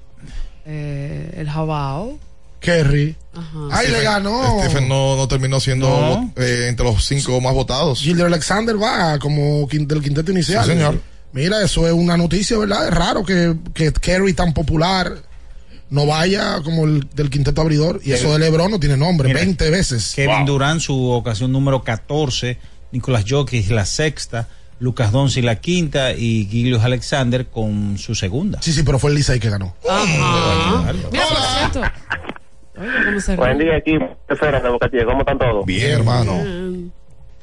Eh, el Jabao. Kerry. Ajá. Ay, le ganó. Stephen no, no terminó siendo No. eh, entre los cinco más votados. Gilder Alexander va como quin- del quinteto inicial. Sí, señor. Mira, eso es una noticia, ¿verdad? Es raro que, que Kerry tan popular no vaya como el del quinteto abridor. Y eso de LeBron no tiene nombre, Mira, veinte veces. Kevin Wow. Durant, su ocasión número catorce, Nicolás Jokic la sexta, Lucas Doncic la quinta y Gilius Alexander con su segunda. Sí, sí, pero fue el Licey que ganó. Ajá. Mira, por cierto. Oye, ¿cómo se Buen ríe? día, equipo. De Bocatilla, ¿cómo están todos? Bien, hermano. Bien.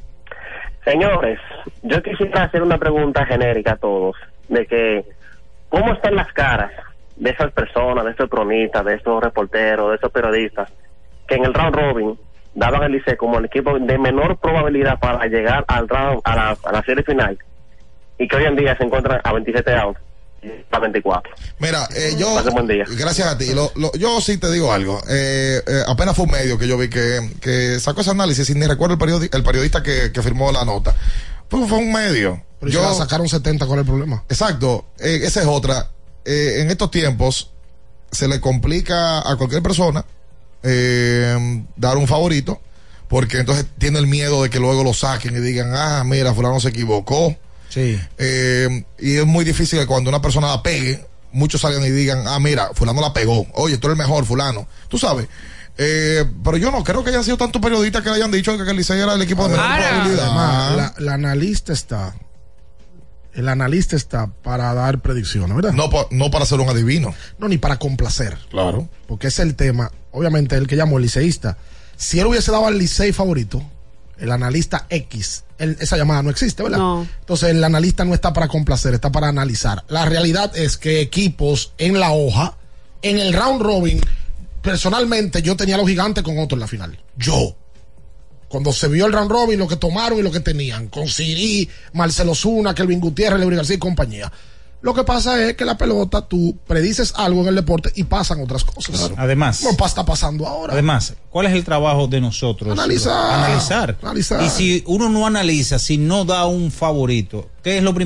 Señores, yo quisiera hacer una pregunta genérica a todos, de que, ¿cómo están las caras de esas personas, de estos cronistas, de estos reporteros, de estos periodistas, que en el round robin daban el Licey como el equipo de menor probabilidad para llegar al round, a la, a la serie final, y que hoy en día se encuentran a veintisiete outs, a veinticuatro? Mira, eh, yo, Pase buen día. gracias a ti, lo, lo, yo sí te digo algo, eh, eh, apenas fue un medio que yo vi que, que sacó ese análisis y ni recuerdo el, periodi el periodista que, que firmó la nota, pues fue un medio. Pero yo, si la sacaron setenta, ¿cuál es el problema? Exacto, eh, esa es otra. Eh, en estos tiempos se le complica a cualquier persona eh, dar un favorito, porque entonces tiene el miedo de que luego lo saquen y digan, ah, mira, fulano se equivocó. Sí. Eh, y es muy difícil que cuando una persona la pegue, muchos salgan y digan, ah, mira, fulano la pegó, oye, tú eres el mejor, fulano, tú sabes. Eh, pero yo no creo que hayan sido tantos periodistas que le hayan dicho que el Licey era el equipo de menor probabilidad. Además, la, la analista está, el analista está para dar predicciones, ¿verdad? No, pa- no para ser un adivino. No, ni para complacer. Claro. Porque es el tema, obviamente, el que llamó el liceísta. Si él hubiese dado al Licey favorito, el analista X, él- esa llamada no existe, ¿verdad? No. Entonces el analista no está para complacer, está para analizar. La realidad es que equipos en la hoja, en el round robin, personalmente yo tenía a los gigantes con otro en la final. Yo. Cuando se vio el round robin, lo que tomaron y lo que tenían, con Siri, Marcelo Zuna, Kelvin Gutiérrez, Leury García y compañía. Lo que pasa es que la pelota, tú predices algo en el deporte y pasan otras cosas. Claro. Además, No está pasando ahora. Además, ¿cuál es el trabajo de nosotros? Analizar. Analizar. Analizar. Y si uno no analiza, si no da un favorito, ¿qué es lo primero?